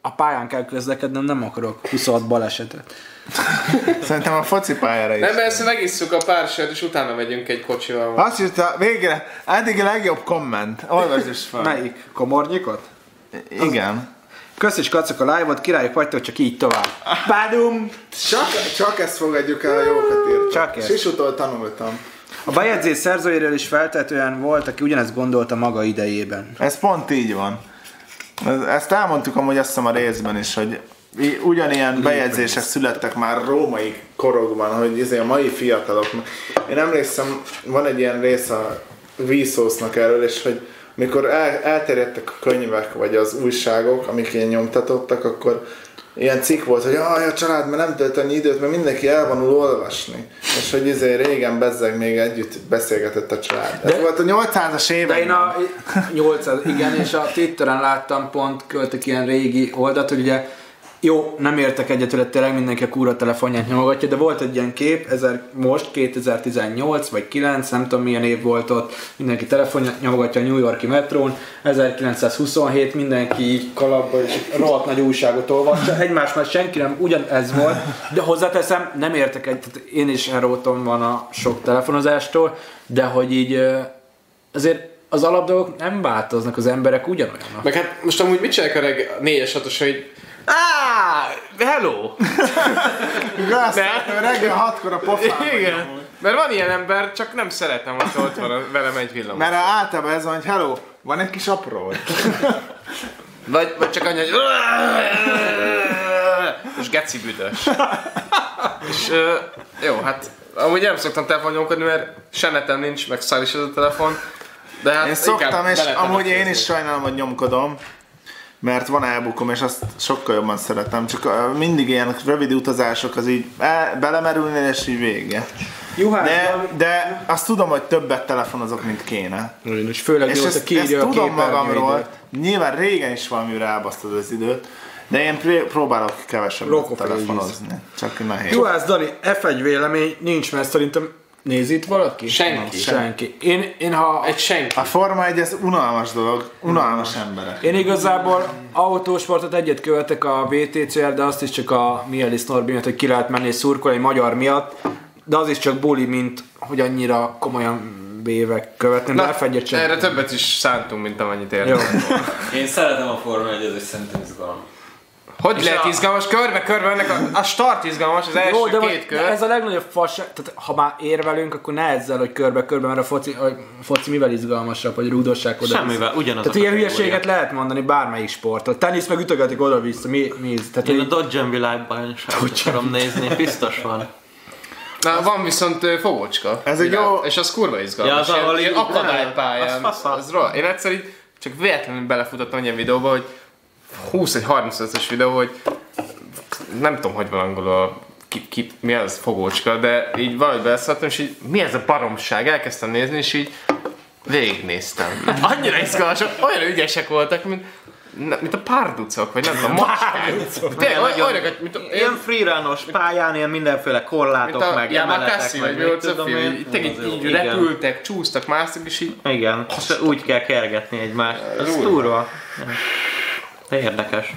a pályán kell közlekednem, nem akarok huszonhat balesetet. Szerintem a focipályára is. Nem, mert ezt megisszuk a pár sört, és utána megyünk egy kocsival. Azt írta, végre, eddig a legjobb komment. Olvasd is fel. Melyik? Komornyikot? Igen. Kösz és kacok a live-ot, királyok vagytok, csak így tovább. Bádum! Csak, csak ezt fogadjuk el, a jókat írtam. Csak ezt. Sisutól tanultam. A bejegyzés szerzőjéről is feltetően volt, aki ugyanezt gondolta maga idejében. Ez pont így van. Ezt elmondtuk amúgy azt hiszem a részben is, hogy ugyanilyen bejegyzések születtek már római korokban, hogy izé a mai fiatalok. Én emlékszem, van egy ilyen rész a Vsauce-nak erről, és hogy mikor el, elterjedtek a könyvek, vagy az újságok, amik ilyen nyomtatottak, akkor ilyen cikk volt, hogy jaj, a család már nem tölt annyi időt, mert mindenki elvonul olvasni. És hogy izé régen bezzeg még együtt beszélgetett a család. Ez volt a nyolcszázas években. De én a nyolcszáz, igen, és a Twitteren láttam pont, költök ilyen régi oldalt, hogy ugye jó, nem értek egyet, hogy tényleg mindenki a kúra telefonját nyomogatja, de volt egy ilyen kép, ezer, most kétezer-tizennyolc vagy kilenc, nem tudom milyen év volt ott, mindenki telefonját nyomogatja a New York-i metrón, ezerkilencszázhuszonhét, mindenki így kalapba és rohadt nagy újságot olvassa, egymás már senki nem ugyanez volt, de hozzáteszem, nem értek egyet, én is eróton van a sok telefonozástól, de hogy így azért az alapdolgok nem változnak, az emberek ugyanolyanok. Meg hát most amúgy mit csinálják a reg- négyes hatos, hogy Ah, hello! Gász, reggel hatkor a pofában. igen, mert van ilyen ember, csak nem szeretem, hogy ott van velem egy villamos. Mert általában ez van, hogy hello, van egy kis apró. Vagy, vagy csak annyi, hogy és geci büdös. És uh, jó, hát amúgy nem szoktam telefonnyomkodni, mert se netem nincs, meg szar is ez a telefon. De hát én szoktam, és beletem amúgy én is sajnálom, hogy nyomkodom. Mert van elbukom, és azt sokkal jobban szeretem. Csak mindig ilyen rövid utazások, az így el, belemerülnél, és így vége. Juhász, de, de azt tudom, hogy többet telefonozok, mint kéne. És főleg és jó, ezt, hogy ezt tudom magamról. időt. Nyilván régen is valamire elbasztod az időt, de én pré- próbálok kevesebbet telefonozni. Csak nehéz. Juhász Dani, ef egy vélemény nincs, mert szerintem nézi itt valaki? Senki. Senki. Én, én ha... Egy senki. A Forma egy ez unalmas dolog, unalmas emberek. Én igazából autósportot egyet követek a vé té cé-el, de azt is csak a Mielis Norbi miatt, hogy ki lehet menni és szurkolni magyar miatt, de az is csak buli, mint hogy annyira komolyan véve követni, de ef egyet sem. Erre többet is szántunk, mint amennyit értem. Én szeretem a Forma egyet, és szerintem izgalmas. Hogy És lehet a- izgalmas? Körbe-körbe ennek a, a start izgalmas, az első Jó, de, két de kör. ez a legnagyobb fasság, tehát ha már érvelünk, akkor ne ezzel, hogy körbe-körbe, mert a foci, a foci mivel izgalmasabb, vagy rúdosság oda. Semmivel, ugyanaz. Tehát a ilyen kategória. hülyeséget lehet mondani bármelyik sportot. Tenisz meg ütögetik oda-vissza, mi, mi ez? Tehát Én a így- Dodge világbajnokságot akarom nézni, biztos van. Na, van viszont ö, fogócska. Ez egy Világ- jó- És az kurva izgalmas. Ja, az, ahol ilyen, így- ilyen akadálypályán. az fasza. Az rohadt. Én egyszer így csak véletlenül belefutottam egy ilyen videóba, hogy húsz vagy harminc perces videó, hogy nem tudom, hogy van angolul a ki, ki, mi az fogócska, de így valahogy beleszóltam, és így mi ez a baromság? Elkezdtem nézni, és így végignéztem. Annyira izgalmas, olyan ügyesek voltak, mint, mint a párducok, vagy nem tudom, macskák. Tényleg, olyan- olyanokat, mint a, Ilyen freerunos pályán, ilyen mindenféle korlátok, mint a meg Yamakasi, emeletek, vagy meg mi mit volt a tudom film, én. így, így, így, így Igen. repültek, csúsztak, másztak, és így Igen, és úgy kell kergetni egymást. Ez Durva. durva. De érdekes.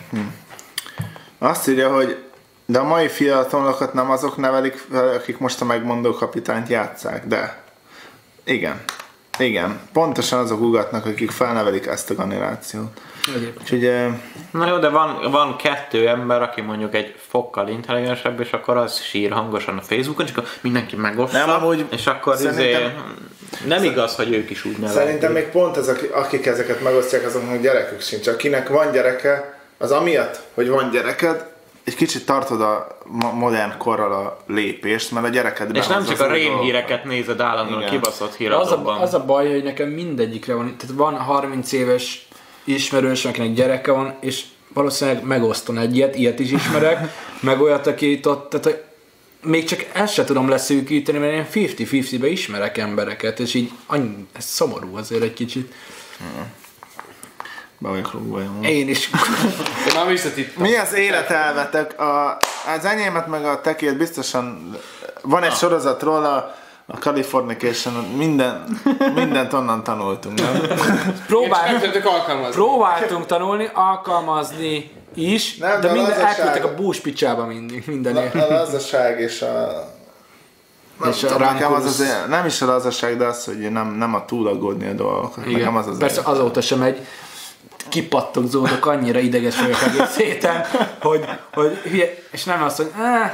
Azt írja, hogy de a mai fiatalokat nem azok nevelik fel, akik most a megmondó kapitányt játsszák, de igen, igen, pontosan azok ugatnak, akik felnevelik ezt a generációt. Úgyhogy eh, Na jó, de van, van kettő ember, aki mondjuk egy fokkal intelligensebb, és akkor az sír hangosan a Facebookon, és akkor mindenki megoszta, Nem, amúgy és akkor szerintem- izé, nem igaz, hogy ők is úgy nevelik. Szerintem még pont az, akik- akik ezeket megosztják, azoknak gyerekük sincs. Akinek van gyereke, az amiatt, hogy van gyereked, egy kicsit tartod a mo- modern korral a lépést, mert a gyereked És nem behozza csak a az új rémhíreket nézed állandóan Igen. kibaszott az, a, híradóban. az a baj, hogy nekem mindegyikre van, tehát van harminc éves ismerős, akinek gyereke van, és valószínűleg megosztom egy ilyet, ilyet is ismerek, meg olyat, aki itt ott, tehát hogy még csak ezt se tudom leszűkíteni, mert én fifty-fifty-be ismerek embereket, és így annyi, ez szomorú azért egy kicsit. Be vagyok rúgva, jó. Én is. én már visszatittem. Mi az életelvetek? A, az enyémet meg a tekét biztosan van egy sorozat róla, a Californication, minden, mindent onnan tanultunk, nem? Próbál. Próbál, Nem tudok alkalmazni. próbáltunk tanulni, alkalmazni is, Nem, de de a minden lazaság- elküldtek a búspicsába mindig, A, mindenért. a lazaság és a... Nem, És a tudom, nekem az rancorous- az, nem is a lazaság, de az, hogy nem, nem a túlaggódni a dolgokat. Igen. Nekem az az Persze azóta sem egy kipattogzódok, annyira ideges vagyok egész héten, hogy, hogy hülye, és nem azt, hogy eh,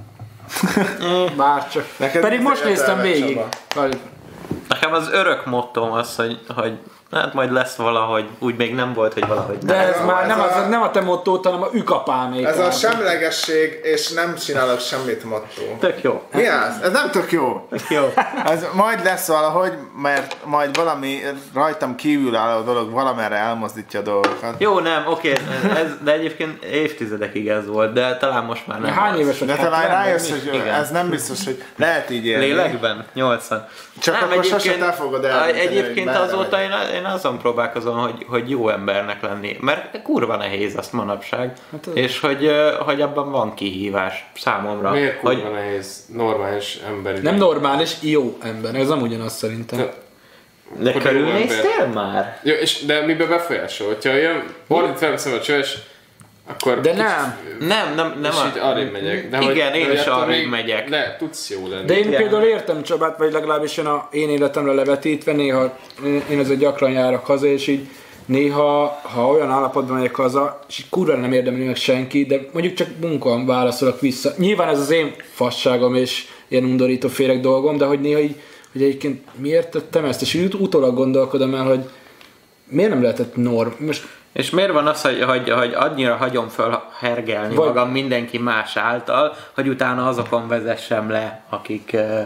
bárcsak. Neked Pedig most mit néztem értelme, végig. Nekem az örök mottóm az, hogy, hogy hát majd lesz valahogy, úgy még nem volt, hogy valahogy De nem. ez Ez már a- nem, ez az, a- nem a te mottót, hanem a ükapámék. Ez a semlegesség és nem csinálok semmit motto. Tök jó. Mi az? Ez nem tök jó. Tök jó. Ez majd lesz valahogy, mert majd valami rajtam kívül álló dolog valamerre elmozdítja a dolgokat. Jó, nem, oké, ez, de egyébként évtizedekig ez volt, de talán most már nem. Hány az. éves vagy? De talán hetven? rájössz, hogy Igen. ez nem biztos, hogy lehet így élni. Lélekben? nyolcvan. Csak Nem, akkor sose egyébként- te fogod eldönteni, hogy Egyébként merre azóta én, én azon próbálkozom, hogy, hogy jó embernek lenni, mert kurva nehéz azt manapság, az- és hogy, ö, hogy abban van kihívás számomra. Miért hogy, kurva nehéz normális emberi? Nem normális, jó ember. Ez nem ugyanaz szerintem. de hogy körülnéztél jó már? Jó, és de miben befolyásol? Hogyha jön, Bordit felveszem a csöves, akkor De kicsit- nem. Nem, nem, nem. és a- így arrébb megyek. De Igen, hogy, én hogy is attól arrébb még megyek. Le, tudsz jó lenni. De én Igen. például értem Csabát, vagy legalábbis én a én életemre levetítve, néha én ezzel gyakran járok haza, és így néha, ha olyan állapotban megyek haza, és így kurva nem érdemli meg senki, de mondjuk csak munkám válaszolok vissza. Nyilván ez az én fasságom és ilyen undorító féreg dolgom, de hogy néha így, hogy egyébként miért tettem ezt, és így ut- utólag gondolkodom el, hogy miért nem lehetett norm. Most És miért van az, hogy, hogy, hogy annyira hagyom föl hergelni Vagy- magam mindenki más által, hogy utána azokon vezessem le, akik, uh,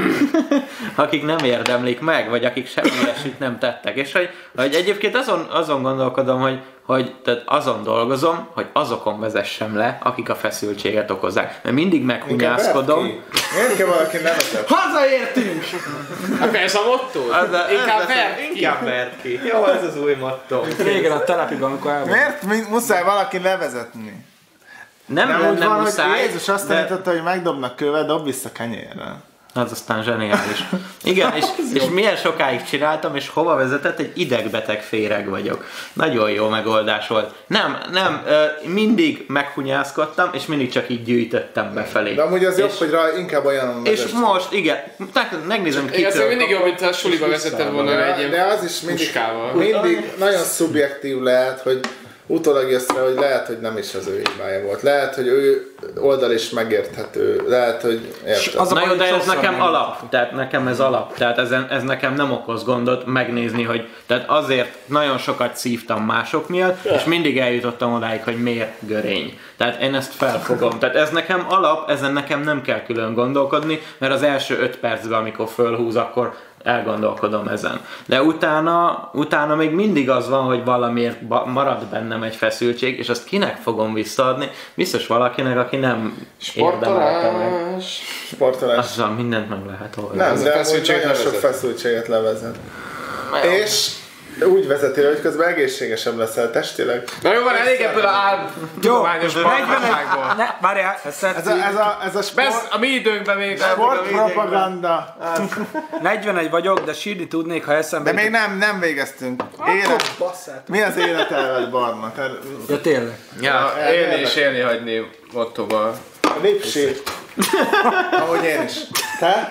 akik nem érdemlik meg, vagy akik semmi ilyesmit nem tettek. És hogy, hogy egyébként azon, azon gondolkodom, hogy, hogy tehát azon dolgozom, hogy azokon vezessem le, akik a feszültséget okozzák. Mert mindig meghunyászkodom. Miért kell valaki nevetett? hazaértünk! Akkor ez a motto? Az a- Inkább ez lesz- verd ki. Inkább verd ki. Jó, ez az új motto. Régen a telepigben, amikor el volt. Miért mi- muszáj valaki levezetni? Nem, Nem, nem, úgy nem van, muszáj, hogy Jézus azt de- tanította, hogy megdobnak követ, dob vissza kenyérrel. Az aztán zseniális. Igen, és, és milyen sokáig csináltam, és hova vezetett, egy idegbeteg féreg vagyok. Nagyon jó megoldás volt. Nem, nem, ö, mindig meghunyászkodtam, és mindig csak így gyűjtöttem befelé. De amúgy az és, jobb, hogy rá inkább olyan És vezess. most, igen, meg- megnézem Én kitől. azért mindig jobb, mint ha a suliba vezetted volna de, egy ilyen de az is mindig, puskával. mindig nagyon szubjektív lehet, hogy utólag jössz rá, hogy lehet, hogy nem is az ő hibája volt. Lehet, hogy ő oldal is megérthető. Lehet, hogy érted. Az a Na jó, baj, de hogy ez sokszor nekem nem. alap, tehát nekem ez alap, tehát ez, ez nekem nem okoz gondot megnézni, hogy tehát azért nagyon sokat szívtam mások miatt, és mindig eljutottam odáig, hogy miért görény. Tehát én ezt felfogom. Tehát ez nekem alap, ezen nekem nem kell külön gondolkodni, mert az első öt percben, amikor fölhúz, akkor elgondolkodom ezen. De utána, utána még mindig az van, hogy valamiért ba- marad bennem egy feszültség, és azt kinek fogom visszaadni? Biztos valakinek, aki nem érdemelte meg. Sportolás. Sportolás. Azzal mindent meg lehet oldani. Nem, Ez a de amúgy feszültséget nagyon sok levezet. feszültséget levezet. És úgy vezeti, hogy közben egészségesebb leszel testileg. Na jó, van elég ebből a áll... tudományos negyvenegy barátságból. Ne, várjál, ezt Ez a, ez a, ez a sport, Ez a mi időnkben még... sportpropaganda. negyvenegy vagyok, de sírni tudnék, ha eszembe... De még nem, nem végeztünk. Élet, mi az életelved, Barna? Te, Ja, tényleg. Ja, élni és élni hagyni mottoval. Lipsi. Ahogy én is. Te?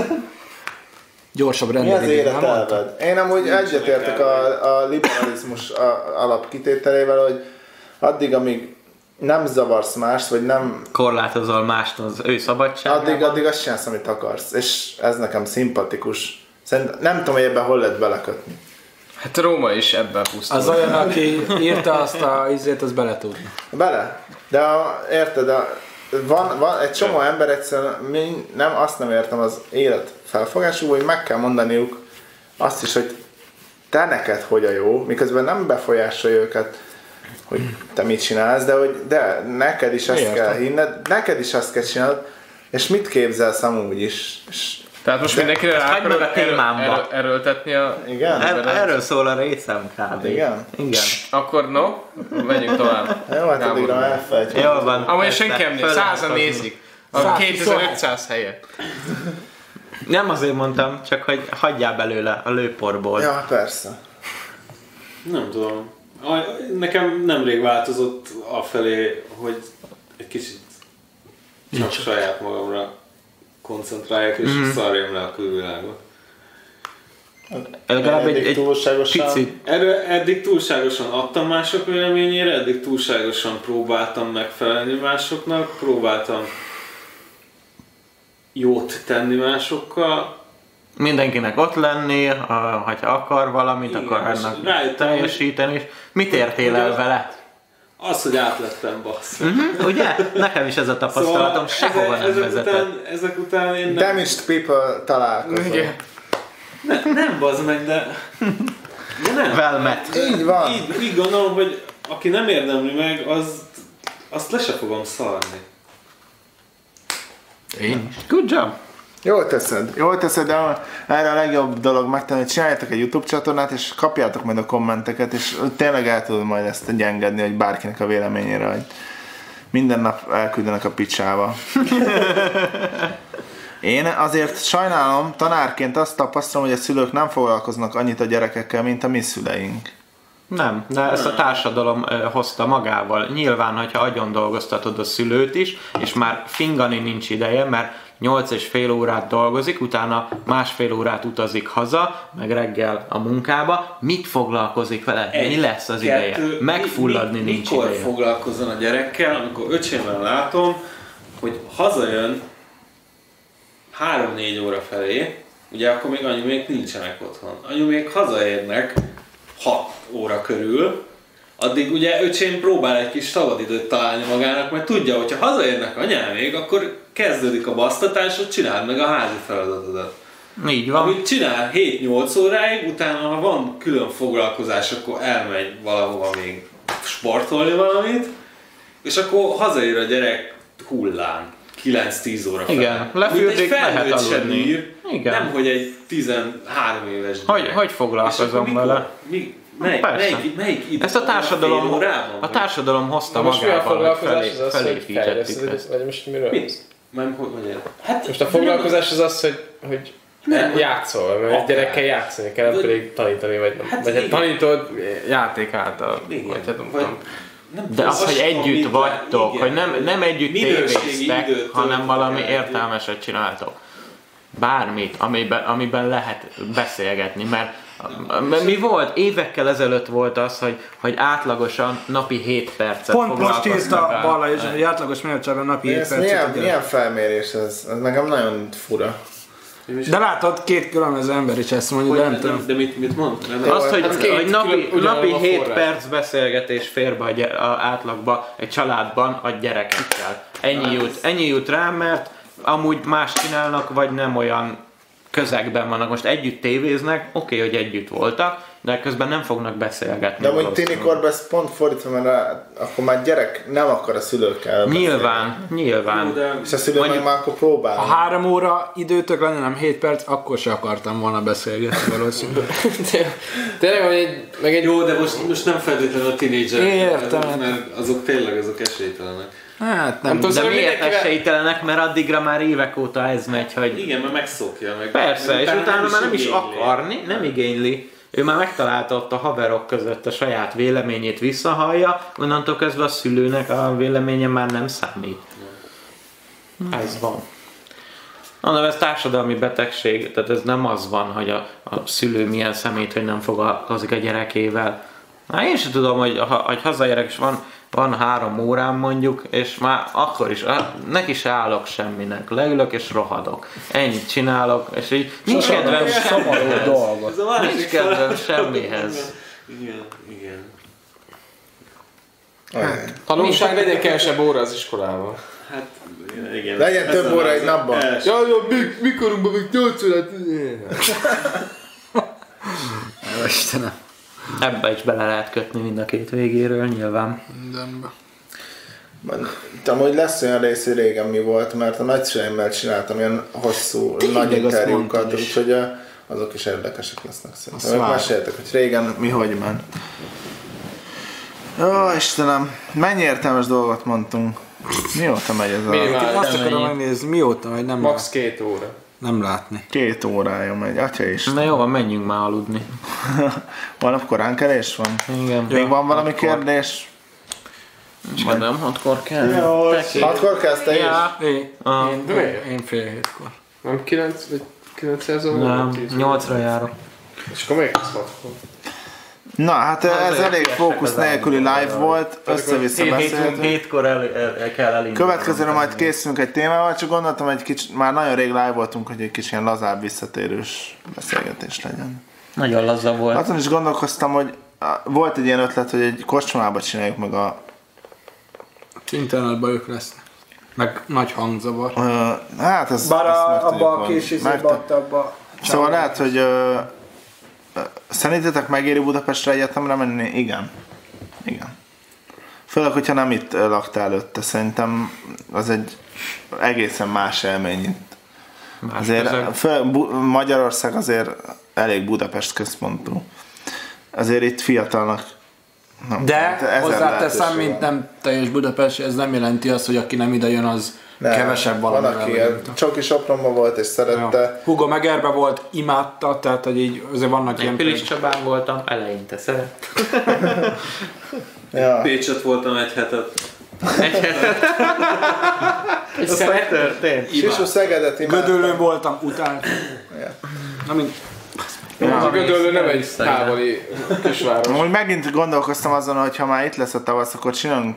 Gyorsabb Mi az rendezvény. nem mondtam? életelved? Én amúgy egyetértek a, a liberalizmus a, alapkitételével, hogy addig, amíg nem zavarsz mást, vagy nem, Korlátozol mást az ő szabadságában. addig, addig azt csinálsz, amit akarsz. És ez nekem szimpatikus. Szerintem nem tudom, hogy ebben hol lehet belekötni. Hát Róma is ebben pusztul. Az olyan, aki írta azt a izét, az bele tudna. Bele. De a, érted, a, van, van egy csomó ember egyszerűen, mi, nem, azt nem értem az élet felfogású, hogy meg kell mondaniuk azt is, hogy te neked hogy a jó, miközben nem befolyásolja őket, hogy te mit csinálsz, de hogy de neked is ezt Értem. kell hinned, neked is azt kell csinálod, és mit képzelsz amúgy is. És, Tehát most mindenkire rá hagyd meg akarod a témámba. erő, erő, erőltetni a... igen? Er, erről szól a részem kb. Igen? Igen. Akkor no, menjünk tovább. Jó, hát Gábor. addigra elfelejtjük. Jól van. Amúgy Persze, senki nem néz, föl lehet százan hozni. nézik. A Száz kétezer-ötszáz helyett. Nem azért mondtam, csak hogy hagyjál belőle a lőporból. Ja, persze. Nem tudom. Nekem nemrég változott afelé, hogy egy kicsit csak Nincs. saját magamra koncentráljak, és mm. szarjam le a külvilágot. Legalább egy, egy picit. Erre eddig túlságosan adtam mások véleményére, eddig túlságosan próbáltam megfelelni másoknak, próbáltam jót tenni másokkal. Mindenkinek ott lenni, ha akar valamit, igen, akkor ennek teljesíteni. És mit értél el vele? Az, hogy átlettem, bassz. Uh-huh, ugye? Nekem is ez a tapasztalatom, szóval sehova nem ezek vezetett. Után, ezek után én nem... Damaged people találkozom. Ne, nem bazd meg, de... de nem. Velmet. Így van. Így, így gondolom, hogy aki nem érdemli meg, az, azt le se fogom szarni. Én is. Good job. Jól teszed. Jól teszed, de erre a legjobb dolog megtenni, hogy csináljátok egy YouTube csatornát, és kapjátok majd a kommenteket, és tényleg el tudod majd ezt engedni, hogy bárkinek a véleményére, hogy minden nap elküldenek a picsába. Én azért sajnálom, tanárként azt tapasztalom, hogy a szülők nem foglalkoznak annyit a gyerekekkel, mint a mi szüleink. Nem, de ezt a társadalom hozta magával. Nyilván, hogyha agyon dolgoztatod a szülőt is, és már fingani nincs ideje, mert nyolc és fél órát dolgozik, utána másfél órát utazik haza, meg reggel a munkába. Mit foglalkozik vele? Egy, mi lesz az kettő, ideje? Megfulladni mi, mi, nincs mikor ideje. Mikor foglalkozzon a gyerekkel, amikor öcsémmel látom, hogy hazajön három-négy óra felé, ugye akkor még anyumék nincsenek otthon. Anyumék hazaérnek hat óra körül, addig ugye öcsém próbál egy kis szabadidőt találni magának, mert tudja, hogy ha hazaérnek anyámék, akkor kezdődik a basztatás, hogy csináld meg a házi feladatodat. Így van. Amit csinál hét-nyolc óráig, utána ha van külön foglalkozás, akkor elmegy valahova még sportolni valamit, és akkor hazaér a gyerek hullám. kilenc-tíz óra fel. Igen, lefürdik, lehet aludni. Bír, nem, hogy egy tizenhárom éves gyerek. Hogy, hogy foglalkozom vele? Mi, mely, melyik, melyik idő? Ezt a társadalom, a társadalom hozta magával, hogy felé, felépítettük ezt. Vagy most miről? Mit? Nem, hogy mondjál? Hát, most a foglalkozás az az, hogy, hogy nem, játszol, mert egy gyerekkel játszani kell, nem pedig tanítani, vagy nem. Hát vagy hát tanítod játék által. Igen. Vagy hát nem De az, hogy együtt vagytok, igen, hogy nem, nem együtt tévéztek, hanem valami értelmeset csináltok. Bármit, amiben, amiben lehet beszélgetni, mert, mert mi volt? Évekkel ezelőtt volt az, hogy, hogy átlagosan napi hét percet pont foglalkoztak. Pont most írta Balla is, hogy átlagos mérőcsában napi hét percet. Milyen, milyen felmérés ez? Ez nekem nagyon fura. De látod, két különböző ember is ezt mondja, de nem tudom. De mit, mit mond? Azt, hogy, hát hogy napi, napi hét perc beszélgetés fér be a, gyere, a átlagba egy családban a gyerekekkel. Ennyi jut, ennyi jut rám, mert amúgy más csinálnak, vagy nem olyan közegben vannak. Most együtt tévéznek, oké, okay, hogy együtt voltak, de közben nem fognak beszélgetni. De amúgy tinikorban ez pont fordítva, mert a, akkor már gyerek nem akar a szülőkkel Nyilván, beszélni. nyilván. De és a szülő mondjuk, meg már akkor próbál. Ha három óra időtök lenne, nem hét perc, akkor se akartam volna beszélgetni valószínűleg. Tényleg, hogy egy, meg egy... Jó, de most, most nem feltétlenül a tínédzserek. Értem. Mert azok tényleg azok esélytelenek. Hát nem, nem de miért mindenkivel... esélytelenek, mert addigra már évek óta ez megy, hogy... Igen, mert megszokja meg. Persze, meg és utána, utána már nem is igényli. akarni, nem igényli. Ő már megtalálta ott a haverok között a saját véleményét visszahallja, onnantól kezdve a szülőnek a véleménye már nem számít. Ja. Ez van. Mondom, ez társadalmi betegség, tehát ez nem az van, hogy a, a szülő milyen szemét, hogy nem foglalkozik a gyerekével. Na, én sem tudom, hogy, ha, hogy hazaérek, és van, van három órám mondjuk, és már akkor is, neki se állok semminek, leülök és rohadok. Ennyit csinálok, és így nincs kedvem semmihez. Nincs kedvem semmihez. Igen, igen. Hát, tanulság legyen kevesebb óra az iskolában. Hát, igen. Legyen több óra egy napban. Ja, ja, mi, mikorunkban még nyolc órát. Istenem. Ebbe is bele lehet kötni mind a két végéről, nyilván. Mindenbe. Amúgy lesz olyan rész, hogy régen mi volt, mert a nagyszüleimmel csináltam ilyen hosszú, nagy interjúkat, úgyhogy azok is érdekesek lesznek szerintem. Meséltek, hogy régen mi hogy ment. Ó, Istenem, mennyi értelmes dolgot mondtunk. Mióta megy ez a... Én azt akarom megnézni, mióta, hogy nem... Max két óra. Nem látni. Két órája megy, atya is. Na jó, van, menjünk már aludni. Holnap koránkelés van? Igen. Még van valami Hatkor. kérdés? Vagy nem, hatkor kell? Hatkor kezd te is? Ja. Én, Ah. én, De miért? én fél hétkor. Nem kilenc vagy kilencszáz óra? Nem, nyolcra járok. És akkor miért kezd hatkor? Na, hát ez Azért elég kiestek fókusz az nélküli áldozat. live volt, össze-vissza Hét, hét, beszéltünk. hétkor el, el, el kell elindulni. Következőre majd készülünk egy témával, csak gondoltam, egy kicsit, már nagyon rég live voltunk, hogy egy kicsit ilyen lazább, visszatérős beszélgetés legyen. Nagyon laza volt. Azon is gondolkoztam, hogy á, volt egy ilyen ötlet, hogy egy kocsmába csináljuk meg a... Internetben ők lesznek. Meg nagy hangzavar. Ö, hát ez... Bár ezt meg a, tudjuk abba a oldani. kis Meg izébe, tud- ott abba... Szóval lehet, hogy ö, ö, szerintetek megéri Budapestre egyetemre menni? Igen. Igen. Főleg, hogyha nem itt ö, laktál előtte, szerintem az egy egészen más élmény itt. Más Azért közeg. föl, Bu- Magyarország azért elég Budapest központú. Azért itt fiatalnak nem, De hát ezer hozzáteszem, lehetőség mint van. nem teljes Budapest, ez nem jelenti azt, hogy aki nem ide jön, az Nem, kevesebb van, valamivel. aki vagy ilyen nem tudom. Csoki Sopronban volt és szerette. Ja. Hugo Megerbe volt, imádta, tehát hogy így azért vannak ilyen... Pilis Csabán voltam, eleinte szeret. Ja. Pécset voltam egy hetet. Ez megtörtént. Sisu Szegedet imádtam. Gödöllőn voltam, utált. Na mind... A Gödöllő nem egy távoli kisváros. Amúgy megint gondolkoztam azon, hogy ha már itt lesz a tavasz, akkor csinálunk.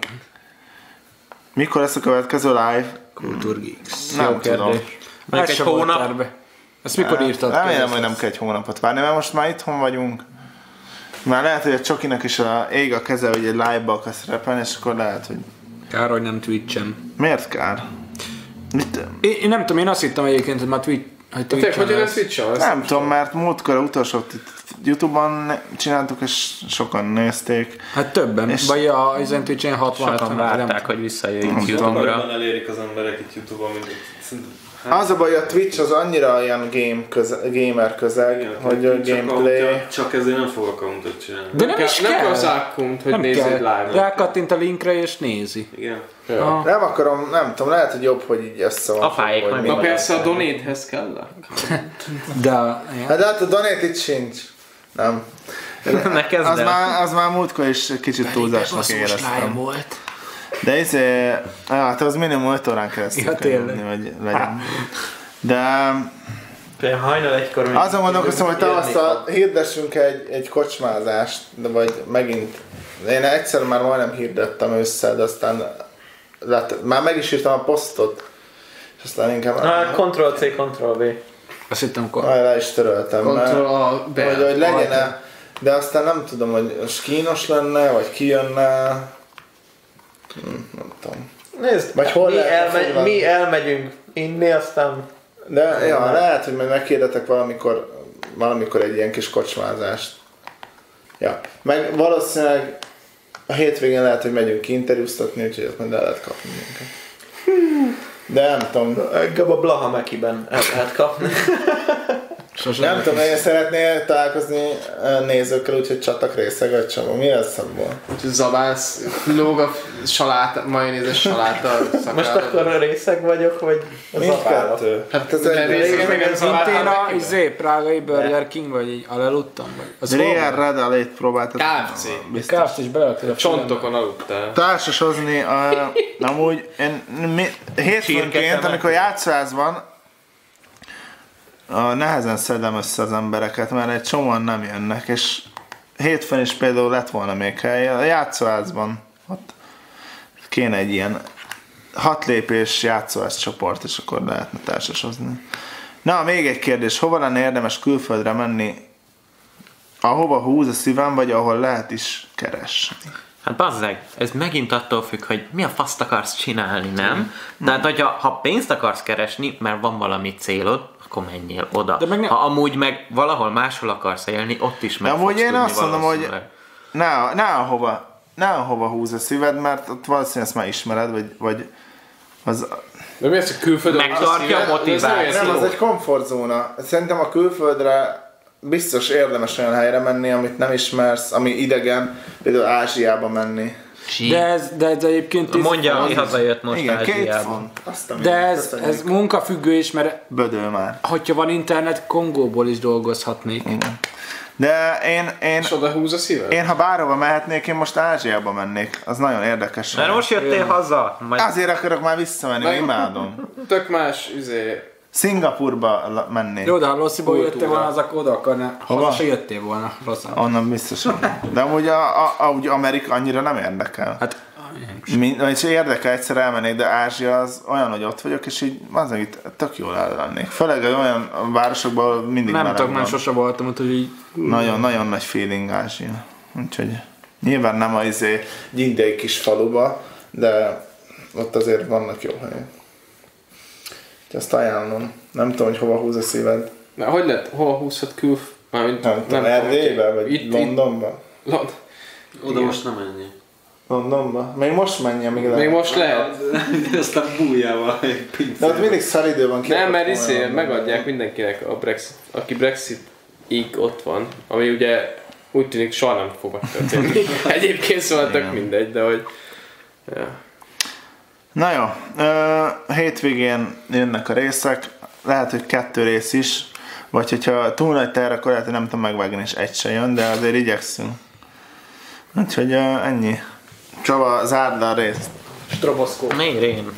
Mikor lesz a következő live? Kultúrgeeks. Nem tudom. Mondjuk egy hónap. Terve. Ezt mikor írtad? Remélem, hogy nem kell egy hónapot várni, mert most már itthon vagyunk. Már lehet, hogy a Csokinak is a ég a keze, hogy egy live-ba akarsz repelni, és akkor lehet, hogy... Kár, hogy nem Twitch-en. Miért kár? Mit? Én, én nem tudom, én azt hittem egyébként, hogy már Twitch, hogy Te Twitch-en hogyan lesz. ezt mit csinálsz? Nem tudom, mert múltkor a utolsó YouTube-on csináltuk, és sokan nézték. Hát többen, És- vagy a ezen Twitch-en hatvan Sokan várták, hogy visszajöjjünk tudom. YouTube-ra. Jobban elérik az emberek itt YouTube-on, mint szerintem- Az a baj, a Twitch az annyira ilyen game köze, gamer közeg, Igen, hogy a csak gameplay... a- Csak ezért nem fog accountot csinálni. De nem is Nem kell. kell az account, hogy Nem nézzéd kell. live-ot. Rákattint a linkre és nézi. Igen. Ja. Nem akarom, nem tudom, lehet, hogy jobb, hogy így össze van. Apáik fogva, majd hogy Na mi mi van. persze a donate-hez kell. De... Hát de hát a donate itt sincs. Nem. Ne kezd Az el. már, az már múltkor is kicsit túlzásnak éreztem. volt. De izé, hát az minimum öt órán keresztül Ja, kell tényleg. nyomni, hogy legyen. De Hajnal egykor... még- Azon gondolkoztam, hogy tavasszal hirdessünk egy, egy kocsmázást, de vagy megint... Én egyszer már majdnem hirdettem ősszel, de aztán lett, már meg is írtam a posztot, és aztán inkább Ah, Ctrl-C, Ctrl-V. Azt hittem, akkor... majd le is töröltem, mert Control a be. hogy, hogy legyen -e, de aztán nem tudom, hogy az kínos lenne, vagy kijönne, hm, nem tudom. Nézd, Vagy hol mi, lehetne elmegy, foglalni? mi elmegyünk inni, aztán... De ja, lehet, hogy majd megkérdetek valamikor, valamikor egy ilyen kis kocsmázást. Ja, meg valószínűleg a hétvégén lehet, hogy megyünk interjúztatni, úgyhogy ott majd el lehet kapni minket. De nem tudom, Engem a Blaha Mekiben el lehet kapni. Sosem nem tudom, én szeretnél találkozni nézőkkel, úgyhogy csatak részeg vagy csomó. Mi lesz szabból? Úgyhogy zabálsz, lóg a saláta, majonézes saláta Most szakára. akkor részeg vagyok, vagy az apára? Mindkettő. Hát ez de egy részeg még nem Szintén zabáltál a meg. izé, prágai Burger King, vagy így aleludtam? Vagy? Az hol Real van? Red Alét próbáltatok. ká ef cé. Biztos. Káft is beleadtad a Csontokon aludtál. Társashozni, a, amúgy én, mi, hétfőnként, Csirketemet. amikor játszóház van, a nehezen szedem össze az embereket, mert egy csomóan nem jönnek, és hétfőn is például lett volna még hely, a játszóházban ott kéne egy ilyen hat lépés játszóház csoport, és akkor lehetne társasozni. Na, még egy kérdés, hova lenne érdemes külföldre menni, ahova húz a szívem, vagy ahol lehet is keresni? Hát bazzeg, ez megint attól függ, hogy mi a faszt akarsz csinálni, nem? Tehát, hogyha ha pénzt akarsz keresni, mert van valami célod, akkor menjél oda. De meg ne- Ha amúgy meg valahol máshol akarsz élni, ott is meg De amúgy fogsz én tudni azt mondom, hogy valószínűleg. ne, ne ahova, ne ahova húz a szíved, mert ott valószínűleg ezt már ismered, vagy, vagy az... De mi az, hogy külföldön Megtartja a motivációt. Nem, az egy komfortzóna. Szerintem a külföldre biztos érdemes olyan helyre menni, amit nem ismersz, ami idegen, például Ázsiába menni. De ez, de ez egyébként... tíz Mondja, font. mi hazajött most Igen, két Ázsiába. font. Azt, amit De ez, köszönjük. ez munkafüggő is, mert Bödő már. hogyha van internet, Kongóból is dolgozhatnék. Igen. De én, én, És oda húz a szíved? én ha bárhova mehetnék, én most Ázsiába mennék. Az nagyon érdekes. Mert most jöttél haza. Majd Azért akarok már visszamenni, Meg- imádom. Tök más, izé... Szingapurba la- mennék. Jó, de ha Lossziból Kultúra. jöttél volna, az akkor oda akarna. Hova? Haza se jöttél volna, Rosszán. Onnan biztos. hogy nem. De amúgy a, a, amúgy Amerika annyira nem érdekel. Hát, Mind, és érdekel, egyszer elmennék, de Ázsia az olyan, hogy ott vagyok, és így azon itt tök jól el lennék. Főleg olyan városokban, ahol mindig nem meleg tudok, van. mert sose voltam, úgyhogy így... Nagyon, nagyon nagy feeling Ázsia. Úgyhogy nyilván nem az izé... Egy indiai kis faluba, de ott azért vannak jó helyek. Úgyhogy azt ajánlom. Nem tudom, hogy hova húz a szíved. Na, hogy lehet, hova húzhat külf... Mármint, Nem tudom, Erdélybe, vagy itt, Londonba? Itt, Lond... Oda most nem menjél. Londonba? Még most menj, amíg Még lehet. most lehet. Aztán bújjával egy De pincér. ott mindig szaridő van. ki Nem, akar mert volna izé, Londonba. megadják mindenkinek a Brexit, aki Brexit-ig ott van, ami ugye úgy tűnik soha nem fog megtörténni. Egyébként szóval tök mindegy, de hogy... Ja. Na jó, ö, hétvégén jönnek a részek, lehet, hogy kettő rész is, vagy hogyha túl nagy terre, akkor lehet, hogy nem tudom megvágni, és egy se jön, de azért igyekszünk. Úgyhogy ö, ennyi. Csaba, zárd le a részt. Stroboszkóp. miért én?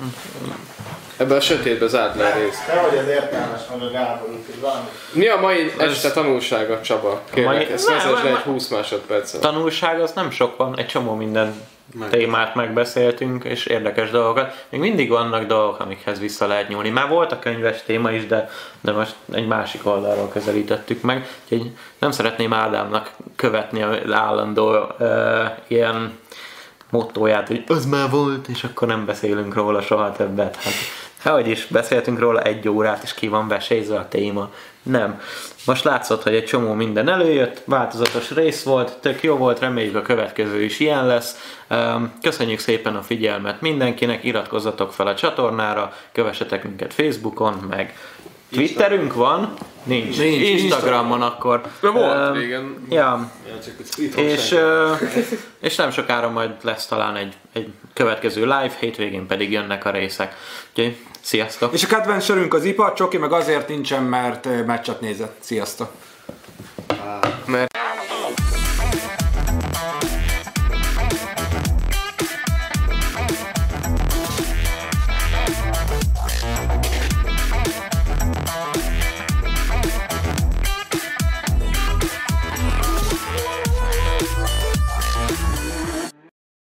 Ebben a sötétben zárd le a részt. Te vagy az értelmes, meg a Gábor, úgyhogy valami. Mi a mai este tanulsága, Csaba? Kérlek, Mai- ezt Nem, vezess le nem, egy húsz másodpercet. Tanulság az nem sok van, egy csomó minden Meg. témát megbeszéltünk, és érdekes dolgokat. Még mindig vannak dolgok, amikhez vissza lehet nyúlni. Már volt a könyves téma is, de, de most egy másik oldalról közelítettük meg. Úgyhogy nem szeretném Ádámnak követni az állandó uh, ilyen mottóját, hogy az már volt, és akkor nem beszélünk róla soha többet. Hát, ahogy is beszéltünk róla egy órát, és ki van vesézve a téma. Nem. Most látszott, hogy egy csomó minden előjött, változatos rész volt, tök jó volt, reméljük a következő is ilyen lesz. Köszönjük szépen a figyelmet mindenkinek, iratkozzatok fel a csatornára, kövessetek minket Facebookon, meg Twitterünk van, nincs, Nincs, Instagramon akkor. De volt Öm, régen. Ja, Ja, csak itthon és, senki. ö, és nem sokára majd lesz talán egy, egy következő live, hétvégén pedig jönnek a részek. Úgyhogy sziasztok! És a kedvenc sörünk az i pé á, Csoki meg azért nincsen, mert ö, meccset nézett. Sziasztok! Mert...